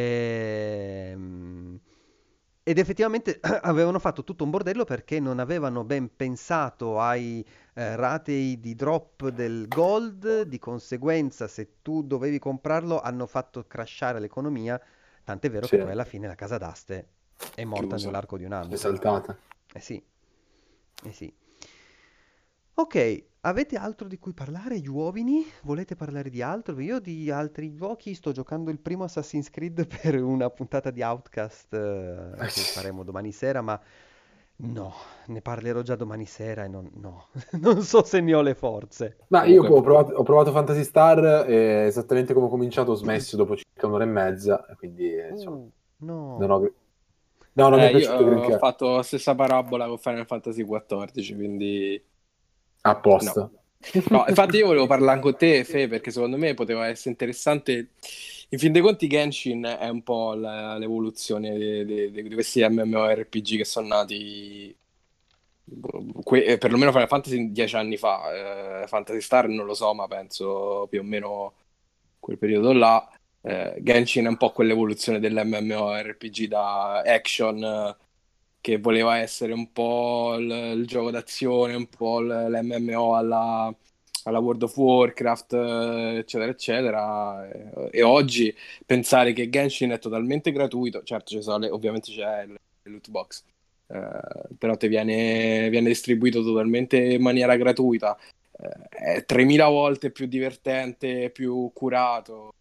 Ed effettivamente avevano fatto tutto un bordello perché non avevano ben pensato ai ratei di drop del gold, di conseguenza se tu dovevi comprarlo hanno fatto crashare l'economia, tant'è vero che Sì, poi alla fine la casa d'aste è morta Chiuso. nell'arco di un è anno. saltata. Eh sì, eh sì. Ok, avete altro di cui parlare, gli uomini? Volete parlare di altro? Io di altri giochi sto giocando il primo Assassin's Creed per una puntata di Outcast che faremo domani sera, ma no, ne parlerò già domani sera e no, non so se ne ho le forze. Ma io Comunque, ho provato Phantasy Star e esattamente come ho cominciato ho smesso dopo circa un'ora e mezza, e quindi insomma, non No. ho... No, non mi è io piaciuto ho granché. fatto la stessa parabola con Final Fantasy XIV, quindi A no. posto. No, infatti io volevo parlare con te, Fe, perché secondo me poteva essere interessante. In fin dei conti, Genshin è un po' l'evoluzione di questi MMORPG che sono nati perlomeno Final Fantasy 10 anni fa. Fantasy Star non lo so, ma penso più o meno quel periodo là. Genshin è un po' quell'evoluzione dell'MMORPG da action che voleva essere un po' il gioco d'azione, un po' l'MMO alla World of Warcraft, eccetera, eccetera. E oggi pensare che Genshin è totalmente gratuito, certo ovviamente c'è il loot box, però ti viene distribuito totalmente in maniera gratuita, è 3000 volte più divertente, più curato,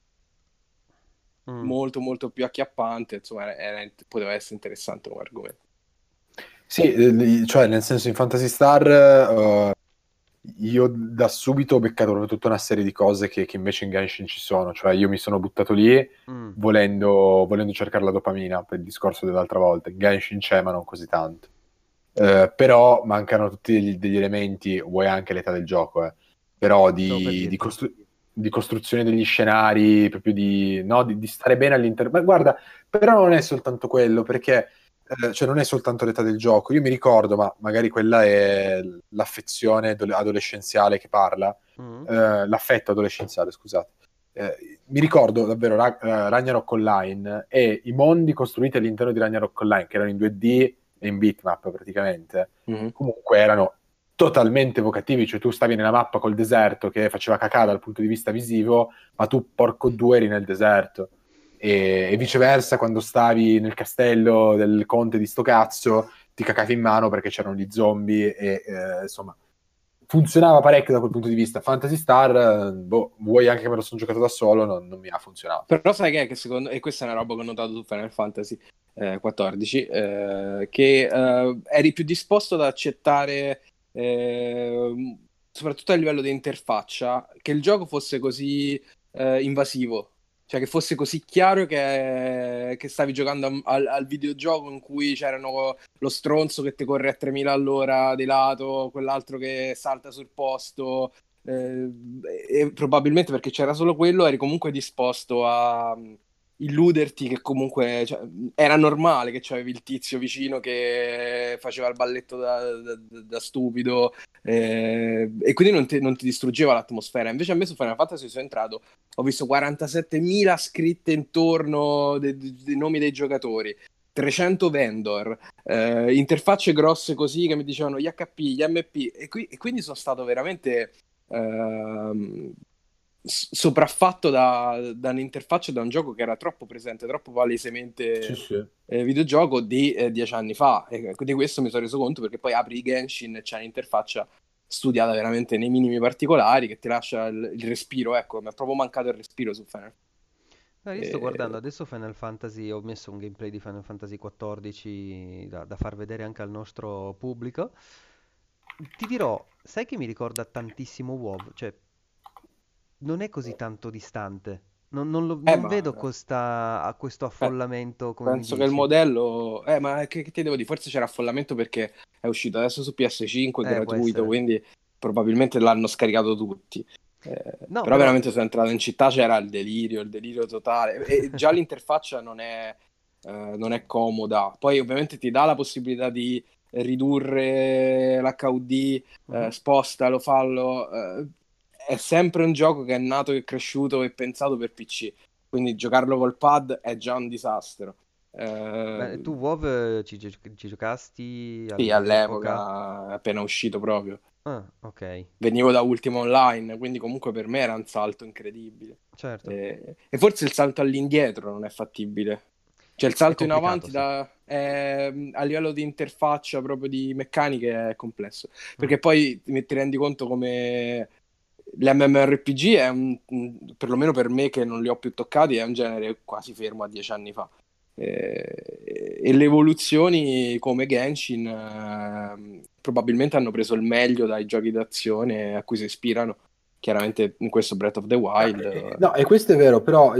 Mm. molto molto più acchiappante, insomma poteva essere interessante come argomento. Sì, cioè nel senso in Phantasy Star io da subito ho beccato proprio tutta una serie di cose che invece in Genshin ci sono, cioè io mi sono buttato lì Mm, volendo cercare la dopamina, per il discorso dell'altra volta. In Genshin c'è, ma non così tanto. Però mancano tutti degli elementi, vuoi anche l'età del gioco, però stavo per dirti. di costruzione degli scenari, proprio no, di stare bene all'interno. Ma guarda, però non è soltanto quello, perché cioè non è soltanto l'età del gioco. Io mi ricordo, ma magari quella è l'affezione adolescenziale che parla, Mm, l'affetto adolescenziale, scusate. Mi ricordo davvero Ragnarok Online e i mondi costruiti all'interno di Ragnarok Online, che erano in 2D e in bitmap praticamente, Mhm. comunque erano totalmente evocativi, cioè tu stavi nella mappa col deserto che faceva cacà dal punto di vista visivo, ma tu porco due eri nel deserto. E viceversa, quando stavi nel castello del conte di sto cazzo, ti cacavi in mano perché c'erano gli zombie e insomma funzionava parecchio da quel punto di vista. Phantasy Star, boh, vuoi anche che me lo sono giocato da solo, non mi ha funzionato. Però sai che secondo e questa è una roba che ho notato su Final Fantasy 14, che eri più disposto ad accettare, soprattutto a livello di interfaccia, che il gioco fosse così invasivo, cioè che fosse così chiaro che stavi giocando al videogioco in cui c'erano lo stronzo che ti corre a 3000 all'ora di lato, quell'altro che salta sul posto, e probabilmente perché c'era solo quello, eri comunque disposto a illuderti che comunque cioè, era normale che c'avevi il tizio vicino che faceva il balletto da stupido, e quindi non ti distruggeva l'atmosfera. Invece a me su Final Fantasy sono entrato, ho visto 47.000 scritte intorno dei nomi dei giocatori, 300 vendor, interfacce grosse così che mi dicevano gli HP, gli MP, e quindi sono stato veramente sopraffatto da un'interfaccia, da un gioco che era troppo presente, troppo Sì, palesemente sì. videogioco di 10 anni fa. E di questo mi sono reso conto perché poi apri Genshin e c'è un'interfaccia studiata veramente nei minimi particolari che ti lascia il respiro. Ecco, mi è proprio mancato il respiro su Final Io sto guardando Fantasy. adesso Final Fantasy, ho messo un gameplay di Final Fantasy XIV da far vedere anche al nostro pubblico. Ti dirò, sai che mi ricorda tantissimo WoW? Cioè, non è così tanto distante. Non Ma vedo questo eh, affollamento come mi penso che il dici. modello... ma che ti devo dire? Forse c'era affollamento perché è uscito adesso su PS5 Può gratuito, essere. quindi probabilmente l'hanno scaricato tutti. No, Però però... veramente sono entrato in città, c'era il delirio totale. E già l'interfaccia non è comoda. Poi ovviamente ti dà la possibilità di ridurre l'HUD, Mhm. spostalo, fallo. È sempre un gioco che è nato e cresciuto e pensato per PC, quindi giocarlo col pad è già un disastro. Beh, tu Eh, WoW ci giocasti sì, all'epoca? all'epoca, appena uscito proprio. Ah, ok, Venivo da Ultima Online, quindi comunque per me era un salto incredibile. certo. E forse il salto all'indietro non è fattibile. Cioè il È salto in complicato, avanti sì. a livello di interfaccia, proprio di meccaniche, è complesso. Mm. Perché poi ti rendi conto come l'MMORPG perlomeno per me che non li ho più toccati, è un genere quasi fermo a 10 anni fa. E le evoluzioni come Genshin probabilmente hanno preso il meglio dai giochi d'azione a cui si ispirano. Chiaramente in questo Breath of the Wild. No, e questo è vero, però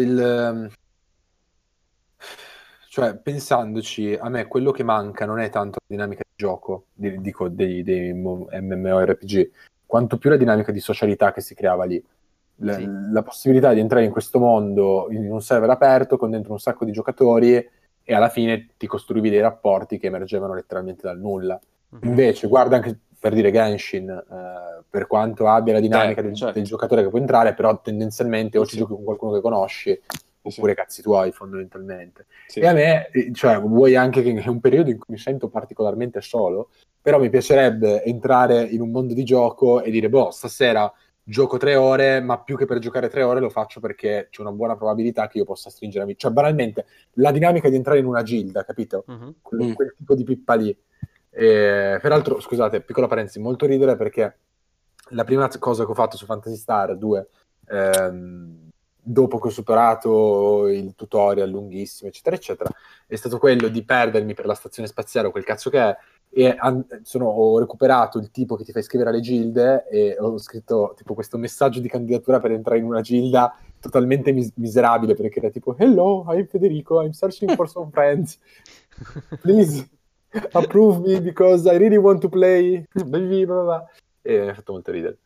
cioè, pensandoci, a me quello che manca non è tanto la dinamica di gioco, dico dei MMORPG, quanto più la dinamica di socialità che si creava lì. La, Sì. la possibilità di entrare in questo mondo in un server aperto con dentro un sacco di giocatori e alla fine ti costruivi dei rapporti che emergevano letteralmente dal nulla. Mhm. Invece, guarda anche per dire Genshin, per quanto abbia la dinamica del Certo, giocatore che può entrare, però tendenzialmente sì, o ci sì, giochi con qualcuno che conosci sì, sì, oppure cazzi tuoi fondamentalmente. E sì. a me, cioè, vuoi anche che è un periodo in cui mi sento particolarmente solo, però mi piacerebbe entrare in un mondo di gioco e dire, boh, stasera gioco 3 ore, ma più che per giocare 3 ore lo faccio perché c'è una buona probabilità che io possa stringere amici. Cioè, banalmente, la dinamica di entrare in una gilda, capito? Mhm. Quel, Mm. quel tipo di pippa lì. Peraltro, scusate, piccola parentesi, molto ridere perché la prima cosa che ho fatto su Phantasy Star 2, dopo che ho superato il tutorial lunghissimo, eccetera, eccetera, è stato quello di perdermi per la stazione spaziale o quel cazzo che è, e ho recuperato il tipo che ti fa iscrivere alle gilde e ho scritto tipo questo messaggio di candidatura per entrare in una gilda totalmente miserabile, perché era tipo hello, I'm Federico, I'm searching for some friends, please approve me because I really want to play baby, blah, blah, blah. E mi ha fatto molto ridere.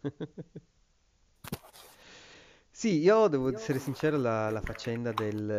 Sì, io devo essere sincero, la faccenda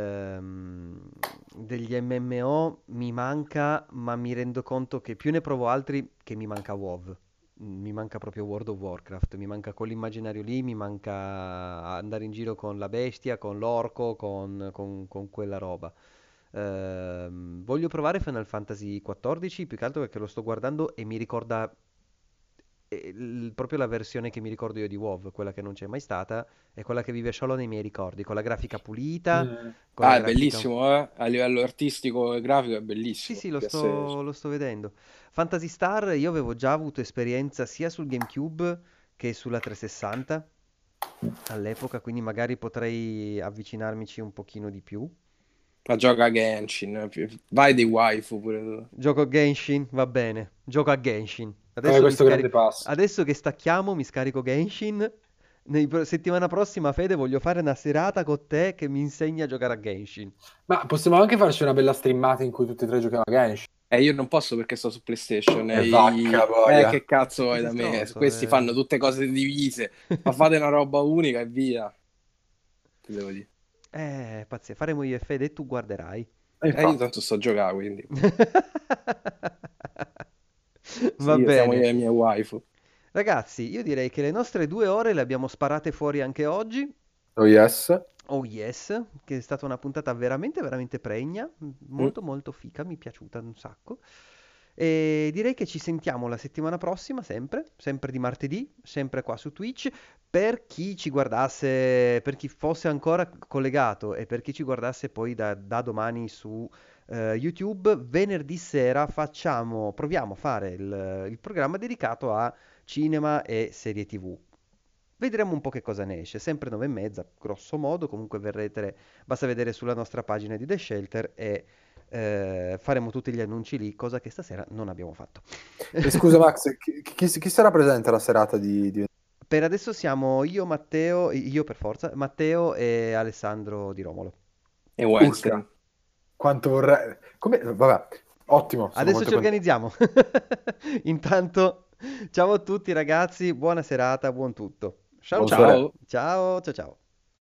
degli MMO mi manca, ma mi rendo conto che più ne provo altri che mi manca WoW. Mi manca proprio World of Warcraft, mi manca quell'immaginario lì, mi manca andare in giro con la bestia, con l'orco, con quella roba. Voglio provare Final Fantasy XIV, più che altro perché lo sto guardando e mi ricorda proprio la versione che mi ricordo io di WoW, quella che non c'è mai stata, è quella che vive solo nei miei ricordi, con la grafica pulita, con la Ah, è grafica... bellissimo, eh? A livello artistico e grafico è Sì, bellissimo. sì, PS... lo sto vedendo. Phantasy Star, io avevo già avuto esperienza sia sul GameCube che sulla 360 all'epoca, quindi magari potrei avvicinarmici un pochino di più. Ma gioca a Genshin, vai di waifu pure tu. Gioco a Genshin, va bene. Gioco a Genshin. Adesso, Questo grande passo. adesso che stacchiamo, mi scarico Genshin. Settimana prossima, Fede, voglio fare una serata con te che mi insegni a giocare a Genshin. Ma possiamo anche farci una bella streamata in cui tutti e tre giochiamo a Genshin. Io non posso perché sto su PlayStation. Vacca boia. Che cazzo Che vuoi sei da me? stronzo, Questi fanno tutte cose divise. Ma fate una roba unica e via. Che devo dire? Pazzia, faremo io e Fede e tu guarderai. E Io infatti. tanto sto a giocare, quindi. Va Siamo io bene. e le mie waifu. Ragazzi, io direi che le nostre 2 ore le abbiamo sparate fuori anche oggi. Oh yes. Oh yes, che è stata una puntata veramente, veramente pregna, Mm. molto, molto fica, mi è piaciuta un sacco. E direi che ci sentiamo la settimana prossima, sempre di martedì, sempre qua su Twitch. Per chi ci guardasse, per chi fosse ancora collegato e per chi ci guardasse poi da domani su YouTube, venerdì sera proviamo a fare il programma dedicato a cinema e serie TV. Vedremo un po' che cosa ne esce, sempre 9:30, grosso modo, comunque basta vedere sulla nostra pagina di The Shelter e faremo tutti gli annunci lì, cosa che stasera non abbiamo fatto. E scusa Max, chi sarà presente alla serata di... Per adesso siamo io per forza, Matteo e Alessandro di Romolo. E Urca, Western. quanto vorrei... Come... Vabbè, ottimo, sono Adesso molto ci contento. organizziamo. Intanto, ciao a tutti ragazzi, buona serata, buon tutto. Ciao Buon ciao. sole. Ciao. Ciao ciao ciao.